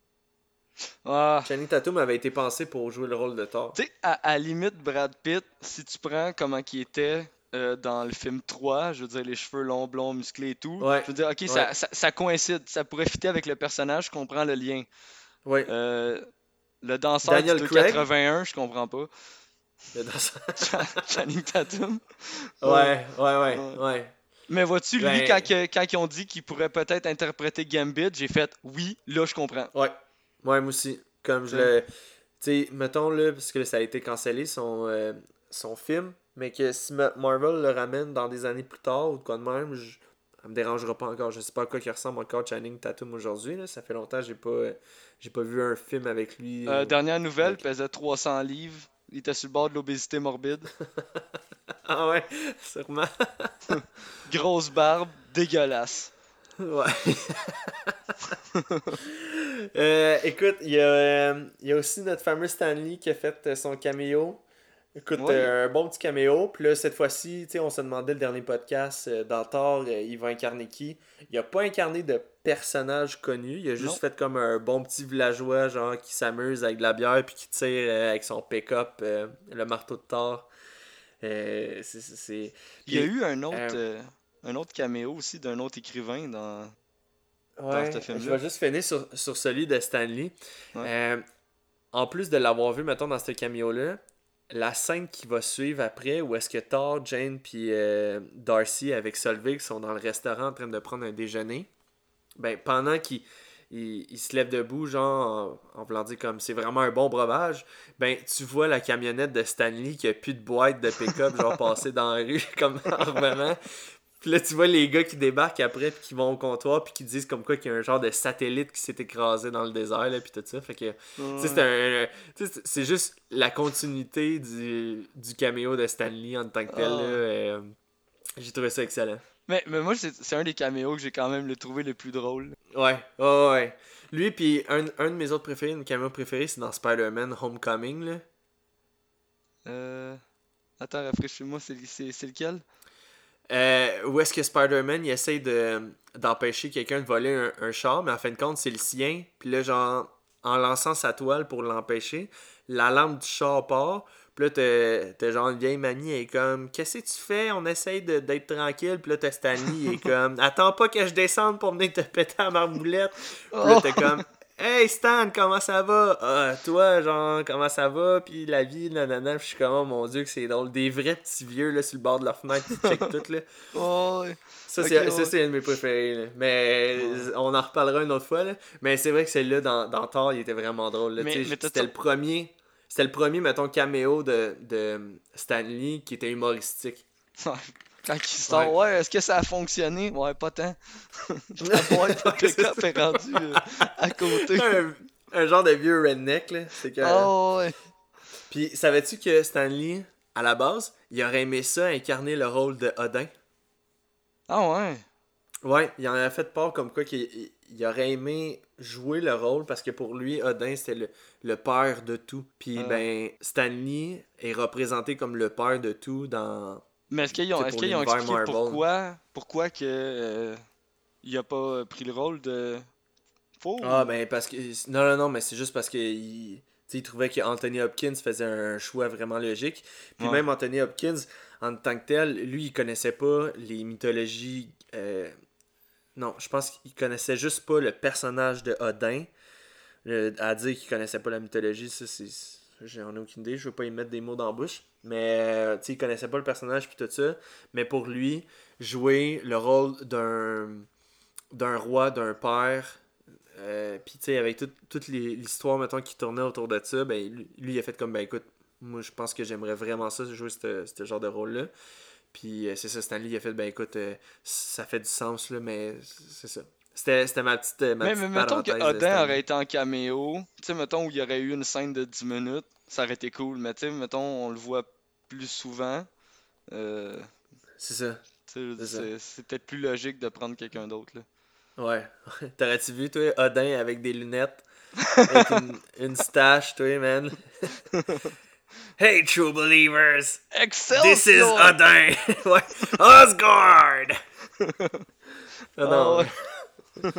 Ah. Channing Tatum avait été pensé pour jouer le rôle de Thor. Tu sais, à, à la limite, Brad Pitt, si tu prends comment il était euh, dans le film trois, je veux dire, les cheveux longs, blonds, musclés et tout, Ouais, je veux dire, ok, ouais, ça, ça, ça coïncide, ça pourrait fitter avec le personnage, je comprends le lien. ouais. Euh, le danseur du Daniel deux Craig, quatre-vingt-un, je comprends pas. le danseur. Channing Tatum. Ouais, Ouais, ouais, ouais, ouais. ouais. Mais vois-tu, lui, Ben, quand, que- quand ils ont dit qu'il pourrait peut-être interpréter Gambit, j'ai fait oui, là, je comprends. ouais. Ouais, moi aussi. Comme je Ouais. le. Tu sais, mettons là, parce que ça a été cancellé son, euh, son film, mais que si Ma- Marvel le ramène dans des années plus tard ou de quoi de même, je... ça me dérangera pas encore. Je sais pas à quoi il ressemble encore Channing Tatum aujourd'hui. Là. Ça fait longtemps que j'ai pas, euh, j'ai pas vu un film avec lui. Euh, euh, dernière nouvelle, avec- pesait trois cents livres. Il était sur le bord de l'obésité morbide. Ah ouais, sûrement. Grosse barbe, dégueulasse. Ouais. Euh, écoute, il y, a, euh, il y a aussi notre fameux Stanley qui a fait euh, son caméo. Écoute, Ouais. euh, un bon petit caméo. Puis là, cette fois-ci, tu sais, on se demandait le dernier podcast, euh, dans Thor, euh, il va incarner qui? Il a pas incarné de personnage connu. Il a juste Non. fait comme un bon petit villageois, genre, qui s'amuse avec de la bière puis qui tire euh, avec son pick-up euh, le marteau de Thor. Euh, c'est... c'est- c'est- Il y a Puis, eu un autre, euh, euh, un autre caméo aussi d'un autre écrivain dans, dans Ouais, ce je film-là. vais juste finir sur, sur celui de Stanley. Ouais. Euh, en plus de l'avoir vu, mettons, dans ce cameo-là, la scène qui va suivre après, où est-ce que Thor, Jane puis euh, Darcy avec Solveig sont dans le restaurant en train de prendre un déjeuner, ben pendant qu'ils ils, ils se lèvent debout, genre, en, en voulant dire comme c'est vraiment un bon breuvage, ben tu vois la camionnette de Stanley qui a plus de boîte de pick-up, genre, passer dans la rue, comme en revenant. Puis là, tu vois les gars qui débarquent après, puis qui vont au comptoir, puis qui disent comme quoi qu'il y a un genre de satellite qui s'est écrasé dans le désert, là, puis tout ça. Fait que, tu sais, c'est un. Tu sais, c'est juste la continuité du, du caméo de Stan Lee en tant que tel, là. Ah. euh, j'ai trouvé ça excellent. Mais, mais moi, c'est c'est un des caméos que j'ai quand même le trouvé le plus drôle. Ouais, ouais, ouais. Lui, puis un, un de mes autres préférés, une caméo préférée, c'est dans Spider-Man Homecoming, là. Euh... Attends, rafraîchis-moi, c'est c'est- c'est lequel? Euh, où est-ce que Spider-Man il essaye de, d'empêcher quelqu'un de voler un, un char, mais en fin de compte, c'est le sien. Puis là, genre, en lançant sa toile pour l'empêcher, la lampe du char part. Puis là, t'as, t'as genre une vieille manie, elle est comme, qu'est-ce que tu fais? On essaye de, d'être tranquille. Puis là, t'as Stanley, il est comme, attends pas que je descende pour venir te péter à marmoulette. Puis là, t'es comme, hey Stan, comment ça va? Ah, toi, genre, comment ça va? Puis la vie, nanana. Puis je suis comme, oh mon dieu, que c'est drôle. Des vrais petits vieux, là, sur le bord de la fenêtre qui checkent tout, là. Oh, ouais. Ça, Ok, c'est, ouais. ça, c'est un de mes préférés. Là. Mais Ouais. on en reparlera une autre fois. Là. Mais c'est vrai que celle-là, dans, dans Thor, il était vraiment drôle. Là. Mais- Tu sais, mais t'as- C'était le premier. C'était le premier, mettons, caméo de, de Stan Lee qui était humoristique. Ouais. Quand il sort, ouais, est-ce que ça a fonctionné? Ouais, pas tant. La boîte de Ouais, c'est pick-up est rendue euh, à côté. un, un genre de vieux redneck. Là. C'est que... Oh, ouais. Puis, savais-tu que Stan Lee, à la base, il aurait aimé ça incarner le rôle de Odin? Ah, ouais. Ouais, il en a fait part comme quoi qu'il il- il aurait aimé jouer le rôle parce que pour lui, Odin, c'était le, le père de tout. Puis, Ah. ben, Stan Lee est représenté comme le père de tout dans... Mais est-ce qu'ils ont, C'est est-ce pour qu'ils ont l'univers expliqué Marvel. pourquoi, pourquoi que euh, il a pas pris le rôle de Faux? Ah, ben, parce que... Non, non, non, mais c'est juste parce que... Il... tu sais, il trouvait qu'Anthony Hopkins faisait un choix vraiment logique. Puis Ouais. même Anthony Hopkins, en tant que tel, lui, il connaissait pas les mythologies... euh, Non, je pense qu'il connaissait juste pas le personnage de Odin. Le- à dire qu'il connaissait pas la mythologie, ça, c'est... J'en ai aucune idée, je veux pas y mettre des mots dans la bouche. Mais, euh, tu sais, il connaissait pas le personnage puis tout ça. Mais pour lui, jouer le rôle d'un... d'un roi, d'un père... Euh, puis tu sais, avec tout- toute les- l'histoire mettons qui tournait autour de ça, ben lui, lui, il a fait comme ben écoute, moi je pense que j'aimerais vraiment ça jouer ce ce genre de rôle là. Puis euh, c'est ça, Stanley il a fait ben écoute, euh, ça fait du sens là, mais c'est ça. C'était c'était ma petite euh, ma Mais, petite mais mettons que parenthèse de Odin Stanley. aurait été en caméo, tu sais, mettons où il y aurait eu une scène de dix minutes, ça aurait été cool, mais tu sais, mettons, on le voit plus souvent, euh, C'est ça. tu sais, C'est ça. c'est c'est peut-être plus logique de prendre quelqu'un d'autre, là. Ouais. T'aurais-tu vu toi Odin avec des lunettes, avec une, une stache toi man. Hey true believers, Excelsior! this is Odin. Ouais. Osgard. Ah non. Ah ouais.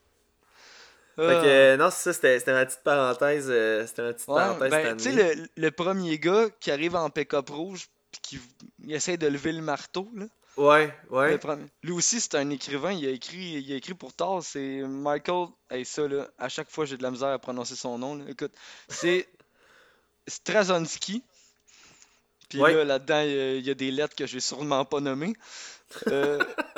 Fait que, euh, non, c'est ça, c'était, c'était ma petite parenthèse. euh, c'était ma petite Ouais, parenthèse ben, tu sais, Stanley. le, le premier gars qui arrive en pick-up rouge pis qui il essaie de lever le marteau, là. Ouais, ouais. Le premier- Lui aussi, c'est un écrivain, il a écrit, il a écrit pour Thor, c'est Michael. Hey, ça, là, à chaque fois, j'ai de la misère à prononcer son nom, là. Écoute, c'est Straczynski. Puis Ouais. là, là-dedans, il y, a, il y a des lettres que j'ai sûrement pas nommées. Euh,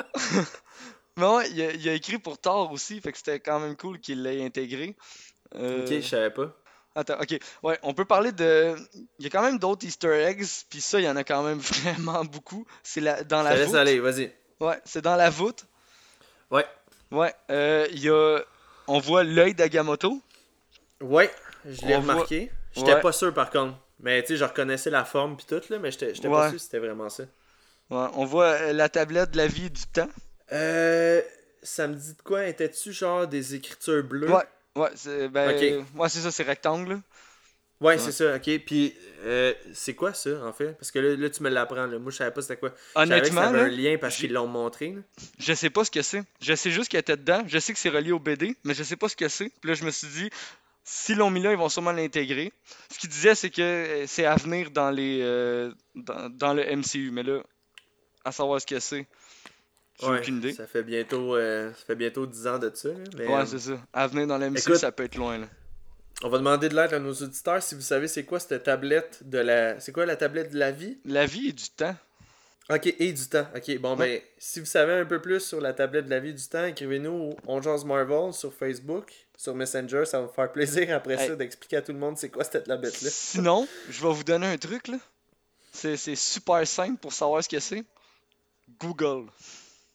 Mais ouais, il a, il a écrit pour Thor aussi, fait que c'était quand même cool qu'il l'ait intégré. Euh, Ok, je savais pas. Attends, ok. Ouais, on peut parler de. Il y a quand même d'autres Easter eggs, puis ça, il y en a quand même vraiment beaucoup. C'est la... dans Je la te laisse voûte. aller, vas-y. Ouais, c'est dans la voûte. Ouais. Ouais, euh, il y a. On voit l'œil d'Agamotto. Ouais, je l'ai On voit- remarqué. J'étais Ouais. pas sûr par contre. Mais tu sais, je reconnaissais la forme pis tout, là, mais j'étais, j'étais Ouais. pas sûr si c'était vraiment ça. Ouais, on voit euh, la tablette de la vie et du temps. Euh. Ça me dit de quoi? Étais-tu genre des écritures bleues? Ouais, ouais, c'est ben, Ok. euh, ouais, c'est ça, c'est rectangle. là. Ouais, Ouais. c'est ça, ok. Puis, euh, c'est quoi ça, en fait? Parce que là, là tu me l'apprends, là. Moi, je savais pas c'était quoi. Je savais que ça Honnêtement, avait là, un lien parce j'ai- qu'ils l'ont montré, là. je sais pas ce que c'est. Je sais juste qu'elle était dedans. Je sais que c'est relié au B D, mais je sais pas ce que c'est. Puis là, je me suis dit, s'ils l'ont mis là, ils vont sûrement l'intégrer. Ce qu'il disait, c'est que euh, c'est à venir dans les euh, dans, dans le M C U. Mais là, à savoir ce que c'est, j'ai Ouais, aucune idée. ça fait bientôt euh, ça fait bientôt dix ans de ça, là, mais Ouais, euh, c'est ça. À venir dans le M C U, écoute- ça peut être loin. Là. on va demander de l'aide à nos auditeurs si vous savez c'est quoi cette tablette de la... C'est quoi la tablette de la vie? La vie et du temps. Ok, et du temps. Ok, bon ben, si vous savez un peu plus sur la tablette de la vie et du temps, écrivez-nous au On Jase Marvel sur Facebook, sur Messenger, ça va me faire plaisir après Hey. ça d'expliquer à tout le monde c'est quoi cette tablette-là. Sinon, je vais vous donner un truc. là. C'est c'est super simple pour savoir ce que c'est. Google.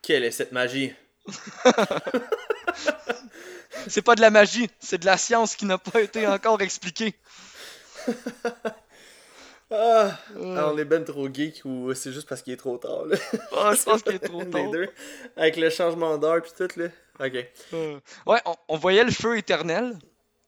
Quelle est cette magie? C'est pas de la magie, c'est de la science qui n'a pas été encore expliquée. Ah, Euh, alors on est ben trop geek ou c'est juste parce qu'il est trop tard, là? ah, je pense qu'il est trop Les tard. deux. Avec le changement d'heure pis tout, là. Ok. Euh, Ouais, on, on voyait le feu éternel.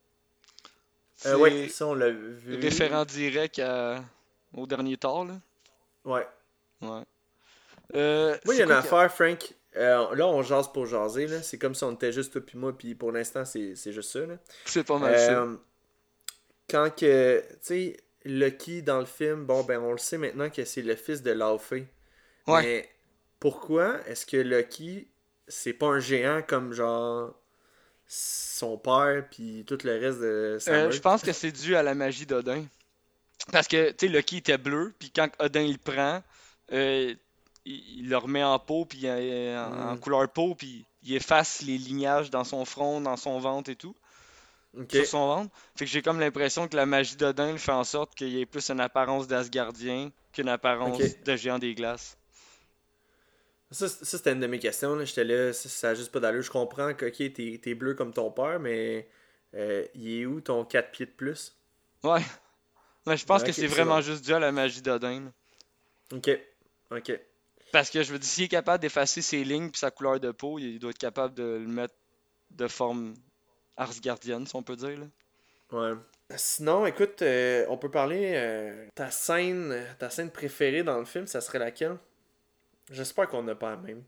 Euh, ouais, C'est ça on l'a vu. référent direct à- au dernier Thor, là. Ouais. Ouais. Euh, Moi, il y c'est a une quoi qu'il y a- affaire, Frank. Euh, là, on jase pour jaser, là. C'est comme si on était juste toi puis moi, puis pour l'instant, c'est c'est juste ça, là. C'est pas mal ça. Euh, quand que, tu sais, Loki dans le film, bon, ben, on le sait maintenant que c'est le fils de Laufey. Ouais. Mais pourquoi est-ce que Loki, c'est pas un géant comme genre son père puis tout le reste de sa Euh, meute? je pense que c'est dû à la magie d'Odin. Parce que, tu sais, Loki était bleu, puis quand Odin il le prend, euh, il, il le remet en peau, puis euh, en, en Hmm. couleur peau, puis il efface les lignages dans son front, dans son ventre et tout, Ok. sur son ventre. Fait que j'ai comme l'impression que la magie d'Odin le fait en sorte qu'il y ait plus une apparence d'Asgardien qu'une apparence Ok. de géant des glaces. Ça, c- ça, c'était une de mes questions, là. J'étais là, ça, ça a juste pas d'allure. Je comprends que, ok, t'es t'es bleu comme ton père, mais euh, il est où ton quatre pieds de plus? Ouais. Mais je pense Ouais, que ok, c'est c'est vraiment bon. juste dû à la magie d'Odin, là. Ok. Ok. Parce que je veux dire, s'il est capable d'effacer ses lignes puis sa couleur de peau, il doit être capable de le mettre de forme Asgardienne, si on peut dire, là. Ouais. Sinon, écoute, euh, on peut parler euh, ta scène, ta scène préférée dans le film, ça serait laquelle? J'espère qu'on n'a pas la même.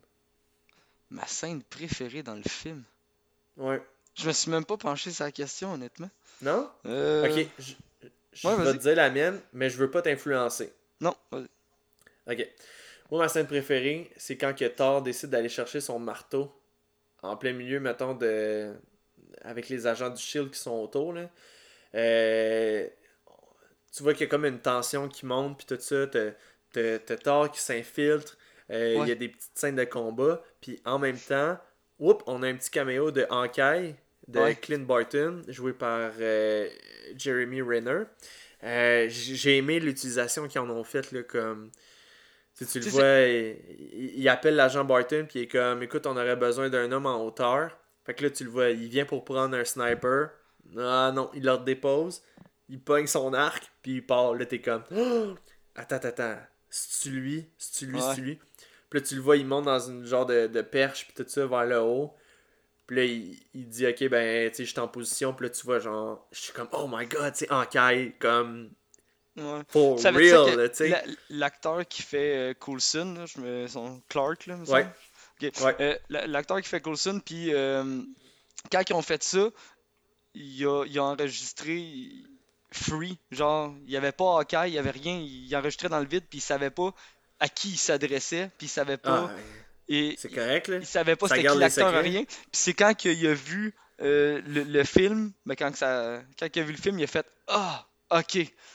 Ma scène préférée dans le film. Ouais. Je me suis même pas penché sur la question, honnêtement. Non? Euh... Ok, je je Ouais, vais vas-y. te dire la mienne, mais je veux pas t'influencer. Non, vas-y. Ok. Moi, ma scène préférée, c'est quand que Thor décide d'aller chercher son marteau en plein milieu, mettons, de... avec les agents du Shield qui sont autour, là. Euh, Tu vois qu'il y a comme une tension qui monte, puis tout ça. T'as, t'as, t'as Thor qui s'infiltre. euh, Il y Ouais, a des petites scènes de combat. Puis en même temps, oups, on a un petit caméo de Hawkeye, de ouais. Clint Barton, joué par euh, Jeremy Renner. Euh, j- j'ai aimé l'utilisation qu'ils en ont faite, là, comme... Tu sais, tu le Tu sais, vois, il, il appelle l'agent Barton, puis il est comme, écoute, on aurait besoin d'un homme en hauteur. Fait que là, tu le vois, il vient pour prendre un sniper. Ah non, il leur dépose. Il pogne son arc, puis il part. Là, t'es comme, oh! Attends, attends, attends. C'est-tu lui? C'est-tu lui? c'est... Ouais. C'est-tu lui? Puis là, tu le vois, il monte dans une genre de, de perche, puis tout ça, vers le haut. Puis là, il, il dit, ok, ben, tu sais, je suis en position. Puis là, tu vois, genre, je suis comme, oh my god, c'est Hawkeye, comme, Ouais. for Savais-tu ça real, que là, tu sais. la- l'acteur qui fait euh, Coulson, là, je me... son Clark, là, me Ouais, semble? Ok. ouais. Euh, la- l'acteur qui fait Coulson, puis euh, quand ils ont fait ça, il a, il a enregistré Free, genre, il n'y avait pas Hawkeye, il n'y avait rien, il enregistrait dans le vide, puis il savait pas à qui il s'adressait, puis il savait pas, Ah, et c'est il, correct, là. il savait pas Ça c'était qui garde les l'acteur, secrets. rien, puis c'est quand qu'il a vu euh, le, le film, mais quand, que ça, quand il a vu le film, il a fait Ah, ok,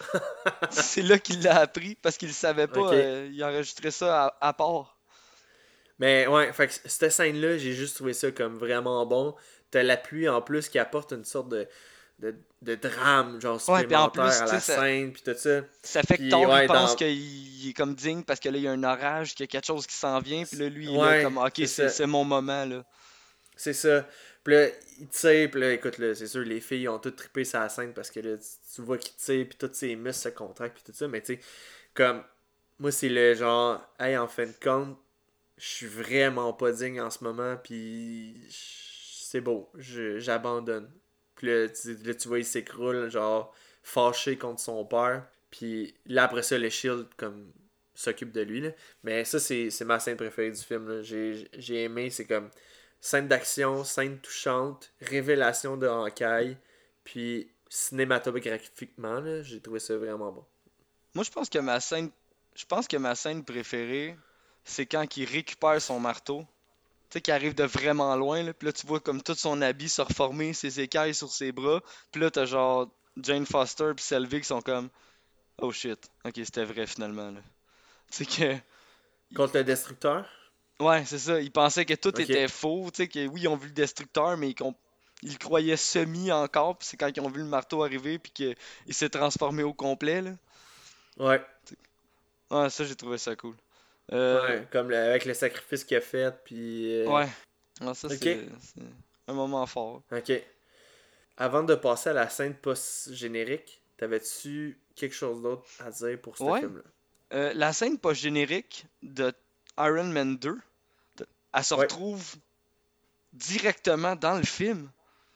c'est là qu'il l'a appris, parce qu'il savait pas, Ok. euh, il enregistrait ça à, à part. Mais ouais, fait que cette scène-là, j'ai juste trouvé ça comme vraiment bon. T'as l'appui en plus qui apporte une sorte de, de, de drame, genre Ouais, puis en supplémentaire plus, à tu sais, la ça, scène, puis tout ça. ça fait que Puis Thor, il ouais, pense dans. qu'il est comme digne parce que là, il y a un orage, qu'il y a quelque chose qui s'en vient, puis là, lui, il est là Ouais, comme, ok, c'est c'est ça. c'est mon moment, là. C'est ça. Puis là, il tire, puis là, écoute, là, c'est sûr, les filles ont toutes trippé sa scène parce que là, tu, tu vois qu'il tire, puis tous ses muscles se contractent, puis tout ça. Mais tu sais, comme, moi, c'est le genre, hey, en fin de compte, je suis vraiment pas digne en ce moment, puis je- c'est beau, je- j'abandonne. Puis là, tu, là, tu vois, il s'écroule, genre, fâché contre son père. Puis là, après ça, le Shield, comme, s'occupe de lui, là. Mais ça, c'est c'est ma scène préférée du film, là. J'ai j'ai aimé, c'est comme, scène d'action, scène touchante, révélation de Hawkeye, puis cinématographiquement, là, j'ai trouvé ça vraiment bon. Moi, je pense que ma scène, je pense que ma scène préférée, c'est quand il récupère son marteau. Tu sais, qu'il arrive de vraiment loin, là, puis là, tu vois comme tout son habit se reformer, ses écailles sur ses bras, puis là, t'as genre Jane Foster puis Selvig qui sont comme, oh shit, ok, c'était vrai finalement, là. Tu sais que, Contre le Destructeur? ouais, c'est ça, ils pensaient que tout Ok. était faux, tu sais, que oui, ils ont vu le destructeur, mais ils, comp- ils le croyaient semi encore, puis c'est quand ils ont vu le marteau arriver, puis qu'il s'est transformé au complet, là. Ouais. Ouais, ça, j'ai trouvé ça cool. Euh, Ouais, comme le- avec le sacrifice qu'il a fait, puis... euh, ouais. Ah, ça, Ok, c'est c'est un moment fort. ok. Avant de passer à la scène post-générique, t'avais-tu quelque chose d'autre à dire pour ce Ouais. film-là? Euh, la scène post-générique de Iron Man deux, de- elle se Ouais. retrouve directement dans le film.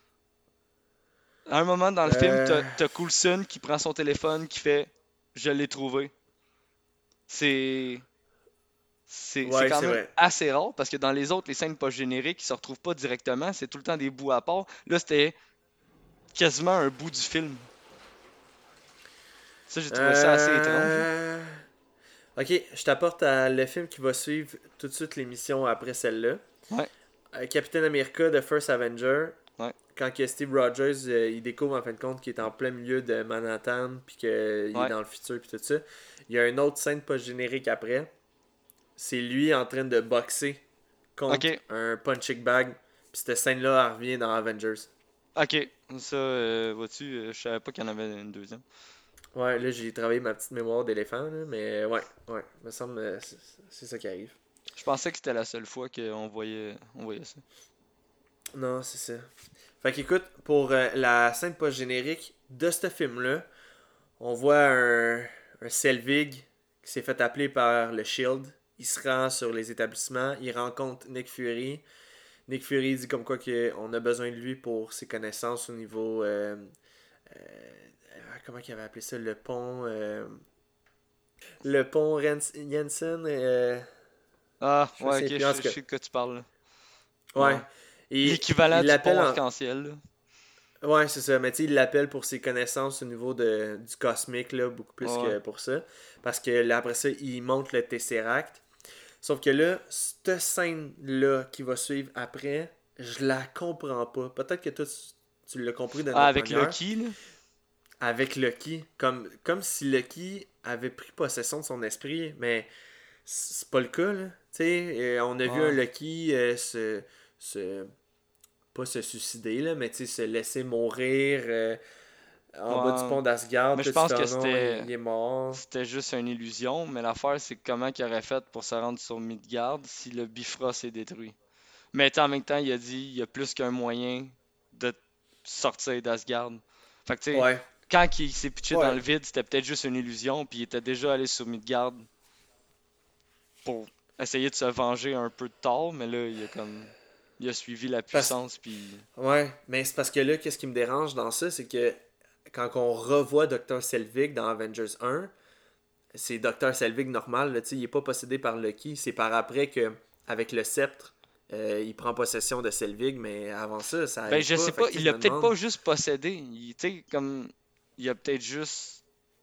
À un moment dans le film, Euh... t'as t'as Coulson qui prend son téléphone, qui fait Je l'ai trouvé. C'est. C'est c'est Ouais, quand c'est même vrai. assez rare parce que dans les autres, les scènes post-génériques, ils se retrouvent pas directement, c'est tout le temps des bouts à part. Là, c'était quasiment un bout du film. Ça, j'ai trouvé ça assez étrange, là. Euh... Ok, je t'apporte à le film qui va suivre tout de suite l'émission après celle-là. Ouais, Euh, Captain America, The First Avenger. ouais, Quand que Steve Rogers, euh, il découvre en fin de compte qu'il est en plein milieu de Manhattan, puis qu'il est ouais. dans le futur, puis tout ça. Il y a une autre scène post-générique après. C'est lui en train de boxer contre Ok, un punching bag. Puis cette scène-là, elle revient dans Avengers. ok. Ça, euh, vois-tu, euh, je savais pas qu'il y en avait une deuxième. Ouais, là, j'ai travaillé ma petite mémoire d'éléphant, là, mais ouais, ouais, me semble euh, c'est c'est ça qui arrive. Je pensais que c'était la seule fois qu'on voyait, on voyait ça. Non, c'est ça. Fait qu'écoute, pour euh, la scène post-générique de ce film-là, on voit un, un Selvig qui s'est fait appeler par le Shield. Il se rend sur les établissements, il rencontre Nick Fury. Nick Fury dit comme quoi qu'on a besoin de lui pour ses connaissances au niveau... euh, euh, comment il avait appelé ça? Le pont... euh, le pont Rens- Jensen. euh, Ah, je me ouais, ok, souviens je, plus. En je tout cas, sais de quoi tu parles, là. ouais. Ouais. Et L'équivalent il du l'appelle pont en... arc-en-ciel, là. Ouais, c'est ça. Mais tu sais, il l'appelle pour ses connaissances au niveau de, du cosmique, là, beaucoup plus Ouais. que pour ça. Parce que là, après ça, il monte le Tesseract. Sauf que là, cette scène-là qui va suivre après, je la comprends pas. Peut-être que toi, tu, tu l'as compris d'une Ah, autre avec manière. Lucky, là. Avec Lucky. Comme, comme si Lucky avait pris possession de son esprit, mais c'est pas le cas, là. Tu sais, euh, on a vu un Ouais. Lucky euh, se, se... pas se suicider, là, mais tu sais, se laisser mourir euh, en bas du Ouais. pont d'Asgard. Mais je Puis là, tu pense fais, que oh non, il, c'était il est mort. c'était juste une illusion, mais l'affaire, c'est comment qu'il aurait fait pour se rendre sur Midgard si le Bifrost est détruit. Mais en même temps, il a dit il y a plus qu'un moyen de sortir d'Asgard. Fait que tu sais, Ouais. quand il s'est pitché dans Ouais. le vide, c'était peut-être juste une illusion, puis il était déjà allé sur Midgard pour essayer de se venger un peu de tard, mais là, il a comme. Il a suivi la Parce... puissance, puis. Ouais, mais c'est parce que là, qu'est-ce qui me dérange dans ça, c'est que quand on revoit docteur Selvig dans Avengers un, c'est docteur Selvig normal, là, tu sais, il est pas possédé par Loki. C'est par après que, avec le sceptre, euh, il prend possession de Selvig, mais avant ça, ça Ben, arrive je pas. sais Fait pas, que, tu sais, il je l'a me peut-être demande. pas juste possédé. Il, tu sais, comme. Il a peut-être juste.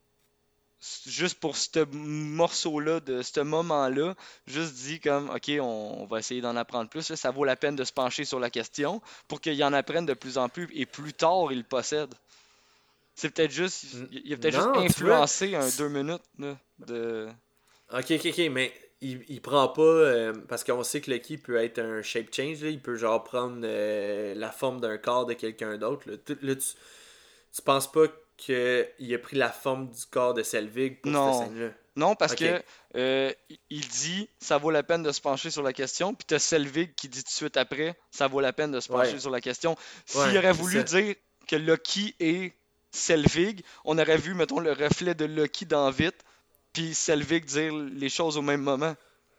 Juste pour ce morceau-là, de ce moment-là, juste dit comme, OK, on, on va essayer d'en apprendre plus. Là, ça vaut la peine de se pencher sur la question pour qu'il en apprenne de plus en plus et plus tard, il le possède. C'est peut-être juste. N- Il a peut-être juste Non, tu vois. influencé un c'est- deux minutes là, de. Ok, ok, ok, mais il, il prend pas. euh, parce qu'on sait que Loki peut être un shape change, là, il peut genre prendre euh, la forme d'un corps de quelqu'un d'autre. Là, Tout- là, tu, tu penses pas qu'il a pris la forme du corps de Selvig pour cette Non. scène-là? Non, parce Ok. que euh, il dit ça vaut la peine de se pencher sur la question, puis t'as Selvig qui dit tout de suite après ça vaut la peine de se pencher Ouais. sur la question. S'il Ouais, aurait c'est voulu ça. dire que Loki est Selvig, on aurait vu, mettons, le reflet de Loki dans Vite, puis Selvig dire les choses au même moment.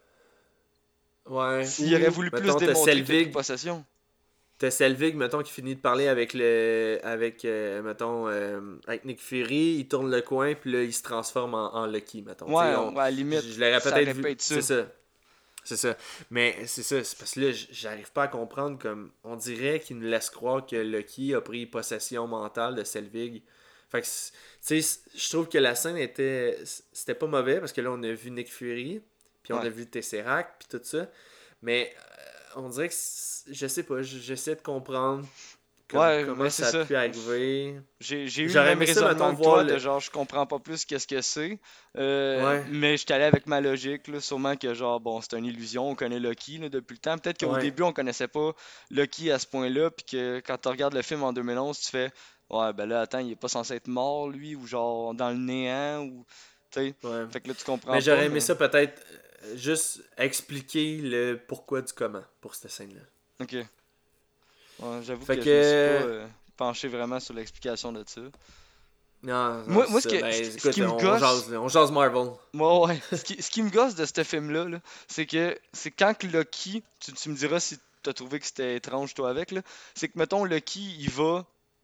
Ouais. S'il aurait Ou, voulu plus mettons, t'as démontrer qu'il a pris Selvig. possession. T'as Selvig, mettons, qui finit de parler avec le. Avec, euh, mettons, euh, avec Nick Fury, il tourne le coin, puis là, il se transforme en, en Loki, mettons. Tu sais, Ouais, on- ouais, à la je, limite, je l'aurais ça peut-être aurait pu vu. être ça. C'est ça. C'est ça. Mais c'est ça, c'est parce que là, j- j'arrive pas à comprendre comme. On dirait qu'il nous laisse croire que Loki a pris possession mentale de Selvig. Fait que, c'est- tu sais, je trouve que la scène était. C'était pas mauvais parce que là, on a vu Nick Fury, puis on Ouais. a vu Tesseract, puis tout ça. Mais euh, on dirait que. c'est- Je sais pas, j- j'essaie de comprendre comme, Ouais, comment mais c'est ça a ça. pu arriver. J'ai j'ai eu le J'aurais même aimé ça, raisonnement mettons, que voir toi, de le. genre, je comprends pas plus qu'est-ce que c'est. Euh, Ouais, mais je suis allé avec ma logique, là, sûrement que genre, bon, c'est une illusion, on connaît Loki là, depuis le temps. Peut-être qu'au ouais. début, on connaissait pas Loki à ce point-là, puis que quand tu regardes le film en deux mille onze, tu fais, ouais, ben là, attends, il est pas censé être mort, lui, ou genre dans le néant, ou, tu sais. Ouais. Fait que là, tu Mais comprends pas, j'aurais aimé mais. ça peut-être juste expliquer le pourquoi du comment pour cette scène-là. Ok. Ouais, j'avoue Fait que, que- je me suis pas euh, penché vraiment sur l'explication de ça. Non, non, Moi- c'est moi, ce ça. que- Ben, ce- ce écoute, qui me on gosse- jase, là. On jase Marvel. Ouais, ouais. Ce qui, ce qui me gosse de ce film-là, là, c'est que c'est quand que Loki, tu, tu me diras si t'as trouvé que c'était étrange toi avec, là, c'est que mettons Loki, il va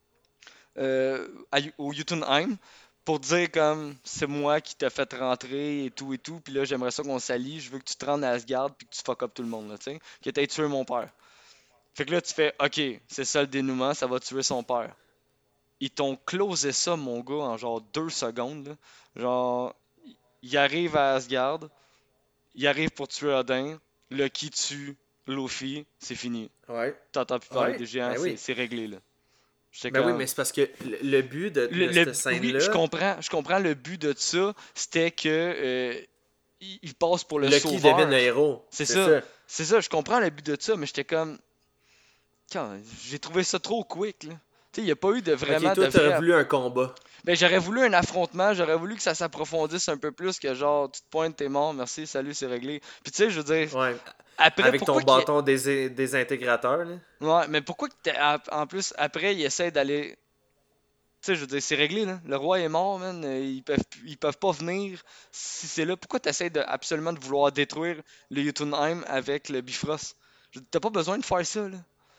euh, à Yu- au Jotunheim pour dire comme c'est moi qui t'ai fait rentrer et tout et tout, puis là j'aimerais ça qu'on s'allie, je veux que tu te rendes à Asgard puis que tu fuck up tout le monde, là, tu sais, que t'aies tué mon père. Fait que là tu fais ok, c'est ça le dénouement, ça va tuer son père. Ils t'ont closé ça, mon gars, en genre deux secondes. Là. Genre, il arrive à Asgard, il arrive pour tuer Odin, Loki tue Luffy, c'est fini. Ouais. T'entends plus parler Ouais, des géants, ben oui. c'est c'est réglé là. J'étais Ben oui, comme- mais c'est parce que le, le but de, Le- de le- cette scène-là. oui, je comprends, je comprends le but de ça, c'était que euh, il, il passe pour le Loki sauveur. devient le héros. C'est C'est ça. ça. C'est ça, je comprends le but de ça, mais j'étais comme. Quand- J'ai trouvé ça trop quick là. Tu sais, il n'y a pas eu de vraiment Ok, toi, de t'aurais vrai- voulu un combat. Ben, j'aurais voulu un affrontement, j'aurais voulu que ça s'approfondisse un peu plus que genre, tu te pointes, t'es mort, merci, salut, c'est réglé. Puis tu sais, je veux dire, Ouais. après, Avec ton pourquoi qu'il- bâton des, des intégrateurs, là. Ouais, mais pourquoi que t'es- à- en plus, après, il essaie d'aller. Tu sais, je veux dire, c'est réglé, là. Le roi est mort, man. euh, Ils peuvent, ils peuvent pas venir si c'est là. Pourquoi t'essaies de, absolument de vouloir détruire le Jotunheim avec le Bifrost? Je- T'as pas besoin de faire ça, là.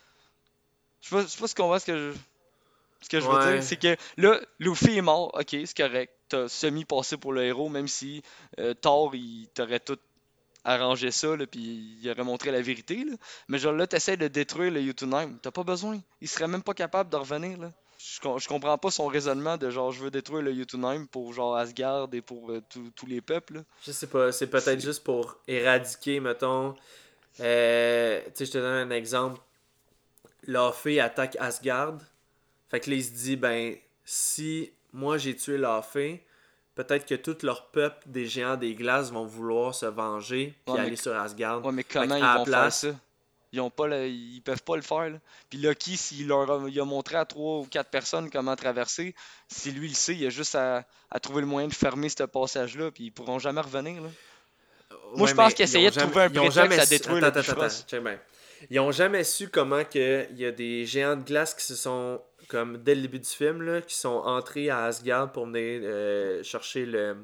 Je sais pas, je sais pas si tu comprends ce que je, ce que je veux Ouais. dire. C'est que là, Luffy est mort, ok, c'est correct. T'as semi-passé pour le héros, même si euh, Thor, il t'aurait tout arrangé ça, là, puis il aurait montré la vérité, là. Mais genre là, t'essaies de détruire le Jotunheim. T'as pas besoin. Il serait même pas capable de revenir, là. Je, com- je comprends pas son raisonnement de genre je veux détruire le Jotunheim pour genre Asgard et pour euh, tous tous les peuples, là. Je sais pas, c'est peut-être C'est- juste pour éradiquer, mettons. euh, tu sais, je te donne un exemple. Lafay attaque Asgard. Fait que là, il se dit, ben, si moi j'ai tué Lafay, peut-être que tout leur peuple des géants des glaces vont vouloir se venger puis Ouais, mais- aller sur Asgard. Ouais, mais Fait comment qu'à ils la vont place- faire ça? Ils ont pas le- ils peuvent pas le faire, là. Puis Loki, s'il leur a, il a montré à trois ou quatre personnes comment traverser, si lui il le sait, il a juste à, à trouver le moyen de fermer ce passage-là, puis ils pourront jamais revenir, là. Moi, Ouais, je pense mais qu'ils ils essayaient ont de jamais- trouver un ils ont prétexte jamais à su- détruire attends, le attends, Bifrost. attends, check bien. Ils ont jamais su comment que il y a des géants de glace qui se sont, comme dès le début du film, là, qui sont entrés à Asgard pour venir euh, chercher le,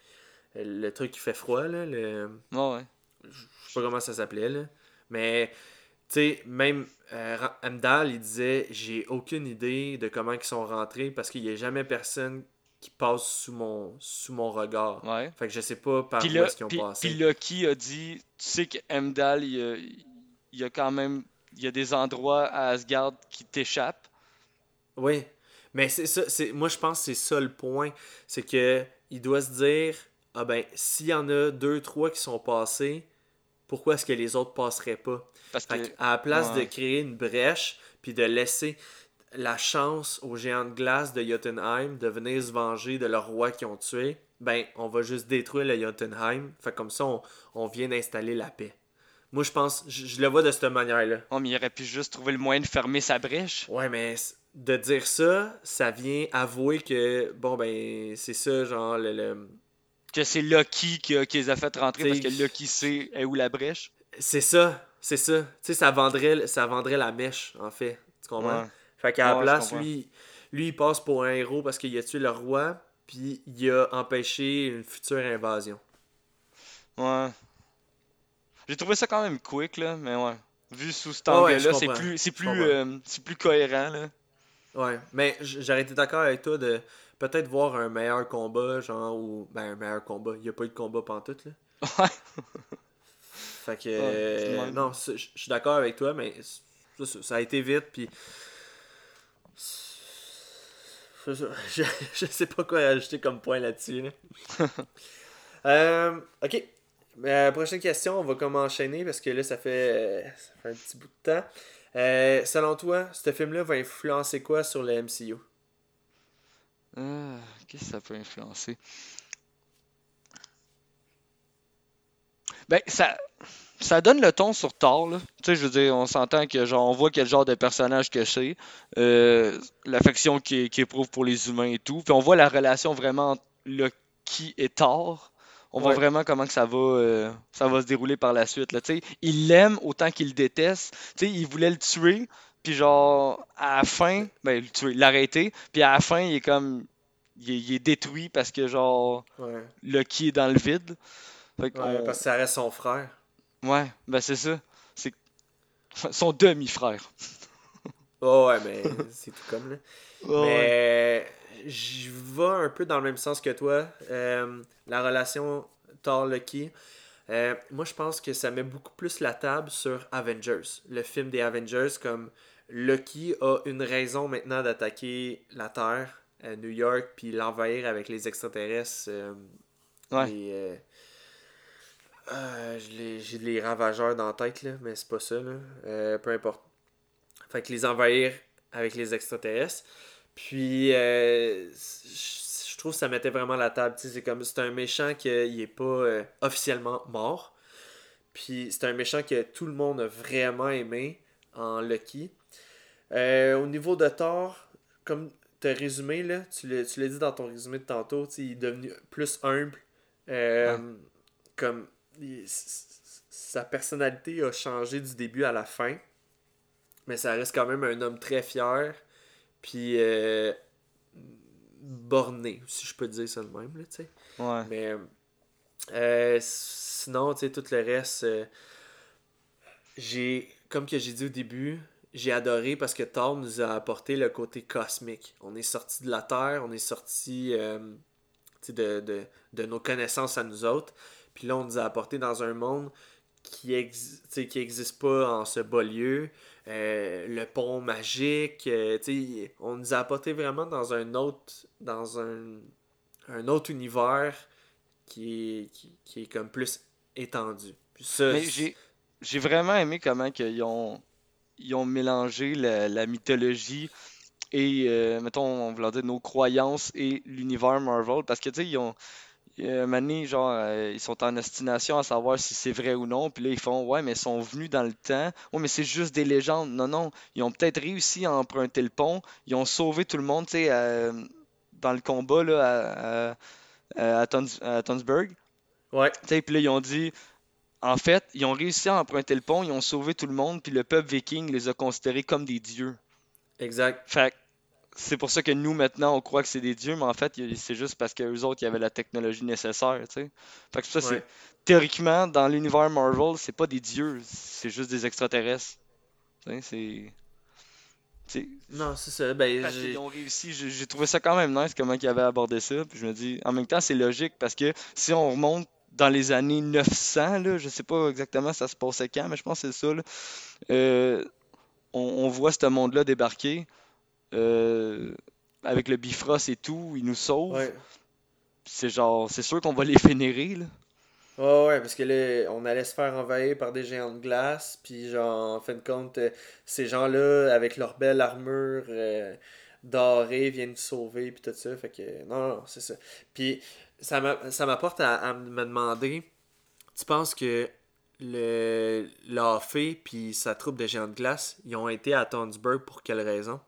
le truc qui fait froid, là, le, Ouais, ouais. je sais pas comment ça s'appelait, là. Mais, tu sais, même euh, Ra- Heimdall, il disait, j'ai aucune idée de comment ils sont rentrés parce qu'il y a jamais personne qui passe sous mon, sous mon regard. Ouais. Fait que je sais pas par Puis où là, est-ce qu'ils ont puis, passé. puis Loki a dit, tu sais que Heimdall, il y a, il y a quand même, il y a des endroits à Asgard qui t'échappent. Oui, mais c'est ça, c'est moi je pense que c'est ça le point, c'est que il doit se dire ah ben s'il y en a deux trois qui sont passés, pourquoi est-ce que les autres passeraient pas? Parce Fait que, qu'à la place ouais. de créer une brèche puis de laisser la chance aux géants de glace de Jotunheim de venir se venger de leur roi qu'ils ont tué, ben on va juste détruire le Jotunheim, fait comme ça on, on vient d'installer la paix. Moi je pense, je, je le vois de cette manière-là. Oh, mais il aurait pu juste trouver le moyen de fermer sa brèche. Ouais, mais c- de dire ça, ça vient avouer que, bon, ben, c'est ça, genre, le. le- Que c'est Loki qui, a- qui les a fait rentrer T'sais, parce que Loki sait est où la brèche. C'est ça, c'est ça. Tu sais, ça vendrait, ça vendrait la mèche, en fait. Tu comprends? Ouais. Fait qu'à la Ouais, je place, comprends. lui, lui, il passe pour un héros parce qu'il a tué le roi, puis il a empêché une future invasion. Ouais. J'ai trouvé ça quand même quick, là, mais ouais. Vu sous cet Ah ouais, je angle-là, c'est comprends. plus, c'est Je plus, comprends. euh, c'est plus cohérent, là. Ouais, mais j- j'aurais été d'accord avec toi de peut-être voir un meilleur combat, genre, ou. Ben, un meilleur combat. Il n'y a pas eu de combat pantoute, là. Ouais. Fait que. Ouais, c'est le euh, même. non, c'est- je je suis d'accord avec toi, mais ça, ça- ça a été vite, puis. c'est ça. Je, je sais pas quoi ajouter comme point là-dessus. Là. Euh, ok. Euh, prochaine question, on va comme enchaîner parce que là, ça fait, euh, ça fait un petit bout de temps. Euh, selon toi, ce film-là va influencer quoi sur le M C U? Ah, qu'est-ce que ça peut influencer? Ben, ça, ça donne le ton sur Thor, là. Tu sais, je veux dire, on s'entend que, genre, on voit quel genre de personnage que c'est, euh, l'affection qu'il qu'il éprouve pour les humains et tout, puis on voit la relation vraiment entre Loki et Thor. on voit Ouais, vraiment comment que ça va, euh, ça va se dérouler par la suite, là, tu sais. Il l'aime autant qu'il le déteste. Tu sais, il voulait le tuer, puis genre, à la fin, ben, le tuer, l'arrêter, puis à la fin, il est comme, il est, il est détruit parce que genre, ouais, Lucky est dans le vide. Fait ouais, qu'on, parce que ça reste son frère. ouais, ben c'est ça. C'est son demi-frère. Oh, ouais, mais c'est tout comme là. Ouais, ouais. Mais je vais un peu dans le même sens que toi. Euh, la relation Thor-Loki, euh, moi je pense que ça met beaucoup plus la table sur Avengers. Le film des Avengers, comme Loki a une raison maintenant d'attaquer la Terre, à New York, puis l'envahir avec les extraterrestres, euh, Ouais. les... euh, euh, je l'ai- j'ai les ravageurs dans la tête, là, mais c'est pas ça. Là. Euh, peu importe. Fait que les envahir avec les extraterrestres. Puis, euh, je je trouve que ça mettait vraiment la table. Tu sais, c'est comme, c'est un méchant qui est pas euh, officiellement mort. Puis, c'est un méchant que tout le monde a vraiment aimé en Lucky. Euh, au niveau de Thor, comme tu as résumé, là, tu l'as tu l'as dit dans ton résumé de tantôt, tu sais, il est devenu plus humble. Ouais. Euh, comme il- s- s- sa personnalité a changé du début à la fin. Mais ça reste quand même un homme très fier. Puis euh, borné, si je peux dire ça de même, là, tu sais. Ouais. Mais euh, sinon, tu sais, tout le reste, euh, j'ai, comme que j'ai dit au début, j'ai adoré parce que Thor nous a apporté le côté cosmique. On est sorti de la Terre, on est sorti euh, tu sais, de, de, de nos connaissances à nous autres. Puis là, on nous a apporté dans un monde qui ex, tu sais, qui existe pas en ce bas lieu. Euh, le pont magique, euh, tu sais, on nous a apporté vraiment dans un autre, dans un, un autre univers qui est, qui, qui est comme plus étendu. Puis ça, Mais c'est- j'ai j'ai vraiment aimé comment qu'ils ont, ils ont mélangé la, la mythologie et, euh, mettons, on va dire nos croyances et l'univers Marvel. Parce que, tu sais, ils ont, euh, un moment donné, genre, euh, ils sont en estimation à savoir si c'est vrai ou non. Puis là, ils font, ouais, mais ils sont venus dans le temps. Ouais, mais c'est juste des légendes. Non, non. Ils ont peut-être réussi à emprunter le pont. Ils ont sauvé tout le monde, tu sais, euh, dans le combat, là, à, à, à Tons- à Tonsberg. ouais, Tu sais, puis là, ils ont dit, en fait, ils ont réussi à emprunter le pont, ils ont sauvé tout le monde, puis le peuple viking les a considérés comme des dieux. exact. Fait que c'est pour ça que nous, maintenant, on croit que c'est des dieux, mais en fait, y- c'est juste parce qu'eux autres, ils avaient la technologie nécessaire, tu sais. Fait que ça, c'est... Ouais. Théoriquement, dans l'univers Marvel, c'est pas des dieux, c'est juste des extraterrestres. Tu sais, c'est... c'est- Non, c'est ça. Ben, Parce qu'ils j'ai. ont réussi, j'ai j'ai trouvé ça quand même nice comment ils avaient abordé ça. Puis je me dis, en même temps, c'est logique parce que si on remonte dans les années neuf cents, là, je sais pas exactement ça se passait quand, mais je pense que c'est ça, là, euh, on, on voit ce monde-là débarquer euh, avec le Bifrost et tout, ils nous sauvent. Ouais. C'est genre, c'est sûr qu'on va les vénérer, là. Ouais, ouais, parce que là, on allait se faire envahir par des géants de glace, puis genre, en fin de compte, euh, ces gens-là, avec leur belle armure euh, dorée, viennent nous sauver, puis tout ça, fait que, non, non, c'est ça. Puis, ça m'a- ça m'apporte à, à me demander, tu penses que le la fée puis sa troupe de géants de glace, ils ont été à Tonsberg pour quelle raison?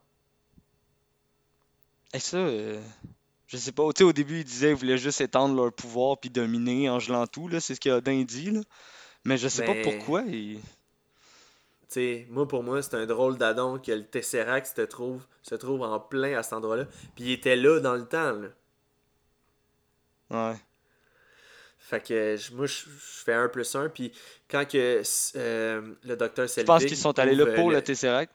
Et ça, euh, je sais pas. Tu sais, au début, ils disaient qu'ils voulaient juste étendre leur pouvoir puis dominer en gelant tout, là. C'est ce qu'Odin dit, là. Mais je sais pas Ben, pourquoi. Et... tu sais, moi pour moi, c'est un drôle d'adon que le Tesseract se trouve, se trouve en plein à cet endroit-là, puis il était là dans le temps, là. Ouais. Fait que je- moi, je, je fais un plus un. Puis quand que euh, le docteur Tu penses qu'ils Selvig sont allés là ouvre euh, pour le le. Tesseract?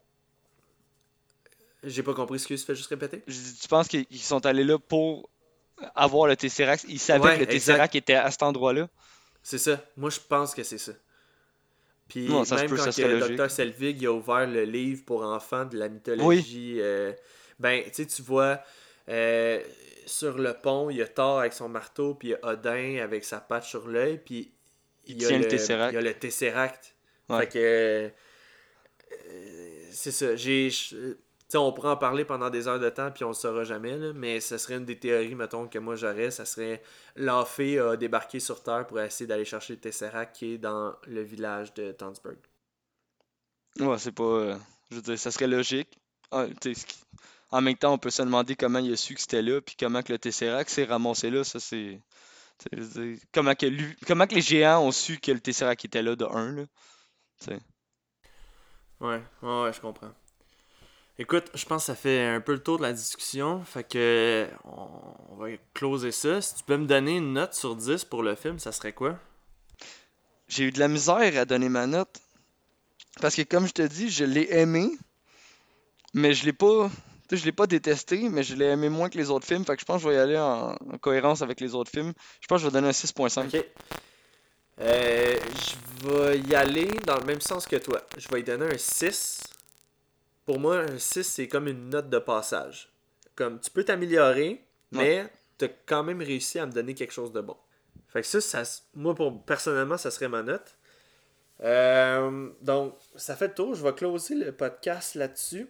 J'ai pas compris ce que tu fais juste répéter? Je dis, tu penses qu'ils qu'ils sont allés là pour avoir le Tesseract? Ils savaient que Ouais, le exact. Tesseract était à cet endroit-là? C'est ça. Moi, je pense que c'est ça. Non, Puis ça se même peut, ça quand que serait le logique. docteur Selvig il a ouvert le livre pour enfants de la Oui. mythologie, euh, ben, tu sais, tu vois, euh, sur le pont, il y a Thor avec son marteau, puis il y a Odin avec sa patte sur l'œil, puis Il il y a tient le le, il y a Tesseract. le Tesseract. Fait Ouais. que Euh, c'est ça. J'ai. je- Tu sais, on pourrait en parler pendant des heures de temps, puis on le saura jamais, là, mais ce serait une des théories, mettons, que moi j'aurais. Ça serait la fée a débarqué sur Terre pour essayer d'aller chercher le Tesseract qui est dans le village de Townsburg. Ouais, c'est pas. euh, je veux dire, ça serait logique. Ah, tu sais, ce qui- En même temps, on peut se demander comment il a su que c'était là, puis comment que le Tesseract s'est ramassé là. Ça, c'est. Je veux dire, comment, que lui, comment que les géants ont su que le Tesseract était là de un, là. T'sais. Ouais, ouais, ouais, je comprends. Écoute, je pense que ça fait un peu le tour de la discussion. Fait que on, on va closer ça. Si tu peux me donner une note sur dix pour le film, ça serait quoi? J'ai eu de la misère à donner ma note. Parce que comme je te dis, je l'ai aimé, mais je l'ai pas. Tu sais, je l'ai pas détesté, mais je l'ai aimé moins que les autres films. Fait que je pense que je vais y aller en, en cohérence avec les autres films. Je pense que je vais donner un six point cinq. Ok. Euh, je vais y aller dans le même sens que toi. Je vais y donner un six. Pour moi, un six, c'est comme une note de passage. Comme tu peux t'améliorer, mais tu as quand même réussi à me donner quelque chose de bon. Fait que ça, ça moi, pour, personnellement, ça serait ma note. Euh, donc, ça fait le tour. Je vais closer le podcast là-dessus.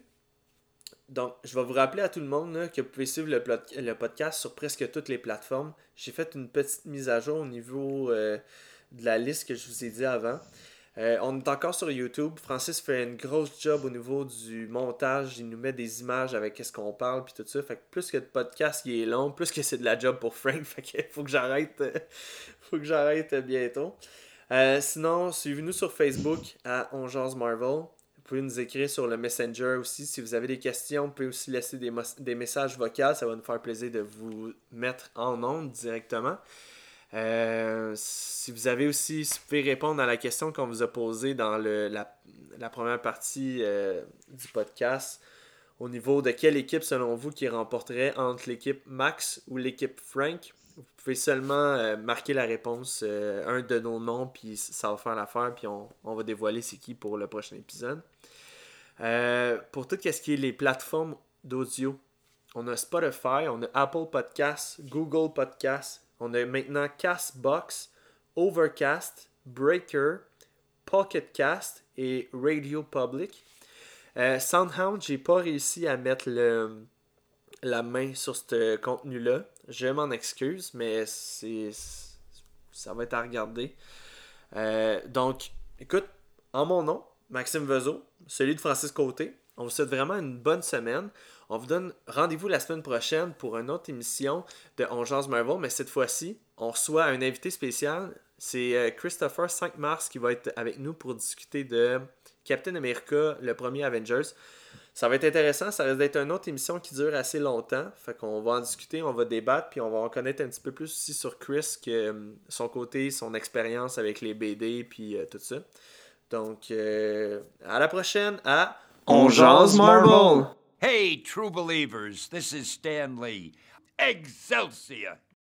Donc, je vais vous rappeler à tout le monde là, que vous pouvez suivre le, plot- le podcast sur presque toutes les plateformes. J'ai fait une petite mise à jour au niveau euh, de la liste que je vous ai dit avant. Euh, on est encore sur YouTube. Francis fait une grosse job au niveau du montage. Il nous met des images avec ce qu'on parle puis tout ça. Fait que plus que le podcast il est long, plus que c'est de la job pour Frank. Fait que faut que j'arrête. euh, faut que j'arrête bientôt. Euh, sinon, suivez-nous sur Facebook à On Jase Marvel. Vous pouvez nous écrire sur le Messenger aussi. Si vous avez des questions, vous pouvez aussi laisser des, mo- des messages vocaux. Ça va nous faire plaisir de vous mettre en ondes directement. Euh, si vous avez aussi, si vous pouvez répondre à la question qu'on vous a posée dans le, la, la première partie euh, du podcast, au niveau de quelle équipe selon vous qui remporterait entre l'équipe Max ou l'équipe Frank, vous pouvez seulement euh, marquer la réponse, euh, un de nos noms, puis ça va faire l'affaire, puis on, on va dévoiler c'est qui pour le prochain épisode. Euh, pour tout ce qui est les plateformes d'audio, on a Spotify, on a Apple Podcasts, Google Podcasts, on a maintenant Castbox, Overcast, Breaker, Pocket Cast et Radio Public. Euh, Soundhound, j'ai pas réussi à mettre le, la main sur ce contenu-là. Je m'en excuse, mais c'est, ça va être à regarder. Euh, donc, écoute, en mon nom, Maxime Vezeau, celui de Francis Côté, on vous souhaite vraiment une bonne semaine. On vous donne rendez-vous la semaine prochaine pour une autre émission de On Jase Marvel, mais cette fois-ci, on reçoit un invité spécial. C'est Christopher cinq mars qui va être avec nous pour discuter de Captain America, le premier Avengers. Ça va être intéressant, ça risque d'être une autre émission qui dure assez longtemps. Fait qu'on va en discuter, on va débattre, puis on va en connaître un petit peu plus aussi sur Chris, que, euh, son côté, son expérience avec les B D, puis euh, tout ça. Donc, euh, à la prochaine à On Jase Marvel! Hey, true believers, this is Stan Lee. Excelsior!